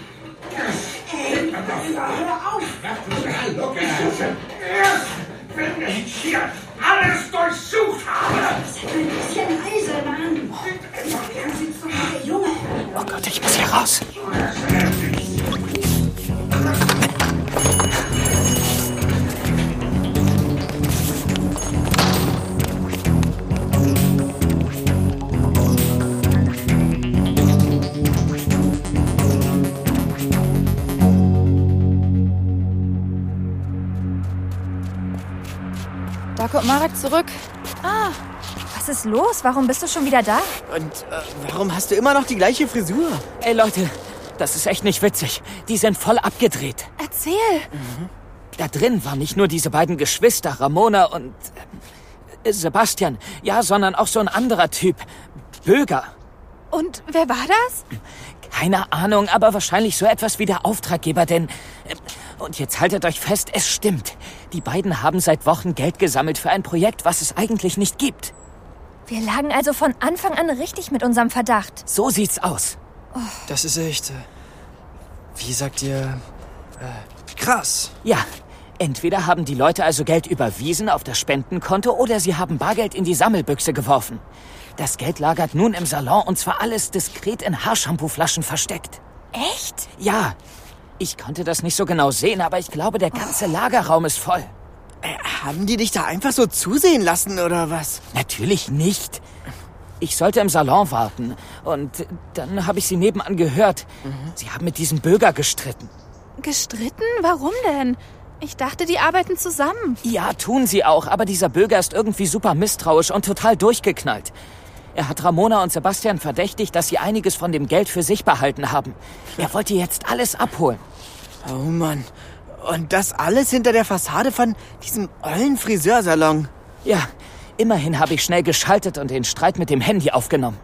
Hör auf! Mach locker! Erst wenn ich hier alles durchsucht habe! Sei ein bisschen leise, Mann! Wer sitzt doch mal der Junge? Oh Gott, ich muss hier raus. Da kommt Marek zurück. Ah, was ist los? Warum bist du schon wieder da? Und warum hast du immer noch die gleiche Frisur? Ey Leute, das ist echt nicht witzig. Die sind voll abgedreht. Erzähl. Da drin waren nicht nur diese beiden Geschwister, Ramona und Sebastian. Ja, sondern auch so ein anderer Typ. Böger. Und wer war das? Keine Ahnung, aber wahrscheinlich so etwas wie der Auftraggeber, denn... Und jetzt haltet euch fest, es stimmt. Die beiden haben seit Wochen Geld gesammelt für ein Projekt, was es eigentlich nicht gibt. Wir lagen also von Anfang an richtig mit unserem Verdacht. So sieht's aus. Oh. Das ist echt... wie sagt ihr... krass. Ja, Entweder haben die Leute also Geld überwiesen auf das Spendenkonto oder sie haben Bargeld in die Sammelbüchse geworfen. Das Geld lagert nun im Salon und zwar alles diskret in Haarshampooflaschen versteckt. Echt? Ja. Ich konnte das nicht so genau sehen, aber ich glaube, der ganze Lagerraum ist voll. Haben die dich da einfach so zusehen lassen, oder was? Natürlich nicht. Ich sollte im Salon warten und dann habe ich sie nebenan gehört. Sie haben mit diesem Bürger gestritten. Gestritten? Warum denn? Ich dachte, die arbeiten zusammen. Ja, tun sie auch, aber dieser Bürger ist irgendwie super misstrauisch und total durchgeknallt. Er hat Ramona und Sebastian verdächtigt, dass sie einiges von dem Geld für sich behalten haben. Er wollte jetzt alles abholen. Oh Mann. Und das alles hinter der Fassade von diesem ollen Friseursalon? Ja, immerhin habe ich schnell geschaltet und den Streit mit dem Handy aufgenommen.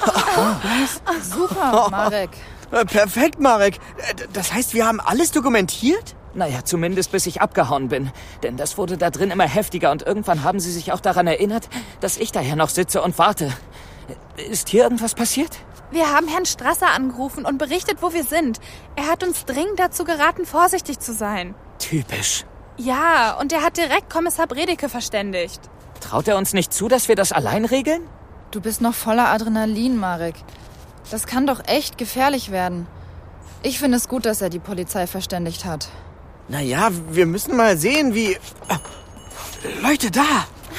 Super, Marek. Perfekt, Marek. Das heißt, wir haben alles dokumentiert? Naja, zumindest bis ich abgehauen bin. Denn das wurde da drin immer heftiger und irgendwann haben sie sich auch daran erinnert, dass ich daher noch sitze und warte. Ist hier irgendwas passiert? Wir haben Herrn Strasser angerufen und berichtet, wo wir sind. Er hat uns dringend dazu geraten, vorsichtig zu sein. Typisch. Ja, und er hat direkt Kommissar Bredeke verständigt. Traut er uns nicht zu, dass wir das allein regeln? Du bist noch voller Adrenalin, Marek. Das kann doch echt gefährlich werden. Ich finde es gut, dass er die Polizei verständigt hat. Naja, wir müssen mal sehen, wie... Leute, da!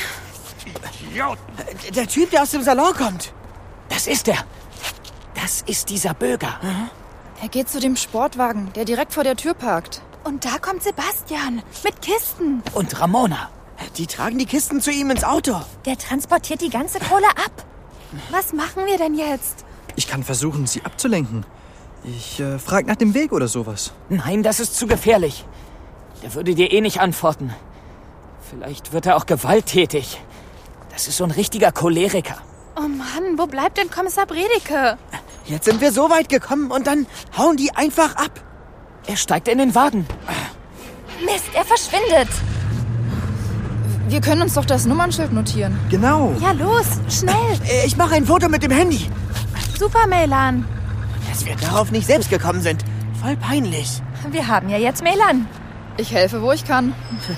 Der Typ, der aus dem Salon kommt. Das ist er. Das ist dieser Bürger. Er geht zu dem Sportwagen, der direkt vor der Tür parkt. Und da kommt Sebastian mit Kisten. Und Ramona. Die tragen die Kisten zu ihm ins Auto. Der transportiert die ganze Kohle ab. Was machen wir denn jetzt? Ich kann versuchen, sie abzulenken. Ich frage nach dem Weg oder sowas. Nein, das ist zu gefährlich. Der würde dir eh nicht antworten. Vielleicht wird er auch gewalttätig. Das ist so ein richtiger Choleriker. Oh Mann, wo bleibt denn Kommissar Bredeke? Jetzt sind wir so weit gekommen und dann hauen die einfach ab. Er steigt in den Wagen. Mist, er verschwindet. Wir können uns doch das Nummernschild notieren. Genau. Ja, los, schnell. Ich mache ein Foto mit dem Handy. Super, Melan. Dass wir darauf nicht selbst gekommen sind. Voll peinlich. Wir haben ja jetzt Melan. Ich helfe, wo ich kann.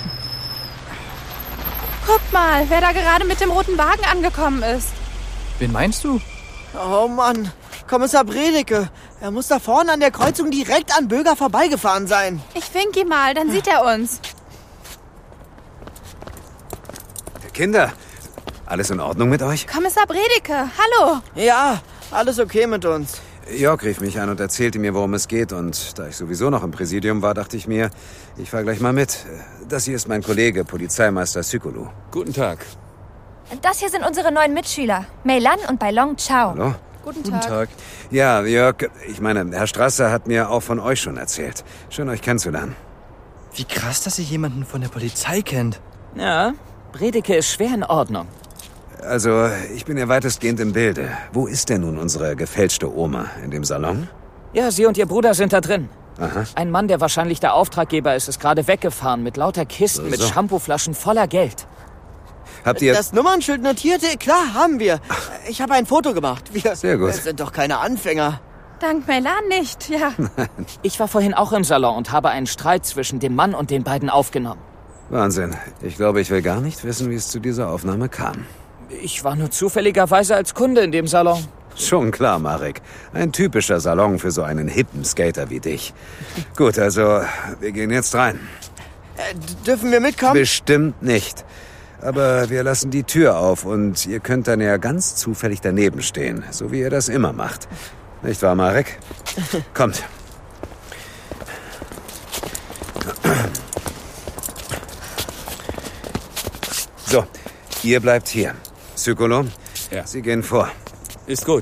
Guck mal, wer da gerade mit dem roten Wagen angekommen ist. Wen meinst du? Oh Mann, Kommissar Bredeke. Er muss da vorne an der Kreuzung direkt an Böger vorbeigefahren sein. Ich wink ihm mal, dann sieht er uns. Kinder, alles in Ordnung mit euch? Kommissar Bredeke, hallo. Ja, alles okay mit uns. Jörg rief mich an und erzählte mir, worum es geht. Und da ich sowieso noch im Präsidium war, dachte ich mir, ich fahr gleich mal mit. Das hier ist mein Kollege, Polizeimeister Sykulu. Guten Tag. Das hier sind unsere neuen Mitschüler. Meilan und Bailong Chao. Hallo? Guten Tag. Ja, Jörg, ich meine, Herr Strasser hat mir auch von euch schon erzählt. Schön, euch kennenzulernen. Wie krass, dass ihr jemanden von der Polizei kennt. Ja, Bredeke ist schwer in Ordnung. Also, ich bin ja weitestgehend im Bilde. Wo ist denn nun unsere gefälschte Oma? In dem Salon? Ja, sie und ihr Bruder sind da drin. Aha. Ein Mann, der wahrscheinlich der Auftraggeber ist gerade weggefahren mit lauter Kisten mit Shampooflaschen voller Geld. Habt ihr... Das Nummernschild notierte? Klar, haben wir. Ich habe ein Foto gemacht. Sehr gut. Wir sind doch keine Anfänger. Dank Melan nicht, ja. Ich war vorhin auch im Salon und habe einen Streit zwischen dem Mann und den beiden aufgenommen. Wahnsinn. Ich glaube, ich will gar nicht wissen, wie es zu dieser Aufnahme kam. Ich war nur zufälligerweise als Kunde in dem Salon. Schon klar, Marek. Ein typischer Salon für so einen hippen Skater wie dich. Gut, also, wir gehen jetzt rein. Dürfen wir mitkommen? Bestimmt nicht. Aber wir lassen die Tür auf und ihr könnt dann ja ganz zufällig daneben stehen, so wie ihr das immer macht. Nicht wahr, Marek? Kommt. So, ihr bleibt hier. Sykolo, ja. Sie gehen vor. Ist gut.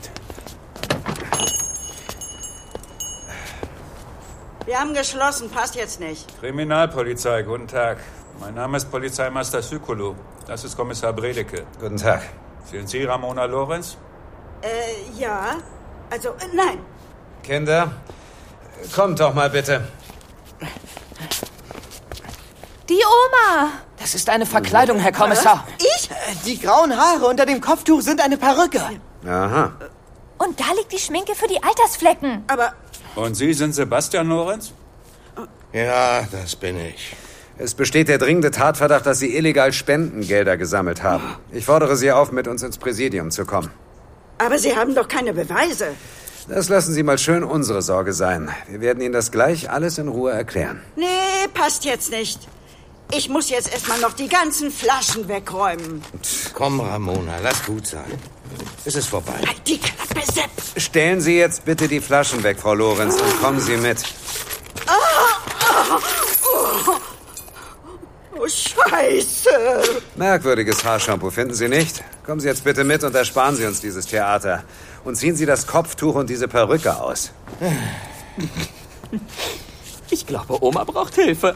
Wir haben geschlossen, passt jetzt nicht. Kriminalpolizei, guten Tag. Mein Name ist Polizeimeister Sykolo. Das ist Kommissar Bredeke. Guten Tag. Sind Sie Ramona Lorenz? Ja. Also, nein. Kinder, kommt doch mal bitte. Die Oma! Das ist eine Verkleidung, Herr Kommissar. Ich? Die grauen Haare unter dem Kopftuch sind eine Perücke. Aha. Und da liegt die Schminke für die Altersflecken. Aber... Und Sie sind Sebastian Lorenz? Ja, das bin ich. Es besteht der dringende Tatverdacht, dass Sie illegal Spendengelder gesammelt haben. Ich fordere Sie auf, mit uns ins Präsidium zu kommen. Aber Sie haben doch keine Beweise. Das lassen Sie mal schön unsere Sorge sein. Wir werden Ihnen das gleich alles in Ruhe erklären. Nee, passt jetzt nicht. Ich muss jetzt erstmal noch die ganzen Flaschen wegräumen. Komm, Ramona, lass gut sein. Es ist vorbei. Halt die Klappe, Sepp! Stellen Sie jetzt bitte die Flaschen weg, Frau Lorenz, und kommen Sie mit. Oh, Scheiße! Merkwürdiges Haarshampoo, finden Sie nicht? Kommen Sie jetzt bitte mit und ersparen Sie uns dieses Theater. Und ziehen Sie das Kopftuch und diese Perücke aus. Ich glaube, Oma braucht Hilfe.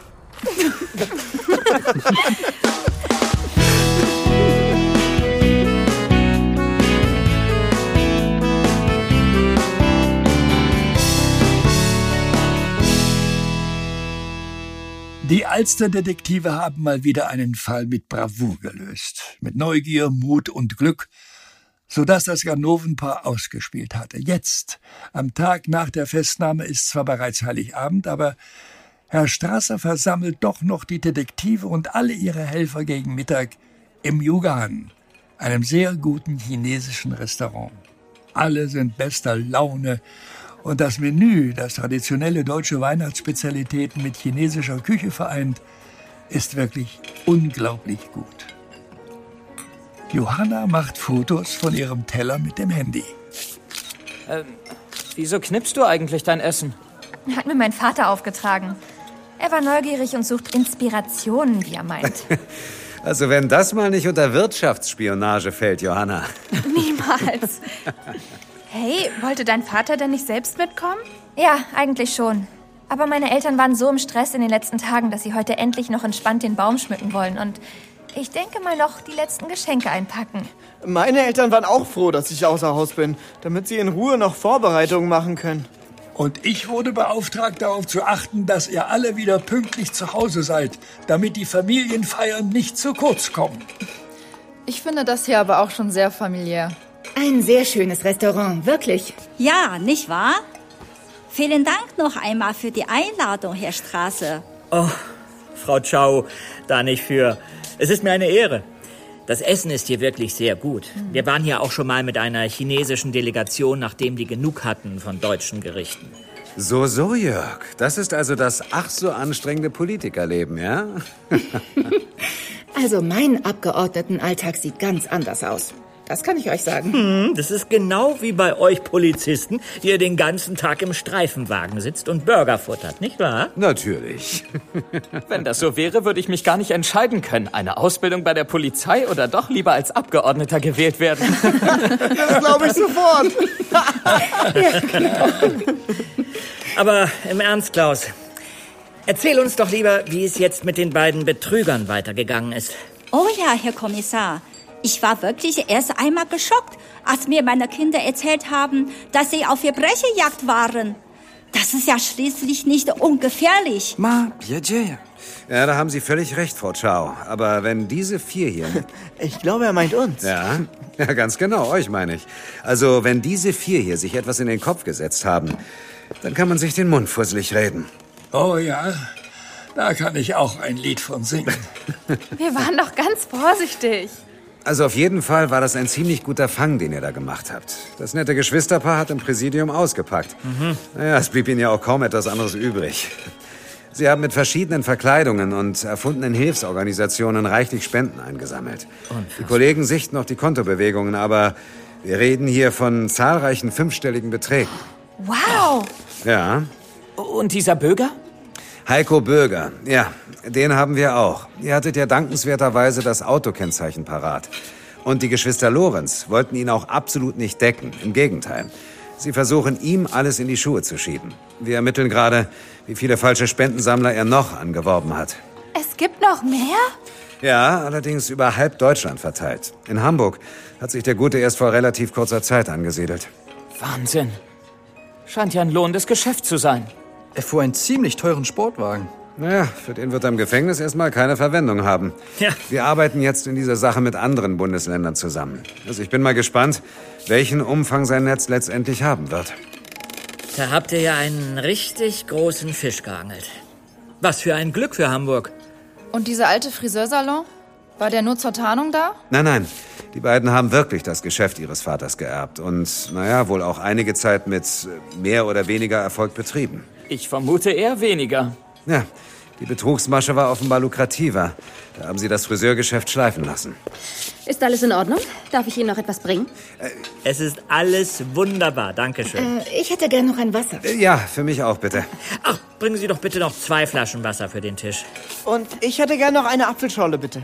Die Alster-Detektive haben mal wieder einen Fall mit Bravour gelöst. Mit Neugier, Mut und Glück, sodass das Ganovenpaar ausgespielt hatte. Jetzt, am Tag nach der Festnahme, ist zwar bereits Heiligabend, aber Herr Strasser versammelt doch noch die Detektive und alle ihre Helfer gegen Mittag im Yugan, einem sehr guten chinesischen Restaurant. Alle sind bester Laune und das Menü, das traditionelle deutsche Weihnachtsspezialitäten mit chinesischer Küche vereint, ist wirklich unglaublich gut. Johanna macht Fotos von ihrem Teller mit dem Handy. Wieso knippst du eigentlich dein Essen? Hat mir mein Vater aufgetragen. Er war neugierig und sucht Inspirationen, wie er meint. Also wenn das mal nicht unter Wirtschaftsspionage fällt, Johanna. Niemals. Hey, wollte dein Vater denn nicht selbst mitkommen? Ja, eigentlich schon. Aber meine Eltern waren so im Stress in den letzten Tagen, dass sie heute endlich noch entspannt den Baum schmücken wollen. Und ich denke mal noch die letzten Geschenke einpacken. Meine Eltern waren auch froh, dass ich außer Haus bin, damit sie in Ruhe noch Vorbereitungen machen können. Und ich wurde beauftragt, darauf zu achten, dass ihr alle wieder pünktlich zu Hause seid, damit die Familienfeiern nicht zu kurz kommen. Ich finde das hier aber auch schon sehr familiär. Ein sehr schönes Restaurant, wirklich. Ja, nicht wahr? Vielen Dank noch einmal für die Einladung, Herr Strasser. Oh, Frau Chow, da nicht für. Es ist mir eine Ehre. Das Essen ist hier wirklich sehr gut. Wir waren hier auch schon mal mit einer chinesischen Delegation, nachdem die genug hatten von deutschen Gerichten. So, Jörg. Das ist also das ach so anstrengende Politikerleben, ja? Also mein Abgeordnetenalltag sieht ganz anders aus. Das kann ich euch sagen. Das ist genau wie bei euch Polizisten, die ihr den ganzen Tag im Streifenwagen sitzt und Burger futtert, nicht wahr? Natürlich. Wenn das so wäre, würde ich mich gar nicht entscheiden können. Eine Ausbildung bei der Polizei oder doch lieber als Abgeordneter gewählt werden. Das glaube ich sofort. Ja, genau. Aber im Ernst, Klaus, erzähl uns doch lieber, wie es jetzt mit den beiden Betrügern weitergegangen ist. Oh ja, Herr Kommissar. Ich war wirklich erst einmal geschockt, als mir meine Kinder erzählt haben, dass sie auf Verbrecherjagd waren. Das ist ja schließlich nicht ungefährlich. Ja, da haben Sie völlig recht, Frau Chow. Aber wenn diese 4 hier... Ich glaube, er meint uns. Ja, ganz genau, euch meine ich. Also, wenn diese 4 hier sich etwas in den Kopf gesetzt haben, dann kann man sich den Mund fusselig reden. Oh ja, da kann ich auch ein Lied von singen. Wir waren doch ganz vorsichtig. Also auf jeden Fall war das ein ziemlich guter Fang, den ihr da gemacht habt. Das nette Geschwisterpaar hat im Präsidium ausgepackt. Naja, es blieb ihnen ja auch kaum etwas anderes übrig. Sie haben mit verschiedenen Verkleidungen und erfundenen Hilfsorganisationen reichlich Spenden eingesammelt. Die Kollegen sichten noch die Kontobewegungen, aber wir reden hier von zahlreichen 5-stelligen Beträgen. Wow! Ja. Und dieser Böger? Heiko Böger, ja, den haben wir auch. Ihr hattet ja dankenswerterweise das Autokennzeichen parat. Und die Geschwister Lorenz wollten ihn auch absolut nicht decken. Im Gegenteil. Sie versuchen, ihm alles in die Schuhe zu schieben. Wir ermitteln gerade, wie viele falsche Spendensammler er noch angeworben hat. Es gibt noch mehr? Ja, allerdings über halb Deutschland verteilt. In Hamburg hat sich der Gute erst vor relativ kurzer Zeit angesiedelt. Wahnsinn. Scheint ja ein lohnendes Geschäft zu sein. Er fuhr einen ziemlich teuren Sportwagen. Naja, für den wird er im Gefängnis erstmal keine Verwendung haben. Ja. Wir arbeiten jetzt in dieser Sache mit anderen Bundesländern zusammen. Also ich bin mal gespannt, welchen Umfang sein Netz letztendlich haben wird. Da habt ihr ja einen richtig großen Fisch geangelt. Was für ein Glück für Hamburg. Und dieser alte Friseursalon? War der nur zur Tarnung da? Nein. Die beiden haben wirklich das Geschäft ihres Vaters geerbt und, wohl auch einige Zeit mit mehr oder weniger Erfolg betrieben. Ich vermute eher weniger. Ja, die Betrugsmasche war offenbar lukrativer. Da haben sie das Friseurgeschäft schleifen lassen. Ist alles in Ordnung? Darf ich Ihnen noch etwas bringen? Es ist alles wunderbar, danke schön. Ich hätte gern noch ein Wasser. Ja, für mich auch, bitte. Ach, bringen Sie doch bitte noch 2 Flaschen Wasser für den Tisch. Und ich hätte gern noch eine Apfelschorle, bitte.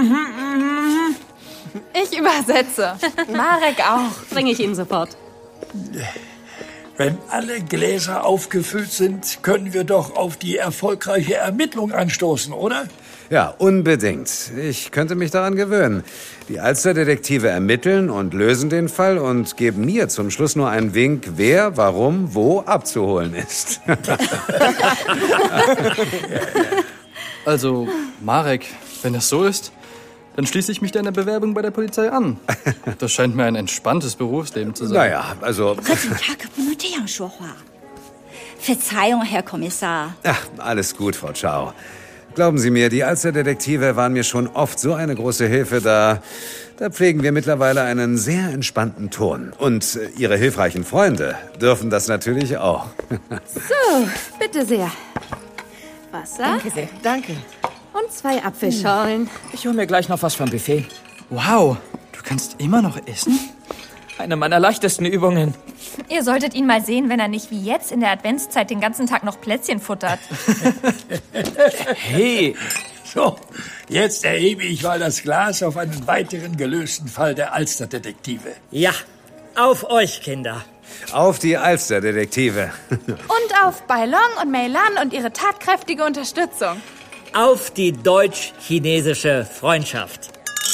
Ich übersetze. Marek auch. Bringe ich Ihnen sofort. Wenn alle Gläser aufgefüllt sind, können wir doch auf die erfolgreiche Ermittlung anstoßen, oder? Ja, unbedingt. Ich könnte mich daran gewöhnen. Die Alster-Detektive ermitteln und lösen den Fall und geben mir zum Schluss nur einen Wink, wer, warum, wo abzuholen ist. Also, Marek, wenn das so ist, dann schließe ich mich deiner Bewerbung bei der Polizei an. Das scheint mir ein entspanntes Berufsleben zu sein. Naja, also... Verzeihung, Herr Kommissar. Ach, alles gut, Frau Chow. Glauben Sie mir, die Alster-Detektive waren mir schon oft so eine große Hilfe, da pflegen wir mittlerweile einen sehr entspannten Ton. Und Ihre hilfreichen Freunde dürfen das natürlich auch. So, bitte sehr. Wasser? Danke sehr. Danke. Und 2 Apfelschorlen. Ich hole mir gleich noch was vom Buffet. Wow, du kannst immer noch essen? Eine meiner leichtesten Übungen. Ihr solltet ihn mal sehen, wenn er nicht wie jetzt in der Adventszeit den ganzen Tag noch Plätzchen futtert. Hey! So, jetzt erhebe ich mal das Glas auf einen weiteren gelösten Fall der Alster-Detektive. Ja, auf euch, Kinder. Auf die Alster-Detektive. Und auf Bailong und Meilan und ihre tatkräftige Unterstützung. Auf die deutsch-chinesische Freundschaft.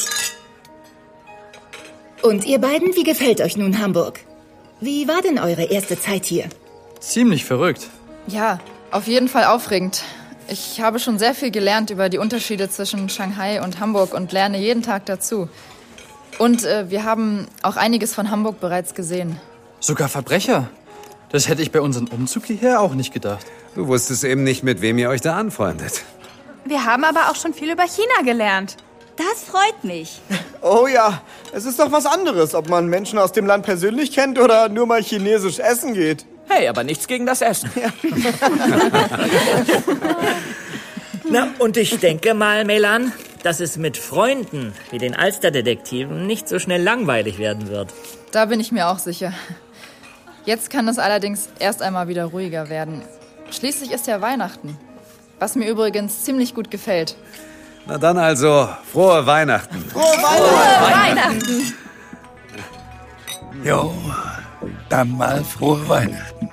Und ihr beiden, wie gefällt euch nun Hamburg? Wie war denn eure erste Zeit hier? Ziemlich verrückt. Ja, auf jeden Fall aufregend. Ich habe schon sehr viel gelernt über die Unterschiede zwischen Shanghai und Hamburg und lerne jeden Tag dazu. Und wir haben auch einiges von Hamburg bereits gesehen. Sogar Verbrecher? Das hätte ich bei unserem Umzug hierher auch nicht gedacht. Du wusstest eben nicht, mit wem ihr euch da anfreundet. Wir haben aber auch schon viel über China gelernt. Das freut mich. Oh ja, es ist doch was anderes, ob man Menschen aus dem Land persönlich kennt oder nur mal chinesisch essen geht. Hey, aber nichts gegen das Essen. Ja. Na, und ich denke mal, Meilan, dass es mit Freunden wie den Alster-Detektiven nicht so schnell langweilig werden wird. Da bin ich mir auch sicher. Jetzt kann es allerdings erst einmal wieder ruhiger werden. Schließlich ist ja Weihnachten. Was mir übrigens ziemlich gut gefällt. Na dann also, frohe Weihnachten. Frohe Weihnachten! Frohe Weihnachten! Jo, dann mal frohe Weihnachten.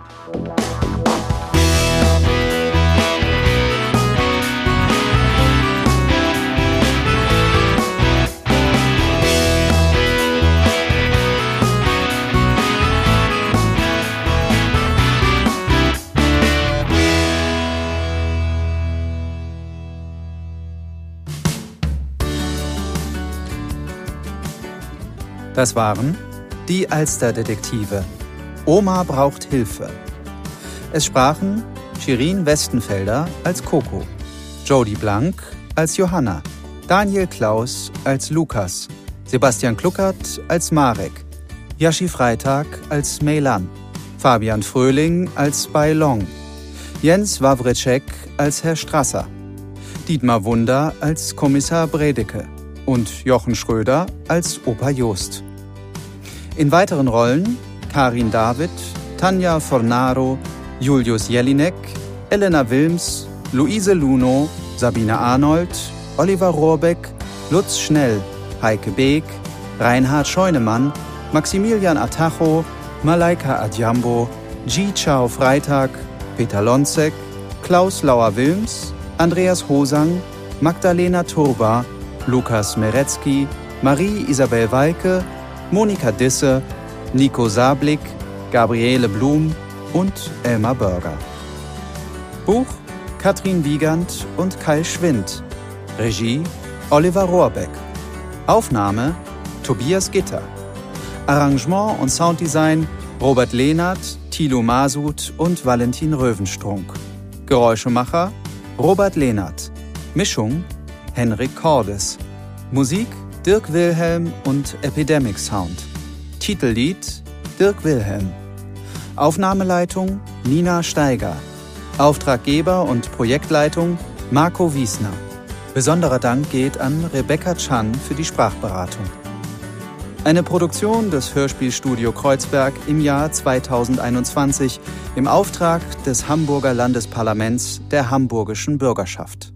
Das waren die Alster-Detektive. Oma braucht Hilfe. Es sprachen Shirin Westenfelder als Coco, Jody Blank als Johanna, Daniel Klaus als Lukas, Sebastian Kluckert als Marek, Yashi Freitag als Meilan, Fabian Fröhling als Bailong, Jens Wawritschek als Herr Strasser, Dietmar Wunder als Kommissar Bredeke und Jochen Schröder als Opa Jost. In weiteren Rollen Karin David, Tanja Fornaro, Julius Jelinek, Elena Wilms, Luise Luno, Sabine Arnold, Oliver Rohrbeck, Lutz Schnell, Heike Beek, Reinhard Scheunemann, Maximilian Atacho, Malaika Adjambo, Ji Chao Freitag, Peter Lonzek, Klaus Lauer-Wilms, Andreas Hosang, Magdalena Turba, Lukas Meretzky, Marie-Isabel Walke, Monika Disse, Nico Sablik, Gabriele Blum und Elmar Börger. Buch Katrin Wiegand und Kai Schwind. Regie Oliver Rohrbeck. Aufnahme Tobias Gitter. Arrangement und Sounddesign Robert Lehnert, Thilo Masud und Valentin Röwenstrunk. Geräuschemacher Robert Lehnert. Mischung Henrik Cordes. Musik Dirk Wilhelm und Epidemic Sound. Titellied Dirk Wilhelm. Aufnahmeleitung Nina Steiger. Auftraggeber und Projektleitung Marco Wiesner. Besonderer Dank geht an Rebecca Chan für die Sprachberatung. Eine Produktion des Hörspielstudio Kreuzberg im Jahr 2021 im Auftrag des Hamburger Landesparlaments der hamburgischen Bürgerschaft.